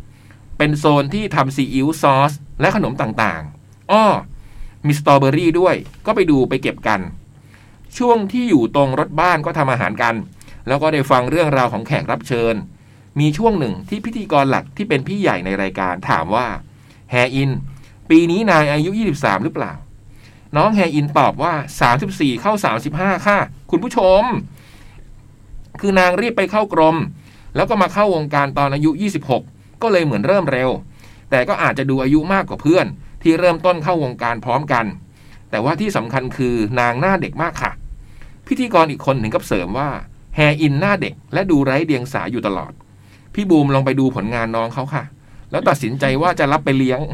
10เป็นโซนที่ทำซีอิ๊วซอสและขนมต่างๆมีสตรอเบอรี่ด้วยก็ไปดูไปเก็บกันช่วงที่อยู่ตรงรถบ้านก็ทำอาหารกันแล้วก็ได้ฟังเรื่องราวของแขกรับเชิญมีช่วงหนึ่งที่พิธีกรหลักที่เป็นพี่ใหญ่ในรายการถามว่าแฮอินปีนี้นายอายุ23หรือเปล่าน้องแฮอินตอบว่า34เข้า35ค่ะคุณผู้ชมคือนางรีบไปเข้ากรมแล้วก็มาเข้าวงการตอนอายุ26ก็เลยเหมือนเริ่มเร็วแต่ก็อาจจะดูอายุมากกว่าเพื่อนที่เริ่มต้นเข้าวงการพร้อมกันแต่ว่าที่สำคัญคือนางหน้าเด็กมากค่ะพิธีกรอีกคนถึงกับเสริมว่าแฮอินหน้าเด็กและดูไร้เดียงสาอยู่ตลอดพี่บูมลองไปดูผลงานน้องเขาค่ะแล้วตัดสินใจว่าจะรับไปเลี้ยง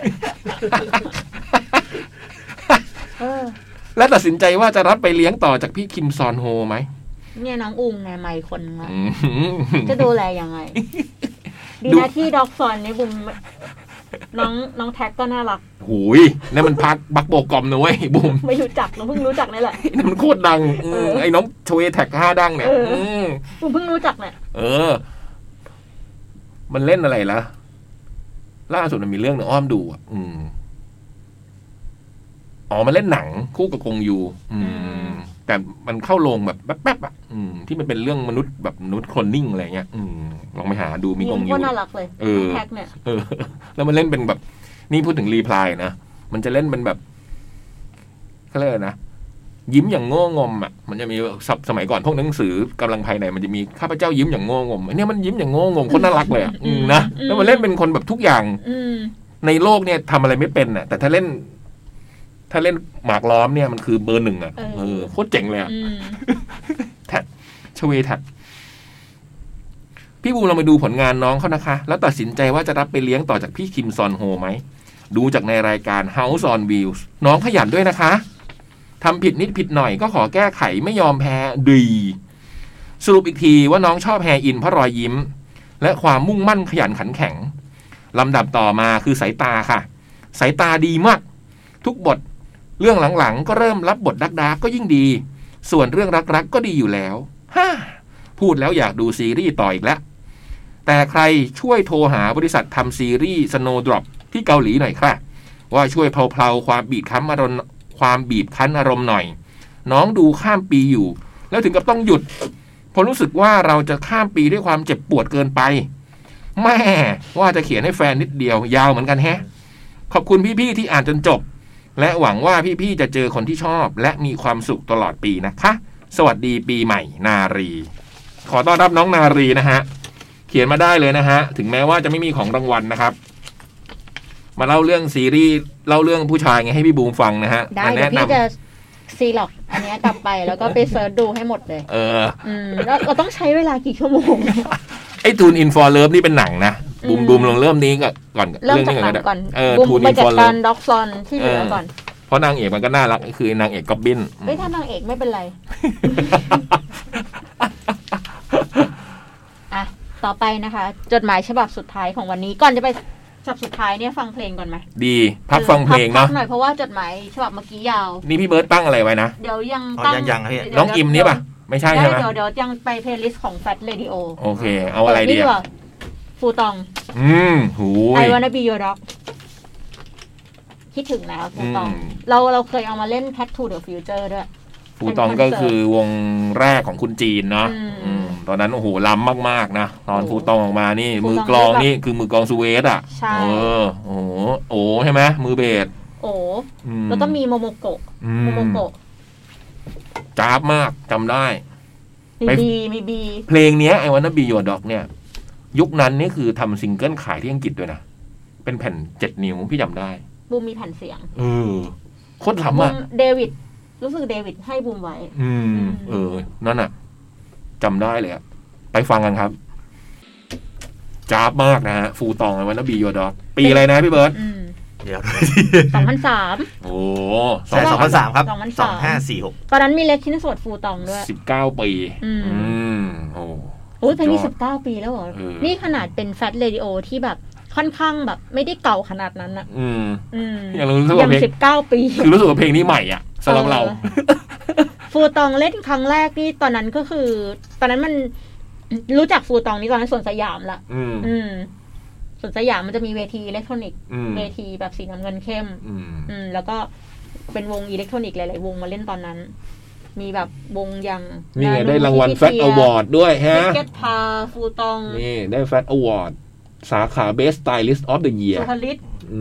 แล้วตัดสินใจว่าจะรับไปเลี้ยงต่อจากพี่คิมซอนโฮไหมเนี่ยน้องอุงไงไม่คนละจะดูแลยังไงดีนะที่ด็อกซอนนี่บุมน้องแท็กก็น่ารักหูยนั่นมันพักบักโบกอมนะเว้ยบุมไม่รู้จักเราเพิ่งรู้จักนี่แหละนั่นมันโคตรดังไอ้น้องโชเวแท็ก5ดังเนี่ยบุมเพิ่งรู้จักเนี่ยมันเล่นอะไรล่ะล่าสุดมันมีเรื่องหนึ่งอ้อมดูมันเล่นหนังคู่กับกงยูแต่มันเข้าโรงแบบแป๊บๆที่มันเป็นเรื่องมนุษย์แบบมนุษย์โคลนนิ่งอะไรเงี้ยลองไปหาดูมีกงยูน่ารักเลยแท็กเนี่ยแล้วมันเล่นเป็นแบบนี่พูดถึงรีพลายนะมันจะเล่นเป็นแบบเขาเรียกนะยิ้มอย่างโง่งมอ่ะมันจะมีสมัยก่อนพวกหนังสือกำลังภายในมันจะมีข้าพเจ้ายิ้มอย่างโง่งมอันนี้มันยิ้มอย่างโง่งมคนน่ารักเลยอ่ะนะแล้วมันเล่นเป็นคนแบบทุกอย่างในโลกเนี่ยทำอะไรไม่เป็นอ่ะแต่ถ้าเล่นหมากล้อมเนี่ยมันคือเบอร์ 1อ่ะโคตรเจ๋งเลยอ่ะแท็กชเวแท็กพี่บูมเราไปดูผลงานน้องเขานะคะแล้วตัดสินใจว่าจะรับไปเลี้ยงต่อจากพี่คิมซอนโฮไหมดูจากในรายการ House on Wheels น้องขยันด้วยนะคะทำผิดนิดผิดหน่อยก็ขอแก้ไขไม่ยอมแพ้ดีสรุปอีกทีว่าน้องชอบแฮอินเพราะรอยยิ้มและความมุ่งมั่นขยันขันแข็งลำดับต่อมาคือสายตาค่ะสายตาดีมากทุกบทเรื่องหลังๆก็เริ่มรับบทดักก็ยิ่งดีส่วนเรื่องรักก็ดีอยู่แล้วพูดแล้วอยากดูซีรีส์ต่ออีกแล้วแต่ใครช่วยโทรหาบริษัททำซีรีส์ Snowdrop ที่เกาหลีหน่อยค่ะว่าช่วยเพลาความบีบคั้นอารมณ์หน่อยน้องดูข้ามปีอยู่แล้วถึงกับต้องหยุดเพราะรู้สึกว่าเราจะข้ามปีด้วยความเจ็บปวดเกินไปแม่ว่าจะเขียนให้แฟนนิดเดียวยาวเหมือนกันแฮะขอบคุณพี่ๆที่อ่านจนจบและหวังว่าพี่ๆจะเจอคนที่ชอบและมีความสุขตลอดปีนะคะสวัสดีปีใหม่นารีขอต้อนรับน้องนารีนะฮะเขียนมาได้เลยนะฮะถึงแม้ว่าจะไม่มีของรางวัลนะครับมาเล่าเรื่องซีรีส์เล่าเรื่องผู้ชายไงให้พี่บูมฟังนะฮะได้เดี๋ยวพี่จะซีล็อกอันนี้กลับไปแล้วก็ไปเซิร์ชดูให้หมดเลยแล้วเราต้องใช้เวลากี่ชั่วโมงไอ้ทูนอินฟอร์เลิฟนี่เป็นหนังนะบูมลองเริ่มนี้ก่อนเริ่มจากหนังก่อนบูมไปจัดการด็อกซอนที่เหลือก่อนเพราะนางเอกมันก็น่ารักคือนางเอกก็บินไม่ถ้านางเอกไม่เป็นไรอ่ะต่อไปนะคะจดหมายฉบับสุดท้ายของวันนี้ก่อนจะไปฉบับสุดท้ายเนี่ยฟังเพลงก่อนไหมดีพักฟังเพลงเนาะหน่อยเพราะว่าจดหมายฉบับเมื่อกี้ยาวนี่พี่เบิร์ตตั้งอะไรไว้นะเดี๋ยวยังตั้งน้องอิมนี่ป่ะไม่ใช่ใช่ไหมเดี๋ยวยังไปเพลย์ลิสต์ของ Fat Radio โอเคเอาอะไรดีฟูตองหู I wanna be your dog คิดถึงแล้วฟูตองเราเคยเอามาเล่น Path to the Future ด้วยฟูตองก็คือวงแรกของคุณจีนเนาะตอนนั้นโอ้โหล้ำมากๆนะตอนฟูตองออกมานี่มือกลองนี่คือมือกลองซูเวสอ่ะโอ้ใช่ไหมมือเบสแล้วก็มีโมโมโกะจ้าบมากจำได้มีบีเพลงเนี้ยไอ้วันนั้นบียูดอกเนี่ยยุคนั้นนี่คือทำซิงเกิลขายที่อังกฤษด้วยนะเป็นแผ่น7 นิ้วพี่จำได้บูมมีแผ่นเสียงโคตรล้ำอ่ะเดวิดรู้สึกเดวิดให้บูมไว้นั่นอ่ะจำได้เลยอ่ะไปฟังกันครับจ้าบมากนะฮะฟูตองไอ้วันนั้นบียูดอกปีอะไรนะพี่เบิร์ตเดี๋ยว 2003 โอ้ใช่2003ครับ2546 ตอนนั้นมีเล็กชิ้นส่วนฟูตองด้วย 19 ปีโอ้ยเพลงนี้19 ปีแล้วเหรอนี่ขนาดเป็นแฟตเรดิโอที่แบบค่อนข้างแบบไม่ได้เก่าขนาดนั้นนะยัง 19 ปีคือรู้สึกว่าเพลงนี้ใหม่อ่ะสำหรับเราฟูตองเล่นครั้งแรกนี่ตอนนั้นก็คือตอนนั้นมันรู้จักฟูตองนี่ตอนนั้นสวนสยามละสวนสยามมันจะมีเวทีอิเล็กทรอนิกส์เวทีแบบสีน้ำเงินเข้มแล้วก็เป็นวงอิเล็กทรอนิกส์หลายๆวงมาเล่นตอนนั้นมีแบบวงอย่างนี่ได้รางวัลแฟตอวอร์ดด้วยฮะเก็ตพาฟูตองนี่ได้แฟตอวอร์ดสาขา Best Stylist of the Year สุภลิต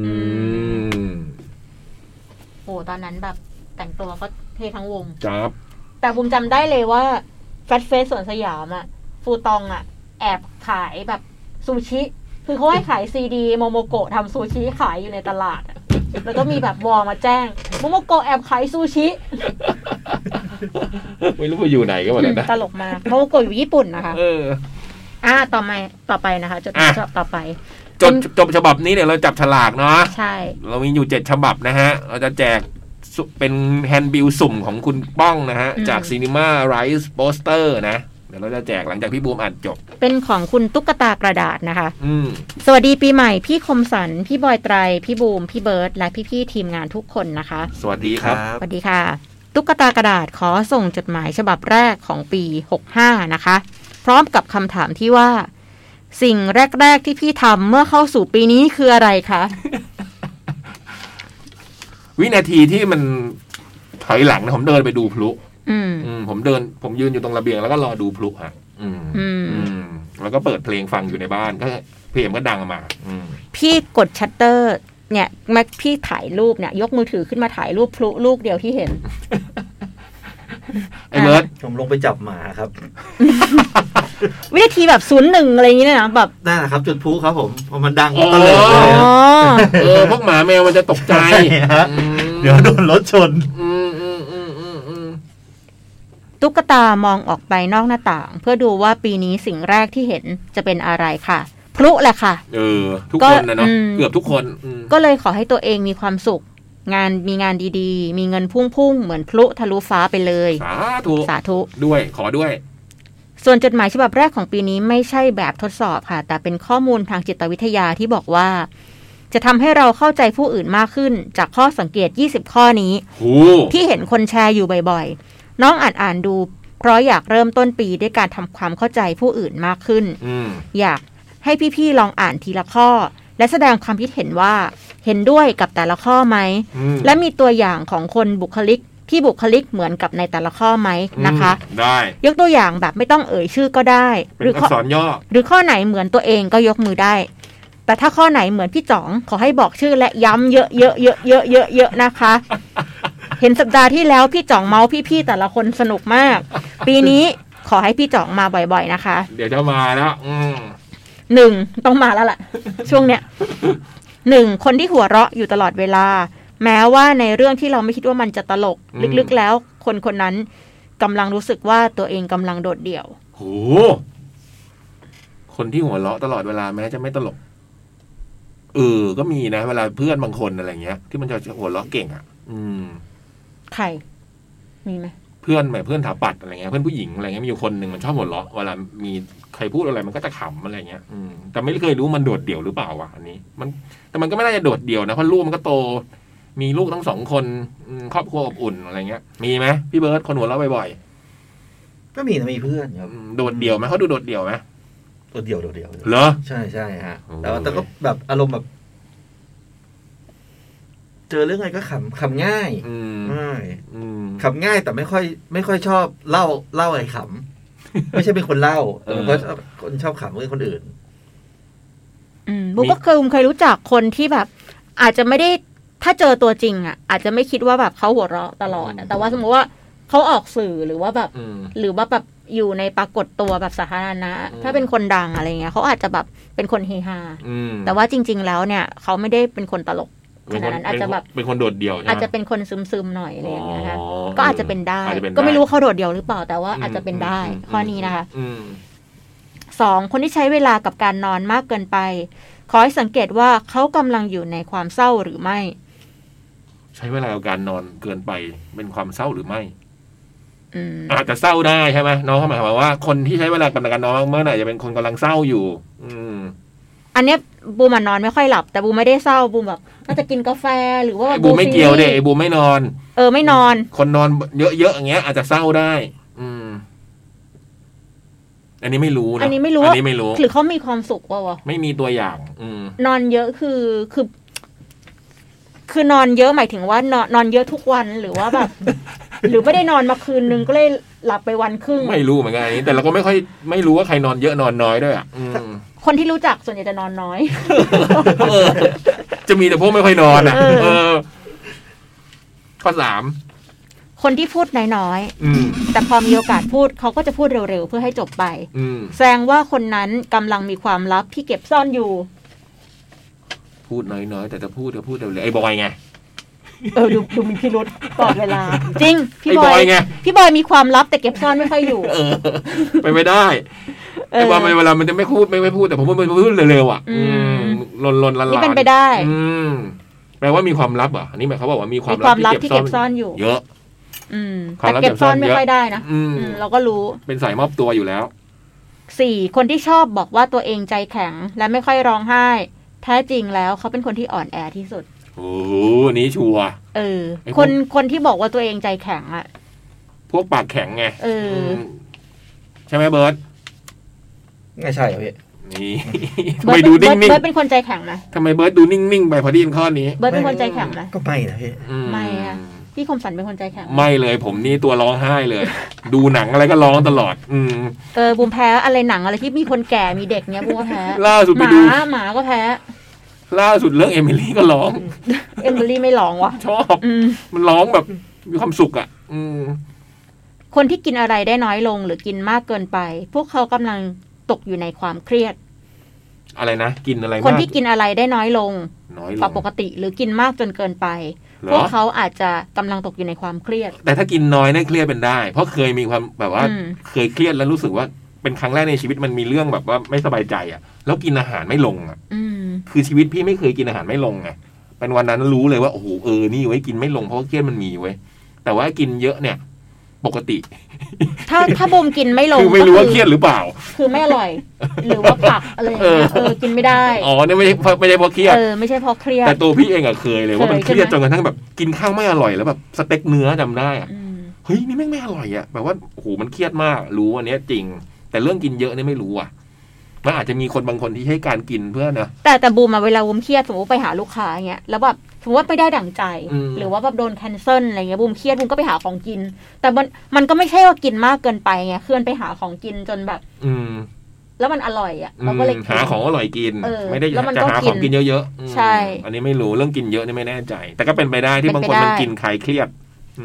โอ้ตอนนั้นแบบแต่งตัวก็เท่ทั้งวงจับแต่ผมจำได้เลยว่าแฟตเฟสสวนสยามอ่ะฟูตองอ่ะแอบขายแบบซูชิคือเขาให้ขายซีดีโมโมโกะทำซูชิขายอยู่ในตลาดแล้วก็มีแบบวอลมาแจ้งโมโมโกะแอบขายซูชิไม่รู้ว่าอยู่ไหนก็หมดเลยนะตลกมากโมโมโกะอยู่ญี่ปุ่นนะคะต่อไปนะคะจดต่อไปจบฉบับนี้เนี่ยเราจับฉลากเนาะใช่เรามีอยู่7 ฉบับนะฮะเราจะแจกเป็นแฮนด์บิลสุ่มของคุณป้องนะฮะจากซีนีมาไรส์โปสเตอร์นะเดี๋ยวเราจะแจกหลังจากพี่บูมอ่านจบเป็นของคุณตุ๊กตากระดาษนะคะสวัสดีปีใหม่พี่คมสันพี่บอยไตรพี่บูมพี่เบิร์ดและพี่ๆทีมงานทุกคนนะคะสวัสดีครับสวัสดีค่ะตุ๊กตากระดาษขอส่งจดหมายฉบับแรกของปี65นะคะพร้อมกับคำถามที่ว่าสิ่งแรกๆที่พี่ทำเมื่อเข้าสู่ปีนี้คืออะไรคะวินาทีที่มันถอยหลังนะผมเดินไปดูพลุผมยืนอยู่ตรงระเบียงแล้วก็รอดูพลุฮะแล้วก็เปิดเพลงฟังอยู่ในบ้านก็เพลงก็ดังมาพี่กดชัตเตอร์เนี่ยมาพี่ถ่ายรูปเนี่ยยกมือถือขึ้นมาถ่ายรูปพลุลูกเดียวที่เห็นไอ้เบิร์ดผมลงไปจับหมาครับวินาทีแบบ01อะไรอย่างนี้นะแบบนั่นแหละครับจุดพลุครับผมพอมันดังก็ตะเลิดเลยพวกหมาแมวมันจะตกใจเดี๋ยวโดนรถชนตุ๊กตามองออกไปนอกหน้าต่างเพื่อดูว่าปีนี้สิ่งแรกที่เห็นจะเป็นอะไรค่ะพลุแหละค่ะทุกคนนะเนาะเกือบทุกคนก็เลยขอให้ตัวเองมีความสุขมีงานดีๆมีเงินพุ่งๆเหมือนพลุทะลุฟ้าไปเลยสาธุด้วยขอด้วยส่วนจดหมายฉบับแรกของปีนี้ไม่ใช่แบบทดสอบค่ะแต่เป็นข้อมูลทางจิตวิทยาที่บอกว่าจะทำให้เราเข้าใจผู้อื่นมากขึ้นจากข้อสังเกต20ข้อนี้ที่เห็นคนแชร์อยู่บ่อยๆน้องอ่านดูเพราะอยากเริ่มต้นปีด้วยการทำความเข้าใจผู้อื่นมากขึ้นอยากให้พี่ๆลองอ่านทีละข้อและแสดงความคิดเห็นว่าเห็นด้วยกับแต่ละข้อไหมและมีตัวอย่างของคนบุคลิกเหมือนกับในแต่ละข้อไหมนะคะได้ยกตัวอย่างแบบไม่ต้องเอ่ยชื่อก็ได้หรืออักษรย่อหรือข้อไหนเหมือนตัวเองก็ยกมือได้แต่ถ้าข้อไหนเหมือนพี่จ๋องขอให้บอกชื่อและย้ำเยอะๆนะคะ เห็นสัปดาห์ที่แล้วพี่จ๋องเมาพี่ๆแต่ละคนสนุกมากปีนี้ขอให้พี่จ๋องมาบ่อยๆนะคะเดี๋ยวจะมาแล้ว 1ต้องมาแล้วล่ะช่วงเนี้ย1คนที่หัวเราะอยู่ตลอดเวลาแม้ว่าในเรื่องที่เราไม่คิดว่ามันจะตลกลึกๆแล้วคนนั้นกำลังรู้สึกว่าตัวเองกำลังโดดเดี่ยวโหคนที่หัวเราะตลอดเวลาแม้จะไม่ตลกก็มีนะเวลาเพื่อนบางคนอะไรเงี้ยที่มันจะหัวเราะเก่งอ่ะใครมีไหมเพื่อนถาปัดอะไรเงี้ยเพื่อนผู้หญิงอะไรเงี้ยมีอยู่คนหนึ่งมันชอบหัวเราะเวลามีใครพูดอะไรมันก็จะขำอะไรเงี้ยแต่ไม่เคยรู้มันโดดเดี่ยวหรือเปล่าวะอันนี้แต่มันก็ไม่น่าจะโดดเดี่ยวนะเพราะลูกมันก็โตมีลูกทั้ง2 คนครอบครัวอบอุ่นอะไรเงี้ยมีไหมพี่เบิร์ดคนหัวเราะบ่อยๆก็มีนะมีเพื่อนครับโดดเดี่ยวไหมเขาดูโดดเดี่ยวไหมโดดเดี่ยวเหรอใช่ฮะแต่ก็แบบอารมณ์แบบเจอเรื่องอะไรก็ขำง่ายขำง่ายแต่ไม่ค่อยชอบเล่าอะไรขำไม่ใช่เป็นคนเล่าเพราะคนชอบขำเรื่องคนอื่นบุ๊กก็เคยรู้จักคนที่แบบอาจจะไม่ได้ถ้าเจอตัวจริงอ่ะอาจจะไม่คิดว่าแบบเขาหัวเราะตลอดแต่ว่าสมมติว่าเขาออกสื่อหรือว่าแบบหรือว่าแบบอยู่ในปรากฏตัวแบบสาธารณะถ้าเป็นคนดังอะไรเงี้ยเขาอาจจะแบบเป็นคนเฮฮาแต่ว่าจริงๆแล้วเนี่ยเขาไม่ได้เป็นคนตลกฉะนั้นอาจจะแบบเป็นคนโดดเดี่ยวอาจจะเป็นคนซึมๆหน่อยอะไรอย่างเงี้ยค่ะก็อาจจะเป็นได้ก็ไม่รู้เขาโดดเดี่ยวหรือเปล่าแต่ว่าอาจจะเป็นได้ข้อนี้นะคะ2คนที่ใช้เวลากับการนอนมากเกินไปขอให้สังเกตว่าเขากำลังอยู่ในความเศร้าหรือไม่ใช้เวลากับการนอนเกินไปเป็นความเศร้าหรือไม่อาจจะเศร้าได้ใช่ไหมน้องเขาหมายความว่าคนที่ใช้เวลากับการนอนเมื่อไหร่จะเป็นคนกำลังเศร้าอยู่อันเนี้ยบูมนอนไม่ค่อยหลับแต่บูมไม่ได้เศร้าบูมแบบน่าจะกินกาแฟหรือว่าบูมไม่เกี่ยวเด็บูมไม่นอนไม่นอนคนนอนเยอะๆอย่างเงี้ยอาจจะเศร้าได้อันนี้ไม่รู้นะอันนี้ไม่รู้หรือเขามีความสุขวะไม่มีตัวอย่างนอนเยอะคือนอนเยอะหมายถึงว่านอนเยอะทุกวันหรือว่าแบบ หรือไม่ได้นอนมาคืนนึงก็เลยหลับไปวันครึ่งไม่รู้เหมือนกันอันนี้แต่เราก็ไม่รู้ว่าใครนอนเยอะนอนน้อยด้วยอ่ะคนที่รู้จักส่วนใหญ่จะนอนน้อยจะมีแต่พวกไม่ค่อยนอนอ่ะข้อ 3 คนที่พูดน้อยๆแต่พอมีโอกาสพูดเขาก็จะพูดเร็วๆเพื่อให้จบไปแสดงว่าคนนั้นกำลังมีความลับที่เก็บซ่อนอยู่พูดน้อยๆแต่จะพูดเร็วๆไอ้บอยไงดูมีพิรุธตลอดเวลาจริงพี่บอยไงพี่บอยมีความลับแต่เก็บซ่อนไม่ค่อยอยู่ไปไม่ได้ไอ้บอยเวลามันจะไม่พูดแต่ผมมันพูดเร็วๆอ่ะลนๆนี่เป็นไปได้แปลว่ามีความลับเหรออันนี้หมายเขาบอกว่ามีความลับที่เก็บซ่อนอยู่เยอะแต่เก็บซ่อนไม่ค่อยได้นะเราก็รู้เป็นสายมอบตัวอยู่แล้ว 4คนที่ชอบบอกว่าตัวเองใจแข็งและไม่ค่อยร้องไห้แท้จริงแล้วเขาเป็นคนที่อ่อนแอที่สุดโอ้นี้ชัวร์คนที่บอกว่าตัวเองใจแข็งอ่ะพวกปากแข็งไงใช่ไหมเบิร์ดไม่ใช่พี่นี่ทำไมดูนิ่งๆเบิร์ดเป็นคนใจแข็งนะทำไมเบิร์ดดูนิ่งๆไปพอดีข้อนี้เบิร์ดเป็นคนใจแข็งนะก็ไม่นะพี่ไม่อะพี่คมสันเป็นคนใจแข็งไม่เลยผมนี่ตัวร้องไห้เลยดูหนังอะไรก็ร้องตลอดบูมแพ้อะไรหนังอะไรที่มีคนแก่มีเด็กเนี้ยบูมก็แพ้ล่าสุดไปดูหมาก็แพ้ล่าสุดเรื่องเอมิลี่ก็ร้องเอมิลี่ไม่ร้องวะชอบมันร้องแบบมีความสุขอ่ะคนที่กินอะไรได้น้อยลงหรือกินมากเกินไปพวกเขากำลังตกอยู่ในความเครียดอะไรนะกินอะไรคนที่กินอะไรได้น้อยลงกว่าปกติหรือกินมากจนเกินไปพวกเขาอาจจะกำลังตกอยู่ในความเครียดแต่ถ้ากินน้อยเนี่ยเครียดเป็นได้เพราะเคยมีความแบบว่าเคยเครียดแล้วรู้สึกว่าเป็นครั้งแรกในชีวิตมันมีเรื่องแบบว่าไม่สบายใจอ่ะแล้วกินอาหารไม่ลงอ่ะคือชีวิตพี่ไม่เคยกินอาหารไม่ลงไงเป็นวันนั้นรู้เลยว่าโอ้โหนี่ไว้กินไม่ลงเพราะว่าเครียดมันมีไว้แต่ว่ากินเยอะเนี่ยปกติถ้าบูมกินไม่ลงคือไม่รู้ว่าเครียดหรือเปล่าคือไม่อร่อยหรือว่าผักอะไรอย่างเงี้ยกินไม่ได้เนี่ยไม่ใช่เพราะเครียดไม่ใช่เพราะเครียดแต่ตัวพี่เองเคยเลยว่ามันเครียดจนกระทั่งแบบกินข้าวไม่อร่อยแล้วแบบสเต็กเนื้อจำได้อ่ะเฮ้ยนี่แม่งไม่อร่อยอ่ะแบบว่าโอ้โหมันเครียดมากรู้อันนี้จริงแต่เรื่องกินเยอะนี่ไม่รู้อ่ะมันอาจจะมีคนบางคนที่ให้การกินเพื่อนะแต่บูมเวลาบูมเครียดสมมติไปหาลูกค้าอย่างเงี้ยแล้วแบบสมมติว่าไม่ได้ดั่งใจหรือว่าแบบโดนแคนเซิลอะไรเงี้ยบูมเครียดบูมก็ไปหาของกินแต่มันก็ไม่ใช่ว่ากินมากเกินไปไงเคลื่อนไปหาของกินจนแบบแล้วมันอร่อยอ่ะเราก็เลยหาของอร่อยกินไม่ได้จะหาของกินเยอะๆใช่อันนี้ไม่รู้เรื่องกินเยอะนี่ไม่แน่ใจแต่ก็เป็นไปได้ที่บางคนมันกินคลายเครียด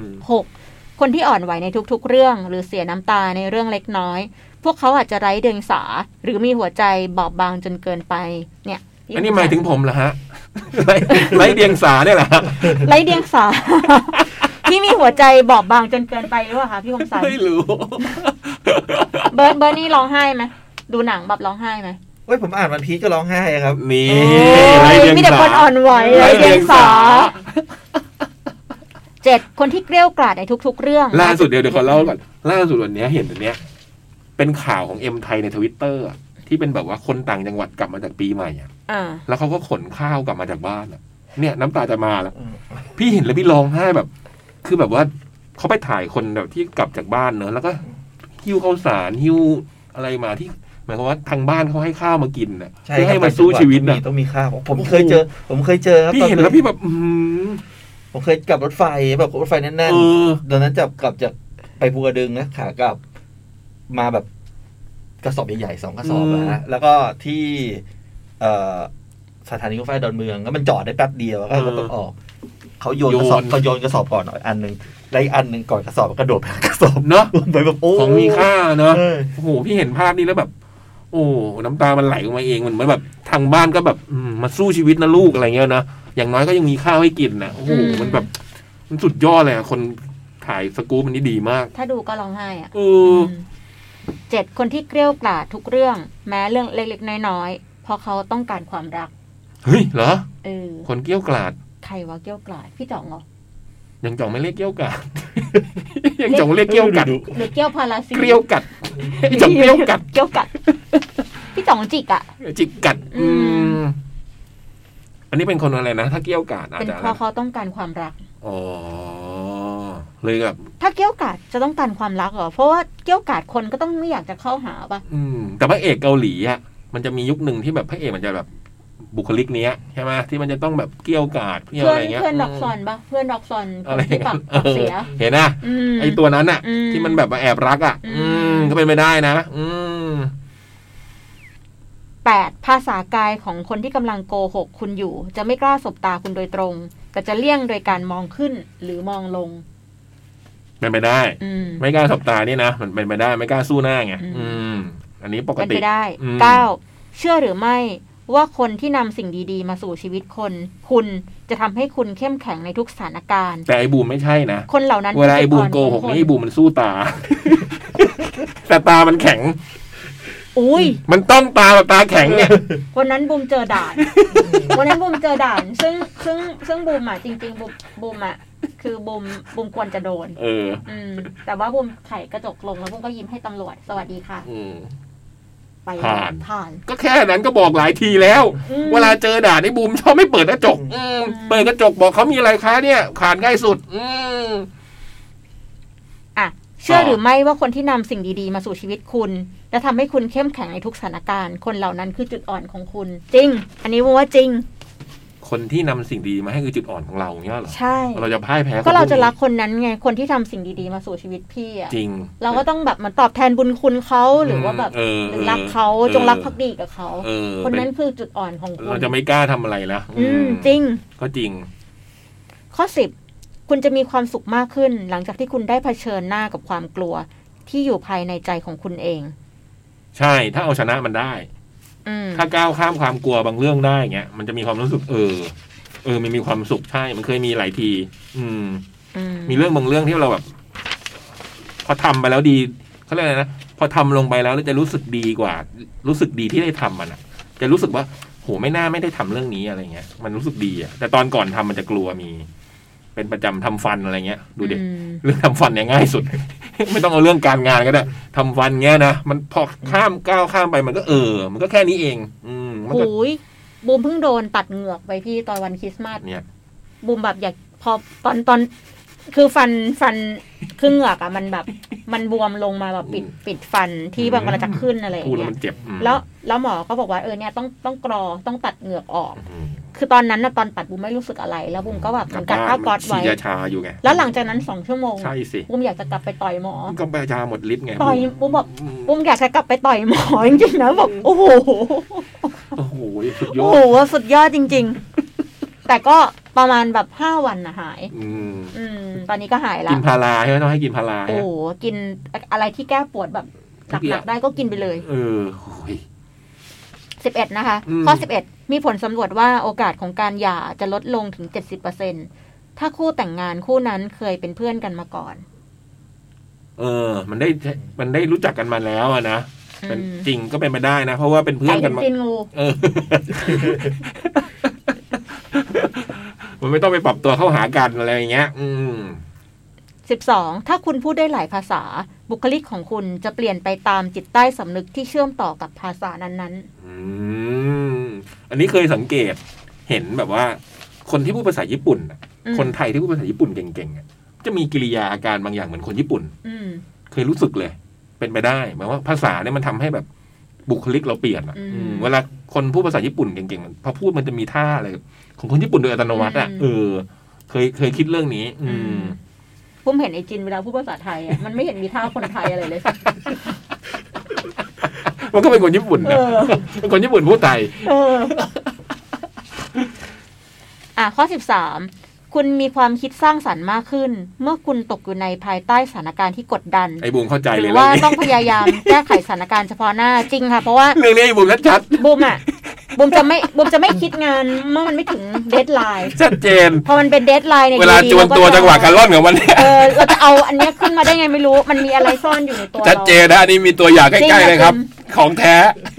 6คนที่อ่อนไหวในทุกๆเรื่องหรือเสียน้ำตาในเรื่องเล็กน้อยพวกเขาอาจจะไร้เดียงสาหรือมีหัวใจบอบบางจนเกินไปเนี่ยอันนี้หมายถึงผมเหรอฮะไร้เดียงสาเนี่ยเหรอไร้เดียงสาพี่มีหัวใจบอบบางจนเกินไปหรือเปล่าคะพี่คมสันไม่รู้เบิร์ดนี่ร้องไห้ไหมดูหนังแบบร้องไห้ไหมว้ยผมอ่านวันพีชก็ร้องไห้ครับนี่มีแต่คนอ่อนไหวไร้เดียงสา7คนที่เกรี้ยวกราดในทุกๆเรื่องล่าสุดเดี๋ยวขอเล่าก่อนล่าสุดวันนี้เห็นอันเนี้ยเป็นข่าวของเอ็มไทยใน Twitter อ่ะที่เป็นแบบว่าคนต่างจังหวัดกลับมาจากปีใหม่อ่ะแล้วเขาก็ขนข้าวกลับมาจากบ้านอ่ะเนี่ยน้ำตาจะมาแล้วพี่เห็นแล้วพี่ร้องไห้แบบคือแบบว่าเขาไปถ่ายคนแบบที่กลับจากบ้านเนอะแล้วก็หิ้วข้าวสารหิ้วอะไรมาที่หมายความว่าทางบ้านเขาให้ข้าวมากินน่ะเพื่อให้มาสู้ชีวิตน่ะต้องมีข้าวผมเคยเจอครับพี่เห็นแล้วพี่แบบผมเคยกลับรถไฟแบบรถไฟแน่นๆตอนนั้นจะกลับจากไปภูกระดึงนะขากลับมาแบบกระสอบใหญ่ๆ2กระสอบนะแล้วก็ที่สถานีรถไฟดอนเมืองแล้วมันจอดได้แป๊บเดียวก็ต้องออกเขาโยนกระสอบก่อนหน่อยอันนึงแล้วอีกอันนึงก่อนกระสอบกระโดดไปกระสอบเนาะไปแบบโอ้ของมีค่าเนาะโอ้โหพี่เห็นภาพนี้แล้วแบบโอ้น้ำตามันไหลออกมาเองมันเหมือนแบบทางบ้านก็แบบมาสู้ชีวิตนะลูกอะไรเงี้ยนะอย่างน้อยก็ยังมีข้าวให้กินนะโอ้โหมันแบบมันสุดยอดเลยคนถ่ายสกู๊ปมันนี่ดีมากถ้าดูก็ร้องไห้อ่ะ7คนที่เกรี้ยวกราดทุกเรื่องแม้เรื่องเล็กๆน้อยๆเพราะเขาต้องการความรักเฮ้ยเหรอคนเกรี้ยวกราดใครวะเกรี้ยวกราดพี่จ่องเหรอยังจ่องไม่เรียกเกรี้ยวกราดยังจ่องเรียกเกรี้ยวกัดหรือเกรี้ยวพาราซิเกรี้ยวกัดจ่องเกรี้ยวกัดพี่จ่องจิกอ่ะจิกกัดอันนี้เป็นคนอะไรนะถ้าเกรี้ยวกราดเป็นเพราะเขาต้องการความรักอ๋อเลยแบบถ้าเกรี้ยวกราดจะต้องการความรักเหรอเพราะว่าเกรี้ยวกราดคนก็ต้องไม่อยากจะเข้าหาป่ะแต่พระเอกเกาหลีอ่ะมันจะมียุคหนึ่งที่แบบพระเอกมันจะแบบบุคลิกเนี้ยใช่ไหมที่มันจะต้องแบบเกรี้ยวกราดอะไรเงี้ยเพื่อนดอกซอนป่ะเพื่อนดอกซอนที่ปากเสียเห็นนะไอตัวนั้นอ่ะที่มันแบบมาแอบรักอ่ะก็เป็นไม่ได้นะ 8ภาษากายของคนที่กำลังโกหกคุณอยู่จะไม่กล้าสบตาคุณโดยตรงแต่จะเลี่ยงโดยการมองขึ้นหรือมองลงเป็นไปได้ไม่กล้าสบตานี่นะมันเป็นไปได้ไม่กล้าสู้หน้าไงอันนี้ปกติเป็นไปได้9เชื่อหรือไม่ว่าคนที่นำสิ่งดีๆมาสู่ชีวิตคุณจะทำให้คุณเข้มแข็งในทุกสถานการณ์แต่ไอ้บูมไม่ใช่นะคนเหล่านั้นเวลาไอ้บูมโกหกนี่ไอ้บูมมันสู้ตาแต่ตามันแข็งอุ้ยมันต้องตาแบบตาแข็งเนี่ยวันนั้นบูมเจอด่านซึ่งบูมอ่ะจริงๆบูมอ่ะคือบูมควรจะโดนแต่ว่าบูมไขกระจกลงแล้วบูมก็ยิ้มให้ตำรวจสวัสดีค่ะไปผ่านก็แค่นั้นก็บอกหลายทีแล้วเวลาเจอด่านไอ้บูมชอบไม่เปิดกระจกเปิดกระจกบอกเขามีอะไรคะเนี่ยขาดง่ายสุดเชื่อหรือไม่ว่าคนที่นำสิ่งดีๆมาสู่ชีวิตคุณและทำให้คุณเข้มแข็งในทุกสถานการณ์คนเหล่านั้นคือจุดอ่อนของคุณจริงอันนี้ว่าจริงคนที่นำสิ่งดีมาให้คือจุดอ่อนของเราเงี้ยหรอใช่เราจะพ่ายแพ้ก็เราจะรักคนนั้นไงคนที่ทำสิ่งดีๆมาสู่ชีวิตพี่อ่ะจริงเราก็ต้องแบบมันตอบแทนบุญคุณเขาหรือว่าแบบหรือรักเขาจงรักภักดีกับเขาคนนั้นคือจุดอ่อนของคุณเราจะไม่กล้าทำอะไรแล้วจริงก็จริงข้อ10คุณจะมีความสุขมากขึ้นหลังจากที่คุณได้เผชิญหน้ากับความกลัวที่อยู่ภายในใจของคุณเองใช่ถ้าเอาชนะมันได้ถ้าก้าวข้ามความกลัวบางเรื่องได้เงี้ยมันจะมีความรู้สึกมันมีความสุขใช่มันเคยมีหลายทีมีเรื่องบางเรื่องที่เราแบบพอทำไปแล้วดีเขาเรียกอะไรนะพอทำลงไปแล้วจะรู้สึกดีกว่ารู้สึกดีที่ได้ทำมันอ่ะจะรู้สึกว่าโหไม่ได้ทำเรื่องนี้อะไรเงี้ยมันรู้สึกดีอ่ะแต่ตอนก่อนทำมันจะกลัวมีเป็นประจำทำฟันอะไรเงี้ยดูดิเรื่องทำฟันเนี่ยง่ายสุด ไม่ต้องเอาเรื่องการงานก็ได้ทำฟันเงี้ยนะมันพอก้าวข้ามไปมันก็มันก็แค่นี้เองโอ้ยบูมเพิ่งโดนตัดเหงือกไปพี่ตอนวันคริสต์มาสเนี่ยบูมแบบอยากพอตอนคือฟันคือเหงือกอ่ะมันแบบมันบวมลงมาแบบปิดฟันที่บางมันจะขึ้นอะไรอย่างเงี้ยแล้วหมอก็บอกว่าเนี่ยต้องกรอต้องตัดเหงือกออกคือตอนนั้นนะตอนตัดบูมไม่รู้สึกอะไรแล้วบูมก็แบบมันกัดผ้าก๊อซไว้ชาอยู่ไงแล้วหลังจากนั้น2 ชั่วโมงใช่สิบูมอยากจะกลับไปต่อยหมอก็ไปชาหมดฤทธิ์ไงต่อยบูมบอกบูมอยากจะกลับไปต่อยหมอจริงๆนะบอกโอ้โหสุดยอดโอ้โหสุดยอดจริงๆแต่ก็ประมาณแบบ5 วันนะหายตอนนี้ก็หายแล้วกินพาราใช่ไหมต้องให้กินพาราโอ้กินอะไรที่แก้ปวดแบบหนักๆได้ก็กินไปเลย11นะคะข้อ11มีผลสำรวจว่าโอกาสของการหย่าจะลดลงถึง 70% ถ้าคู่แต่งงานคู่นั้นเคยเป็นเพื่อนกันมาก่อนมันได้รู้จักกันมาแล้วอะนะเป็นจริงก็เป็นไปได้นะเพราะว่าเป็นเพื่อนกันมามันไม่ต้องไปปรับตัวเข้าหากันอะไรอย่างเงี้ย 12ถ้าคุณพูดได้หลายภาษาบุคลิกของคุณจะเปลี่ยนไปตามจิตใต้สำนึกที่เชื่อมต่อกับภาษานั้นๆอันนี้เคยสังเกตเห็นแบบว่าคนที่พูดภาษาญี่ปุ่นคนไทยที่พูดภาษาญี่ปุ่นเก่งๆจะมีกิริยาอาการบางอย่างเหมือนคนญี่ปุ่นเคยรู้สึกเลยเป็นไปได้หมายว่าภาษาเนี่ยมันทำให้แบบบุคลิกเราเปลี่ยนเวลาคนพูดภาษาญี่ปุ่นเก่งๆพอพูดมันจะมีท่าอะไรของคนญี่ปุ่นโดยอัตโนมัติเคยคิดเรื่องนี้ผมเห็นไอจินเวลาพูดภาษาไทยอ่ะมันไม่เห็นมีท่าคนไทยอะไรเลยมันก็เป็นคนญี่ปุ่นนะเป็นคนญี่ปุ่นพูดไทยข้อ13คุณมีความคิดสร้างสรรค์มากขึ้นเมื่อคุณตกอยู่ในภายใต้สถานการณ์ที่กดดันไอ้บูมเข้าใจเลยหรือว่าต้องพยายามแก้ไขสถานการณ์เฉพาะหน้าจริงค่ะเพราะว่าเรื่องนี้ไอ้บูมชัดบูมจะไม่คิดงานเมื่อมันไม่ถึงเดดไลน์ชัดเจนพอมันเป็นเดดไลน์เนี่ยเวลาจวนตัวจังหวะการล่อนของมันเราจะเอาอันนี้ขึ้นมาได้ไงไม่รู้มันมีอะไรซ่อนอยู่ในตัวเราชัดเจนนะอันนี้มีตัวอย่างใกล้ๆเลยครับของแท้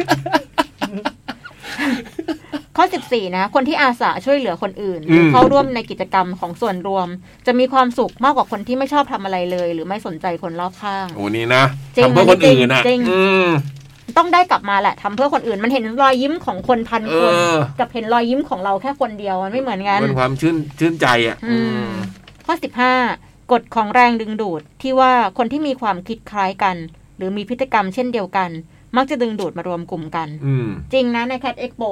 ข้อ14นะคนที่อาสาช่วยเหลือคนอื่นหรือเข้าร่วมในกิจกรรมของส่วนรวมจะมีความสุขมากกว่าคนที่ไม่ชอบทำอะไรเลยหรือไม่สนใจคนรอบข้างโอ้นี่นะทำเพื่อคนอื่นนะต้องได้กลับมาแหละทำเพื่อคนอื่นมันเห็นรอยยิ้มของคนพันคนกับเห็นรอยยิ้มของเราแค่คนเดียวมันไม่เหมือนกันเป็นความชื่นใจอ่ะข้อ15กฎของแรงดึงดูดที่ว่าคนที่มีความคิดคล้ายกันหรือมีพฤติกรรมเช่นเดียวกันมักจะดึงดูดมารวมกลุ่มกันจริงนะใน Cat Expo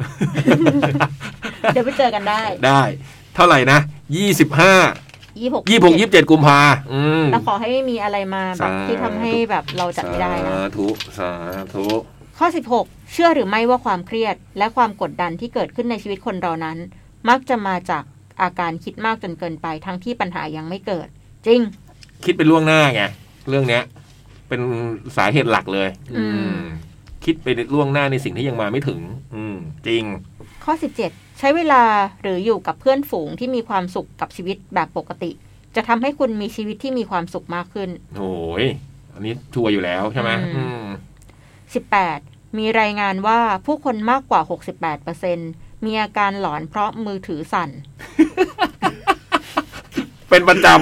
เดี๋ยวไปเจอกันได้เท่าไหร่นะ26 27กุมภาแล้วขอให้ไม่มีอะไรมาแบบที่ทำให้แบบเราจัดไม่ได้นะสาธุข้อ16เชื่อหรือไม่ว่าความเครียดและความกดดันที่เกิดขึ้นในชีวิตคนเรานั้นมักจะมาจากอาการคิดมากจนเกินไปทั้งที่ปัญหายังไม่เกิดจริงคิดเป็นล่วงหน้าไงเรื่องเนี้ยเป็นสาเหตุหลักเลยคิดไปล่วงหน้าในสิ่งที่ยังมาไม่ถึงจริงข้อ17ใช้เวลาหรืออยู่กับเพื่อนฝูงที่มีความสุขกับชีวิตแบบปกติจะทำให้คุณมีชีวิตที่มีความสุขมากขึ้นโอ้ยอันนี้ชัวร์อยู่แล้วใช่ไหม 18มีรายงานว่าผู้คนมากกว่า 68% มีอาการหลอนเพราะมือถือสั่นเป็นประจำ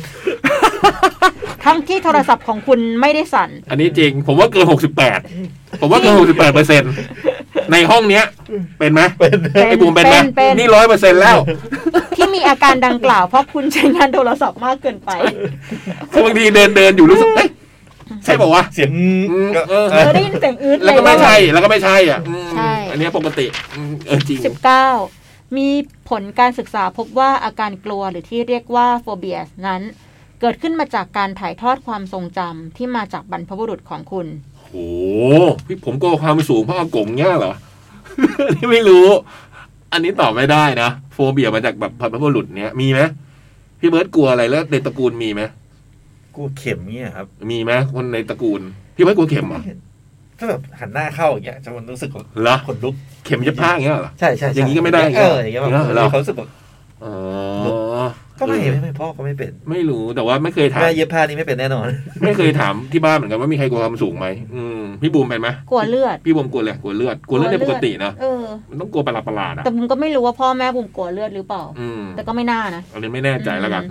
ทั้งที่โทรศัพท์ของคุณไม่ได้สั่นอันนี้จริงผมว่าเกิน68ผมว่าเกิน 68% ในห้องเนี้ยเป็นไหมไอ้บุ๋มเป็นไหมนี่ 100% แล้วที่มีอาการดังกล่าวเพราะคุณใช้งานโทรศัพท์มากเกินไปบางทีเดินอยู่รู้สึกใช่บอกว่าเสียงได้ยินเสียงอืดแล้วก็ไม่ใช่อ่ะใช่อันนี้ปกติจริง 19มีผลการศึกษาพบว่าอาการกลัวหรือที่เรียกว่าโฟเบียนั้นเกิดขึ้นมาจากการถ่ายทอดความทรงจำที่มาจากบรรพบุรุษของคุณโอ้พี่ผมก็ความสูงเพราะอากงเนี่ยเหรอ นี่ไม่รู้อันนี้ตอบไม่ได้นะโฟเบียมาจากแบบบรรพบุรุษเนี้ยมีไหมพี่เบิร์ดกลัวอะไรแล้วในตระกูลมีไหมกลัวเข็มเนี่ยครับมีไหมคนในตระกูลพี่เบิร์ดกลัวเข็มอ่ะถ้าแบบหันหน้าเข้าอย่างเงี้ยจะมันรู้สึกขนลุกเข็มจะพากอย่างเงี้ยเหรอใช่อย่างนี้ก็ไม่ได้อย่างเงี้ยเขารู้สึกแบบก็ไม่พ่อก็ไม่เป็นไม่รู้แต่ว่าไม่เคยถามแม่เย็บผ้านี่ไม่เป็นแน่นอนไม่เคยถามที่บ้านเหมือนกันว่ามีใครกลัวความสูงไหมพี่บูมเป็นไหมกลัวเลือดพี่บูมกลัวเลยกลัวเลือดในปกตินะมันต้องกลัวประหลาดๆแต่บูมก็ไม่รู้ว่าพ่อแม่บูมกลัวเลือดหรือเปล่าแต่ก็ไม่น่านะอันนี้ไม่แน่ใจแล้วกัน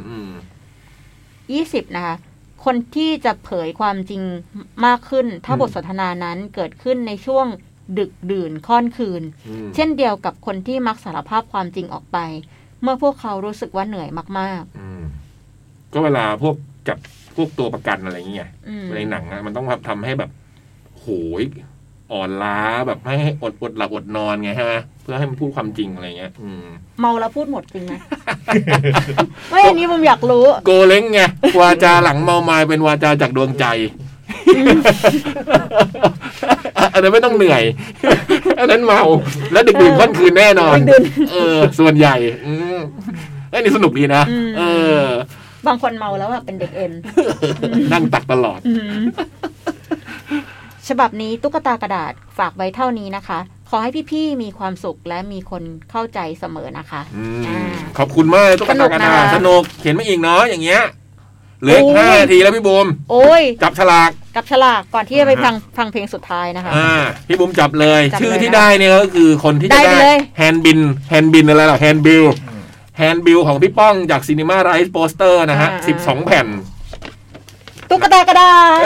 20นะคะคนที่จะเผยความจริงมากขึ้นถ้าบทสนทนานั้นเกิดขึ้นในช่วงดึกดื่นค่อนคืนเช่นเดียวกับคนที่มักสารภาพความจริงออกไปเมื่อพวกเขารู้สึกว่าเหนื่อยมากๆก็เวลาพวกจับพวกตัวประกันอะไรอย่างเงี้ยในหนังอะมันต้องทำให้แบบโหยอ่อนล้าแบบให้อดหลับอดนอนไงใช่ไหมเพื่อให้มันพูดความจริงอะไรเงี้ยเมาแล้วพูดหมดจริงไหม ไม่อันนี้ผมอยากรู้โกเล้งไงวาจาหลังเมามายเป็นวาจาจากดวงใจอันนั้นไม่ต้องเหนื่อยอันนั้นเมาแล้วดึกดื่นค่อนคืนแน่นอนส่วนใหญ่ไอ้นี่สนุกดีนะบางคนเมาแล้วแบบเป็นเด็กเอ็นนั่งตักตลอดฉบับนี้ตุ๊กตากระดาษฝากไว้เท่านี้นะคะขอให้พี่ๆมีความสุขและมีคนเข้าใจเสมอนะคะขอบคุณมากตุ๊กตากระดาษสนุกเขียนมาอีกเนาะอย่างเงี้ยเหลือ5 นาทีแล้วพี่บูมโอ้ยจับฉลากก่อนที่จะไปฟังเพลงสุดท้ายนะคะพี่บูมจับเลยชื่อที่ได้เนี่ยก็คือคนที่จะได้แฮนด์บินอะไรล่ะแฮนด์บิลของพี่ป้องจากซีนีมาไรส์โปสเตอร์นะฮะ12 แผ่นตุ๊กตากระดาษ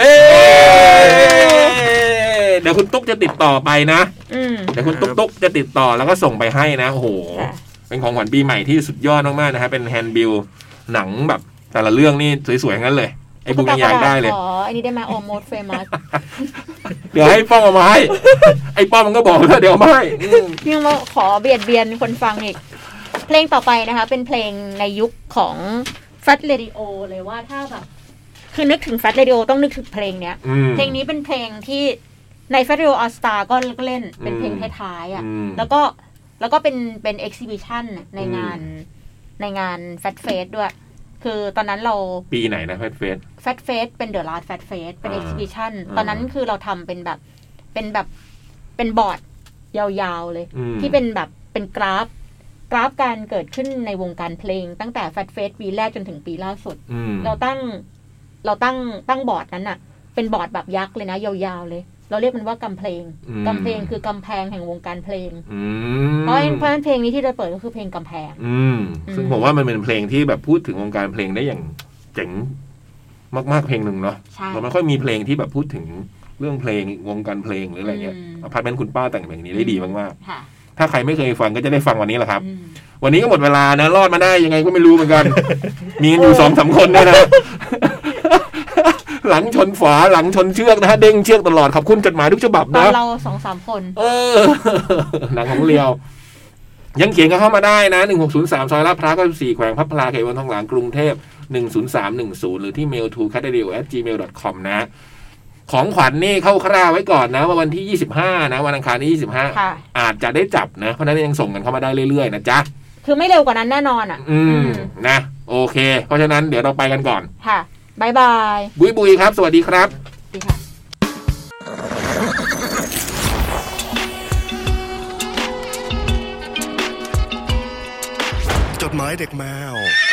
เดี๋ยวคุณตุ๊กจะติดต่อไปนะเดี๋ยวคุณตุ๊กจะติดต่อแล้วก็ส่งไปให้นะโอ้โหเป็นของขวัญปีใหม่ที่สุดยอดมากๆนะฮะเป็นแฮนด์บิลหนังแบบแต่ละเรื่องนี่สวยๆงั้นเลยไอ้บุญยังอยากได้เลยอ๋ออันนี้ได้มา almost famous เดี๋ยวให้ป้องเอามาให้ไอ้ป้องมันก็บอกว่าเดี๋ยวไม่ยังมาขอเบียดคนฟังอีกเพลงต่อไปนะคะเป็นเพลงในยุคของ Fat Radio เลยว่าถ้าแบบคือนึกถึง Fat Radio ต้องนึกถึงเพลงเนี้ยเพลงนี้เป็นเพลงที่ใน Fat Radio All Star ก็เล่นเป็นเพลงท้ายๆอ่ะแล้วก็เป็น exhibition ในงาน Fat Fest ด้วยคือตอนนั้นเราปีไหนนะ Fat Fest เป็น The Last Fat Fest เป็น exhibition ตอนนั้นคือเราทำเป็นบอร์ดยาวๆเลยที่เป็นแบบเป็นกราฟการเกิดขึ้นในวงการเพลงตั้งแต่ Fat Fest ปีแรกจนถึงปีล่าสุดเราตั้งบอร์ดนั้นน่ะเป็นบอร์ดแบบยักษ์เลยนะยาวๆเลยเราเรียกมันว่ากำเพลงคือกำแพงแห่งวงการเพลงเพราะฉะนั้นเพลงนี้ที่เราเปิดก็คือเพลงกำแพงซึ่งผมว่ามันเป็นเพลงที่แบบพูดถึงวงการเพลงได้อย่างเจ๋งมากๆเพลงหนึ่งเนาะเราไม่ค่อยมีเพลงที่แบบพูดถึงเรื่องเพลงวงการเพลงหรืออะไรเงี้ยอพาร์ตเมนต์คุณป้าแต่งเพลงนี้ได้ดีมากๆถ้าใครไม่เคยฟังก็จะได้ฟังวันนี้แหละครับวันนี้ก็หมดเวลานะรอดมาได้ยังไงก็ไม่รู้เหมือนกันมีกันอยู่ 2-3 คนด้วยนะหลังชนฝาหลังชนเชือกนะฮะเด้งเชือกตลอดขอบคุณจดหมายทุกฉบับนะเรา 2-3 คนหนังของเรียวยังเขียนกันเข้ามาได้นะ1603ซอยลาดพร้าว94แขวงพระพลาเขตวังทองหลางกรุงเทพ10310หรือที่ mail2catradio@gmail.com นะของขวัญนี่คร่าวๆไว้ก่อนนะว่าวันที่25นะวันอังคารที่25อาจจะได้จับนะเพราะนั้นยังส่งกันเข้ามาได้เรื่อยๆนะจ๊ะคือไม่เร็วกว่านั้นแน่นอนอ่ะนะโอเคเพราะฉะนั้นเดี๋ยวเราไปกันก่อนค่ะบายบายบุยครับสวัสดีครับสวัสดีค่ะจดหมายเด็กแมว